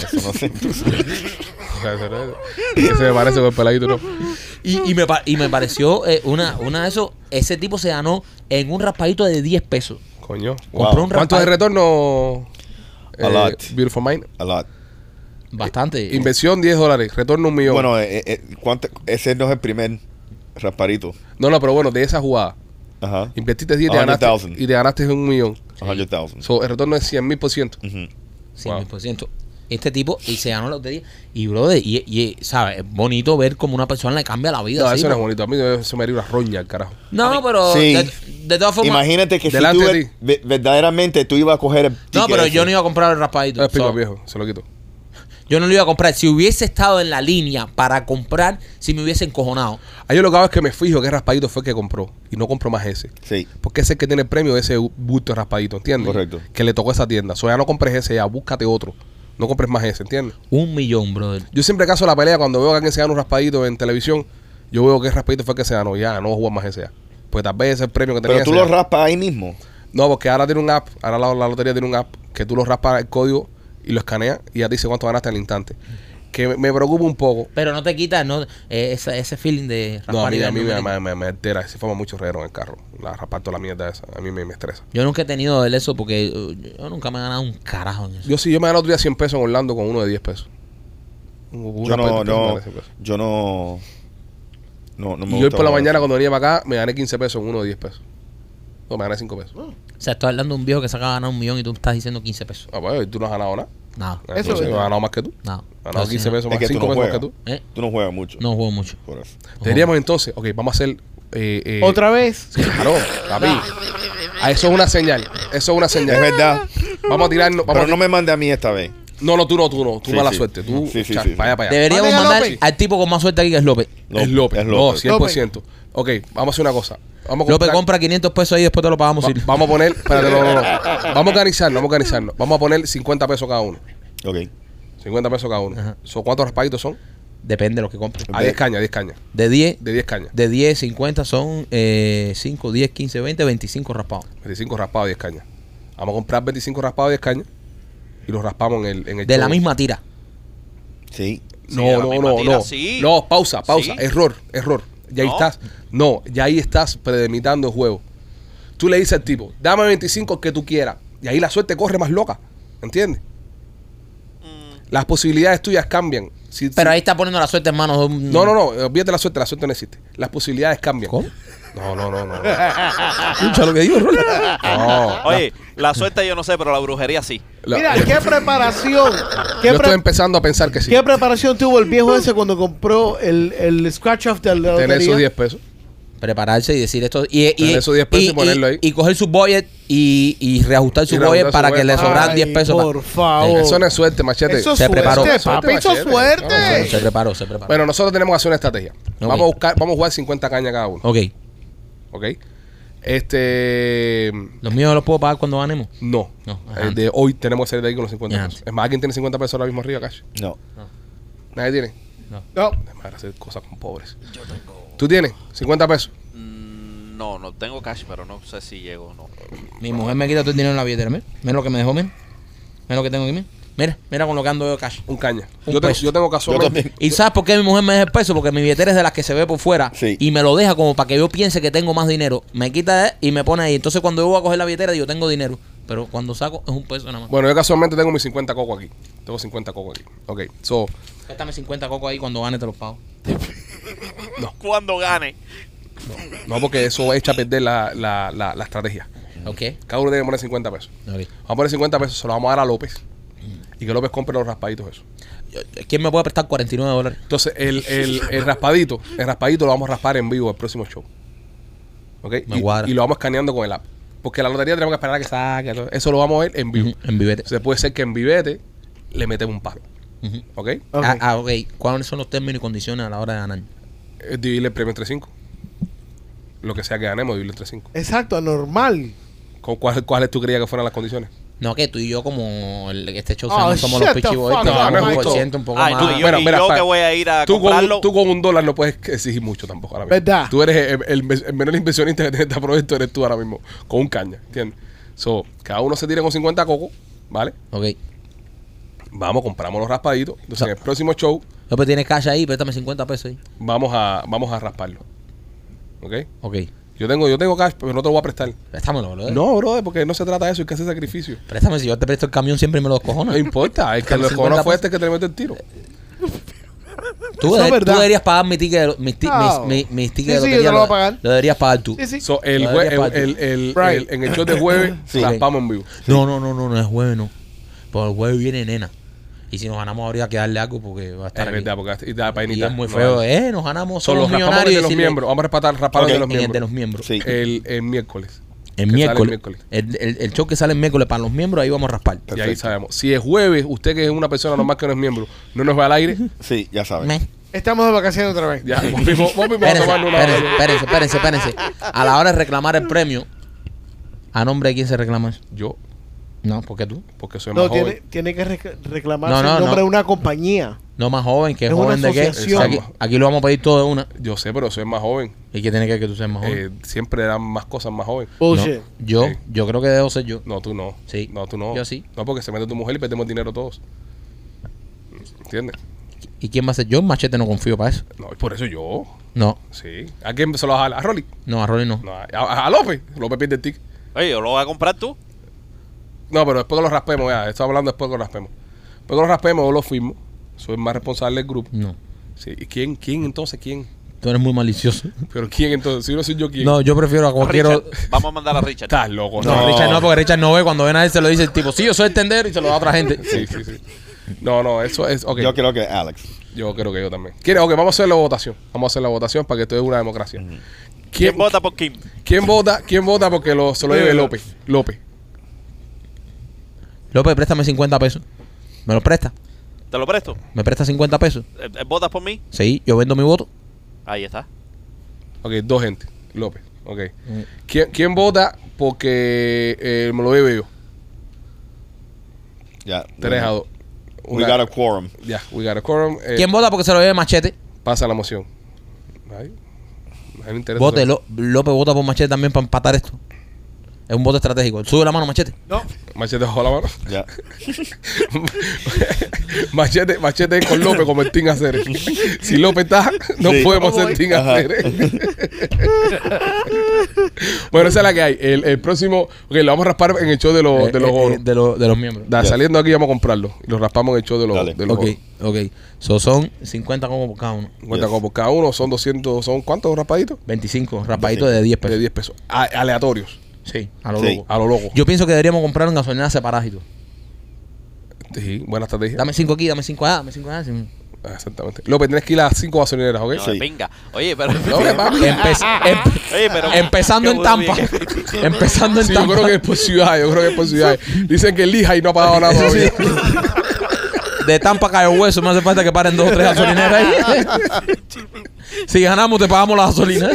Ese me parece con el peladito, ¿no? Y me pareció una de esos. Ese tipo se ganó en un raspadito de 10 pesos. Coño. Wow. Compró un ¿Cuánto es el raspadito. retorno? A lot. Beautiful Mind. A lot. Bastante. Inversión $10, retorno $1 millón. Bueno, ese no es el primer rasparito. No, pero bueno, de esa jugada. Ajá. Invertiste 10 y te ganaste $1 millón. 100,000. So, el retorno es 100,000%. Ujú. 100%. Este tipo, y se ganó la lotería. Y, brother, ¿sabes? Es bonito ver como una persona le cambia la vida. No, así, eso no es bro. bonito. A mí eso me haría una roña, al carajo. No, pero Sí. de todas formas. Imagínate que si Delante tú de ti. verdaderamente tú ibas a coger el No, ticket pero ese. yo no iba a comprar el raspadito. No explico, So, viejo. Se lo quito. yo no lo iba a comprar. Si hubiese estado en la línea para comprar, si me hubiese encojonado. Ahí yo lo que hago es que me fijo qué raspadito fue que compró. Y no compro más ese. Sí. Porque ese es el que tiene el premio de ese bulto de raspadito, ¿entiendes? Correcto. Que le tocó a esa tienda. So, ya no compres ese, ya búscate otro. No compres más ese, ¿entiendes? $1 millón, brother. Yo siempre caso la pelea cuando veo que alguien se gana un raspadito en televisión. Yo veo qué raspadito fue que se ganó. Ya, no voy a jugar más ese ya. Pues tal vez ese es el premio que tenía. Pero tú ese lo ya. raspas ahí mismo. No, porque ahora tiene un app. Ahora la lotería tiene un app que tú lo raspas el código y lo escaneas y ya te dice cuánto ganaste al instante. Que me preocupa un poco. Pero no te quita ese feeling de No, raspar y a mí darme me altera. Se forma mucho reguero en el carro. La raspar toda la mierda esa. A mí me estresa. Yo nunca he tenido eso porque yo nunca me he ganado un carajo en eso. Yo me gané otro día 100 pesos en Orlando con uno de 10 pesos. Un Yo raspadito no, que me no, gané 100 pesos. yo no me Y hoy gusta por la eso. mañana cuando venía para acá me gané 15 pesos en uno de 10 pesos. No, me gané 5 pesos. O sea, estoy hablando de un viejo que se acaba de ganar $1 millón y tú estás diciendo 15 pesos. Ah, pues, ¿tú no has ganado nada? Nada. Eso Entonces, es yo he ganado más que tú. No. He ganado Yo 15 sí, no. pesos Es más, que tú 5 no pesos más que juegas. tú. ¿Eh? Tú no juegas mucho. No juego mucho. Por eso. Deberíamos entonces, ok, vamos a hacer... Otra vez. Claro, papi. Eso es una señal. Eso es una Es señal. verdad. Vamos a tirarnos... Pero no me mande a mí esta vez. No, tú no. Tú Sí, mala sí. suerte. Tú, Sí, sí, cha, sí, para allá, para allá. Deberíamos ¿Cuál es mandar López? al tipo con más suerte aquí que es López. Es López. Es No, López. 100%. Ok, vamos a hacer una cosa. Vamos a López comprar- compra 500 pesos ahí y después te lo pagamos. Siri. Vamos a poner... Espérate, no. Vamos a organizarnos. Vamos a poner 50 pesos cada uno. Ok. 50 pesos cada uno. Ajá. ¿Cuántos raspaditos son? Depende de lo que compres. A 10 cañas. De 10, De 10 cañas. de 10, 50 son 5, 10, 15, 20, 25 raspados. 25 raspados, 10 cañas. Vamos a comprar 25 raspados, 10 cañas. Y los raspamos en el De la show. misma tira. Sí. Sí, de la misma tira, No. sí. No, pausa. Sí. Error. Ya ahí No. estás. No, ya ahí estás predelimitando el juego. Tú le dices al tipo, dame 25 que tú quieras. Y ahí la suerte corre más loca. ¿Entiendes? Las posibilidades tuyas cambian. Pero ahí está poniendo la suerte en manos de un... No, olvídate la suerte no existe. Las posibilidades cambian. ¿Cómo? No. Escucha lo que digo, Rolly. No. Oye, la suerte yo no sé, pero la brujería sí. Mira, qué preparación. Yo estoy empezando a pensar que sí. ¿Qué preparación tuvo el viejo ese cuando compró el scratch off de la Tener esos lotería? 10 pesos. Prepararse y decir esto. Y Tener esos 10 pesos y ponerlo ahí. Y coger su budget y reajustar su Y reajustar budget su para que budget. le sobran Ay, 10 pesos. por favor. Eso no es suerte, machete. Eso es Se suerte, preparó. papi, eso es Machete. suerte. Se preparó. Bueno, nosotros tenemos que hacer una estrategia. Ok. Vamos a jugar 50 cañas cada uno. Ok. ¿Ok? ¿Los míos los puedo pagar cuando ganemos? No. No, ajá. De hoy tenemos que salir de ahí con los 50 Ajá. pesos. Es más, ¿alguien tiene 50 pesos ahora mismo arriba, Cash? No. ¿Nadie tiene? No. Déjame hacer cosas con pobres. Yo tengo. ¿Tú tienes 50 pesos? No, no tengo cash, pero no sé si llego o no. Mi mujer me quita todo el dinero en la billetera. Mira lo que me dejó, mira. Mira lo que tengo aquí, mira. Mira con lo que ando yo cash. Un caña. Un Yo peso. tengo Yo casualmente. también. ¿Y sabes por qué mi mujer me deja el peso? Porque mi billetera es de las que se ve por fuera. Sí. Y me lo deja como para que yo piense que tengo más dinero. Me quita y me pone ahí. Entonces cuando yo voy a coger la billetera digo, tengo dinero. Pero cuando saco es un peso nada más. Bueno, yo casualmente tengo mis 50 cocos aquí. Tengo 50 cocos aquí. Ok, so, Préstame 50 cocos ahí, cuando gane te los pago. Cuando gane. no porque eso echa a perder la estrategia. Ok. Cada uno tiene que poner 50 pesos. Vamos a poner 50 pesos, se lo vamos a dar a López. Y que López compre los raspaditos esos. ¿Quién me puede prestar $49? Entonces, el raspadito lo vamos a raspar en vivo el próximo show. ¿Ok? Me cuadra. Y lo vamos escaneando con el app. Porque la lotería tenemos que esperar a que saque. Eso lo vamos a ver en vivo. En vivete. Entonces, puede ser que en vivete le metemos un palo. Ujú. ¿Ok? Ok. Ok. ¿Cuáles son los términos y condiciones a la hora de ganar? Dividirle el premio entre 5. Lo que sea que ganemos, dividirle entre 5. Exacto, anormal. ¿Cuáles tú creías que fueran las condiciones? No, que tú y yo como este show Oh, somos shut los the Pichi Boys, fuck te up. damos No, un no, por no. ciento un poco Ay, más. tú y yo, Mira, y mira, yo pa- que voy a ir a Tú comprarlo. con $1 no puedes exigir mucho tampoco ahora mismo. ¿Verdad? Tú eres el menor inversionista que tiene este proyecto, eres tú ahora mismo, con un caña, ¿entiendes? So, cada uno se tira con 50 cocos, ¿vale? Ok. Vamos, compramos los raspaditos. Entonces, en el próximo show López tiene cash ahí, préstame 50 pesos ahí. vamos a rasparlo. ¿Ok? Ok. Yo tengo cash, pero no te lo voy a prestar. Préstamelo, brother. No, brother, porque no se trata de eso, hay que hacer sacrificio. Préstame, si yo te presto el camión siempre me lo descojonas. No importa, el que Dame lo 50 conoce fue pesos. este que te mete el tiro. Tú, Eso es tú verdad. deberías pagar mi ticket, mis No. tickets Sí, de sí, lotería. yo te lo voy a pagar. Lo deberías pagar tú. Sí, sí. So, en el show de jueves, Sí. raspamos en vivo. No es jueves, no. Por el jueves viene nena. Y si nos ganamos habría que darle algo porque va a estar Es aquí. verdad, porque da Y painita. es muy No, feo, vale. nos ganamos, Son somos los raspamos millonarios. de los y decirle- miembros. Vamos a raspar Ok, de los en el de miembros. los miembros. Sí. El miércoles. El Que sale miércoles. El show que sale el miércoles para los miembros, ahí vamos a raspar. Y ahí Perfecto. sabemos. Si es jueves, usted que es una persona normal que no es miembro, no nos va al aire, Sí, ya sabes. Meh. Estamos de vacaciones otra vez. ya volvimos a Espérense, tomar una espérense. A la hora de reclamar el premio, ¿a nombre de quién se reclama eso? Yo, No, ¿por qué tú? porque soy No, más joven. tiene que reclamarse No, no, el nombre no. de una compañía. No más joven, que Es una joven de qué. asociación. Aquí lo vamos a pedir todo de una. Yo sé, pero soy más joven. ¿Y qué tiene que tú seas más joven? Siempre dan más cosas más joven. Bullshit. No, Sí. yo creo que debo ser yo. No, tú no. Sí. No, tú no. Yo sí. No, porque se mete tu mujer y perdemos dinero todos. ¿Entiendes? ¿Y quién va a ser yo? Machete no confío para eso. No, y por eso yo. No, Sí. ¿A quién se lo vas a dar? ¿A Rolly? no, a Rolly no. No, a López. López pierde el ticket. Oye, yo lo voy a comprar tú. No, pero después que lo raspemos, ya. Estoy hablando después que lo raspemos. Después que lo raspemos, yo lo firmo. Soy el más responsable del grupo. No. Sí. ¿Y quién? ¿Quién entonces? ¿Quién? Tú eres muy malicioso. ¿Pero quién entonces? Si no soy yo, ¿quién? No, yo prefiero a cualquier Richard. otro. Vamos a mandar a Richard. Estás loco. No, Richard no, porque Richard no ve. Cuando ven a él se lo dice el tipo, sí, yo soy el tender y se lo da a otra gente. Sí. No, eso es. Ok. Yo creo que Alex. Yo creo que yo también. Ok, vamos a hacer la votación. Vamos a hacer la votación para que esto es una democracia. ¿Quién vota por Kim? ¿Quién vota porque se lo lleve López? López. López, préstame 50 pesos. ¿Me lo presta? ¿Te lo presto? ¿Me presta 50 pesos? ¿Votas por mí? Sí, yo vendo mi voto. Ahí está. Ok, dos gente. López. Ok. ¿Quién vota porque me lo lleve yo? Ya. 3-2. We got a quorum. Ya, we got a quorum. ¿Quién vota porque se lo lleve Machete? Pasa la moción. Ahí. No hay interés. Vote, López vota por Machete también para empatar esto. Es un voto estratégico. Sube la mano, Machete. No. Machete bajo la mano. Ya. Machete es con López como el Team Aceres. Si López está, no Sí. podemos ser Team Ajá. Aceres. Bueno, esa es la que hay. El próximo, ok, lo vamos a raspar en el show de los gorros. de los miembros. Ya. Saliendo aquí vamos a comprarlo. Y lo raspamos en el show de los Dale. gorros. Ok. So, son 50 como por cada uno. 50 Yes. como por cada uno, son 200, ¿son cuántos raspaditos? 25 raspaditos de 10 De pesos. 10 pesos. Aleatorios. Sí, a lo Sí. loco. A lo loco. Yo pienso que deberíamos comprar una gasolina separada y todo. Sí, buena estrategia. Dame 5 aquí, dame 5 allá, dame 5 allá. Sí. Exactamente. López, tienes que ir a 5 gasolineras, ¿ok? No, Sí. venga. Oye, pero... López, papi. Oye, pero... Empezando en qué Tampa. bien. Empezando en Sí, yo Tampa. creo que es por ciudad. Dicen que el Lija y no ha pagado nada todavía. De Tampa Cayo Hueso, me hace falta que paren 2 o 3 gasolineras ahí. Si ganamos, te pagamos la gasolina.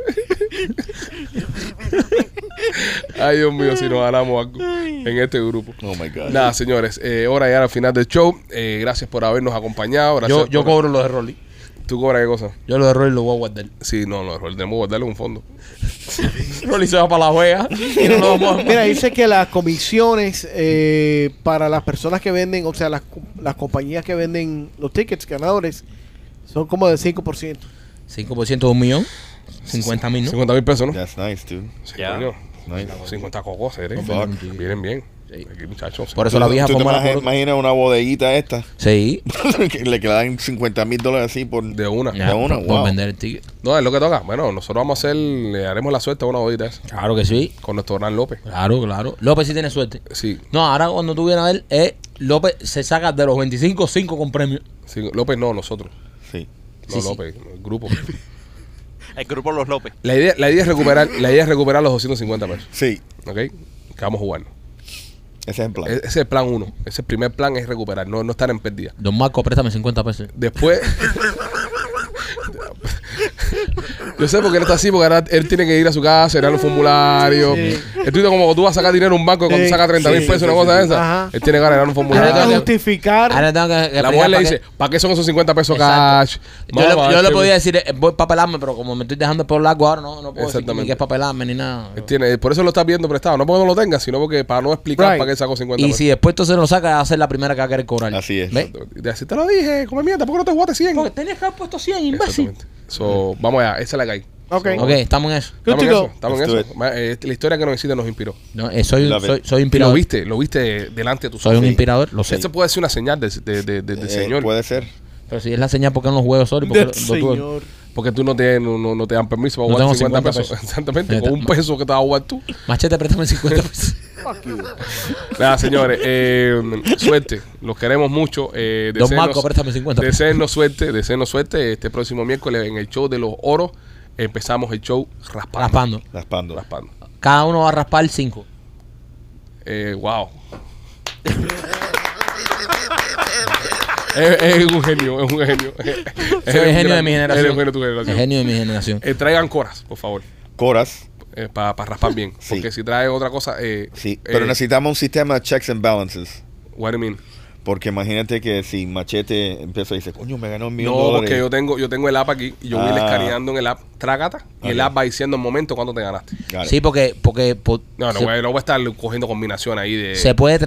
Ay, Dios mío, si nos ganamos algo en este grupo. Oh my God. Nada, señores, hora ya al final del show. Gracias por habernos acompañado. Gracias Yo por- cobro los de Rolly. ¿Tú cobras qué cosa? Yo lo de Rolly lo voy a guardar. Sí, no, tenemos que guardarlo en un fondo. Rolly se va para la Vega y no lo vamos a... Mira, dice que las comisiones para las personas que venden, o sea, las compañías que venden los tickets ganadores, son como de 5%. 5% de $1 millón. 50,000, ¿no? 50,000 pesos, ¿no? That's nice, dude. Sí, Ya. coño. Nice. 50 cocos, ¿eh? Fuck. Vienen bien. Sí. Aquí, muchachos. Por eso la vieja ¿Tú te fuma la por... imaginas una bodeguita esta? Sí. que le quedan $50,000 así por... De una. Ya, una, por wow. vender el ticket. No, es lo que toca. Bueno, nosotros vamos a hacer, le haremos la suerte a una bodita esa. Claro que sí. Con nuestro Hernán López. Claro. López sí tiene suerte. Sí. No, ahora cuando tú vienes a ver, López se saca de los 25, 5 con premio. Sí, López no, nosotros. Sí. No, Sí, sí. López, el grupo. El grupo Los López. La idea es recuperar los 250 pesos. Sí. ¿Ok? Que vamos a jugar. Ese es el plan. Ese es el plan 1. Ese es el primer plan, es recuperar, no estar en pérdida. Don Marco, préstame 50 pesos. Después. Yo sé por qué él está así, porque ahora él tiene que ir a su casa, llenar los formularios. Sí. Esto es como cuando tú vas a sacar dinero a un banco y cuando Sí, sacas 30,000 sí, pesos, sí, una sí, cosa de sí. esa. Ajá. Él tiene que ganar un Hay formulario. que justificar. Ahora tengo que La mujer le explicar dice, ¿para qué son esos 50 pesos Exacto. cash? Yo le podía decir, voy para pelarme, pero como me estoy dejando el pelo largo ahora, no puedo decir Exactamente. ni que es para pelarme ni nada. Por eso lo estás viendo prestado. No porque no lo tengas, sino porque para no explicar Right. para qué sacó 50 Y pesos. si después tú se lo sacas, va a ser la primera que va a querer cobrar. Así es. ¿Ves? Y así te lo dije, come mierda, ¿por qué no te jugaste 100? Porque tenías que haber puesto 100, imbécil. Exactamente. So, vamos allá, esa es la que hay. Ok. Ok, estamos en eso. Good Estamos en to eso. go. Estamos en Let's eso. do La historia que nos hiciste nos inspiró. No, Love soy it. soy Y inspirador. lo viste delante de tus Soy ojos. un Sí. inspirador, lo sé. Eso puede ser una señal del Señor. Puede ser. Pero si es la señal, ¿por qué no los juegos solo? Del Señor. Porque tú no te dan permiso para No jugar tengo 50 50 pesos. pesos. Exactamente. Con un peso que te vas a jugar tú. Machete, préstame 50 pesos. Nada, señores. Suerte. Los queremos mucho. Don Marco, préstame 50 pesos. Deseennos suerte. Este próximo miércoles en el show de los oros empezamos el show raspando. Raspando. Raspando. Cada uno va a raspar 5. Wow. Es un genio. Soy el genio de mi generación. Eres un genio de tu El generación. genio de mi generación. Traigan coras, por favor. Coras. Para raspar bien. Sí. Porque si traen otra cosa. Sí. Pero necesitamos un sistema de checks and balances. What do you mean? Porque imagínate que si Machete empieza y dice, coño, me ganó $1 millón. No, porque yo tengo el app aquí y yo voy Ah. escaneando en el app trágata y el Ok. app va diciendo en momento cuánto te ganaste. Got it. Sí, porque No, se, no voy a estar cogiendo combinaciones ahí de. se puede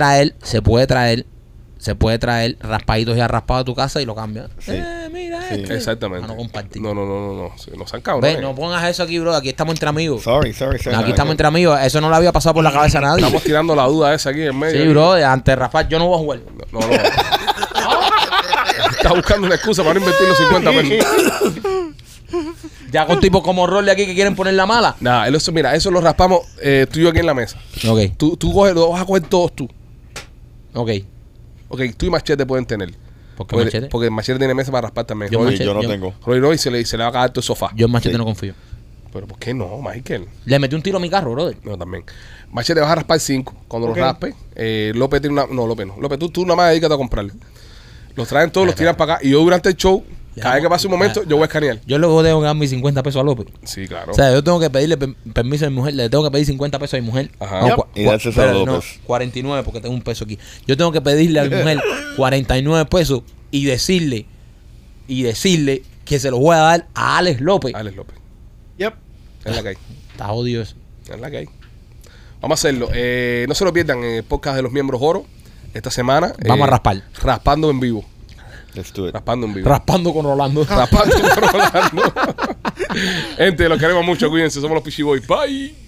traer raspaditos ya raspados a tu casa y lo cambias. Sí. Mira Sí. este. Exactamente. Para no compartir. No. Sí, no sean cabrones. Ve, no pongas eso aquí, bro. Aquí estamos entre amigos. Sorry. Aquí estamos entre amigos. Eso no le había pasado por la cabeza a nadie. Estamos tirando la duda esa aquí en medio. Sí, bro. Antes de raspar, yo no voy a jugar. No. Está buscando una excusa para no invertir los 50 pesos. Ya con tipos como Rolly aquí que quieren poner la mala. Nada, eso lo raspamos tú y yo aquí en la mesa. Ok, Tú coges, lo vas a coger todos tú. ok. Ok, tú y Machete pueden tener. ¿Por qué Machete? Porque Machete tiene mesa para raspar también. Yo Roy- Machete- Yo no yo- tengo. Roy Roy se le va a caer tu sofá. Yo en Machete Sí. no confío. Pero ¿por qué no, Michael? Le metí un tiro a mi carro, brother. No, también. Machete vas a raspar 5. Cuando Ok. los raspes, López tiene una. No, López no. López, tú nada más dedícate a comprarlo. Los traen todos, los tiran para acá. Y yo durante el show, cada vez que pase un momento, yo voy a escanear. Yo luego tengo que dar mis 50 pesos a López. Sí, claro. O sea, yo tengo que pedirle permiso a mi mujer. Le tengo que pedir 50 pesos a mi mujer. Ajá. No, Yep. cua- Y dárselo a pero no, López. 49 porque tengo un peso aquí. Yo tengo que pedirle a mi mujer 49 pesos y decirle que se los voy a dar a Alex López. Alex López. Yep. Es la que hay. Está jodido eso. Es la que hay. Vamos a hacerlo. No se lo pierdan en el podcast de los miembros oro. Esta semana. Vamos a raspar. Raspando en vivo. Let's do it. Raspando en vivo. Raspando con Rolando. Raspando con Rolando. Gente, los queremos mucho. Cuídense. Somos los Pichi Boys. Bye.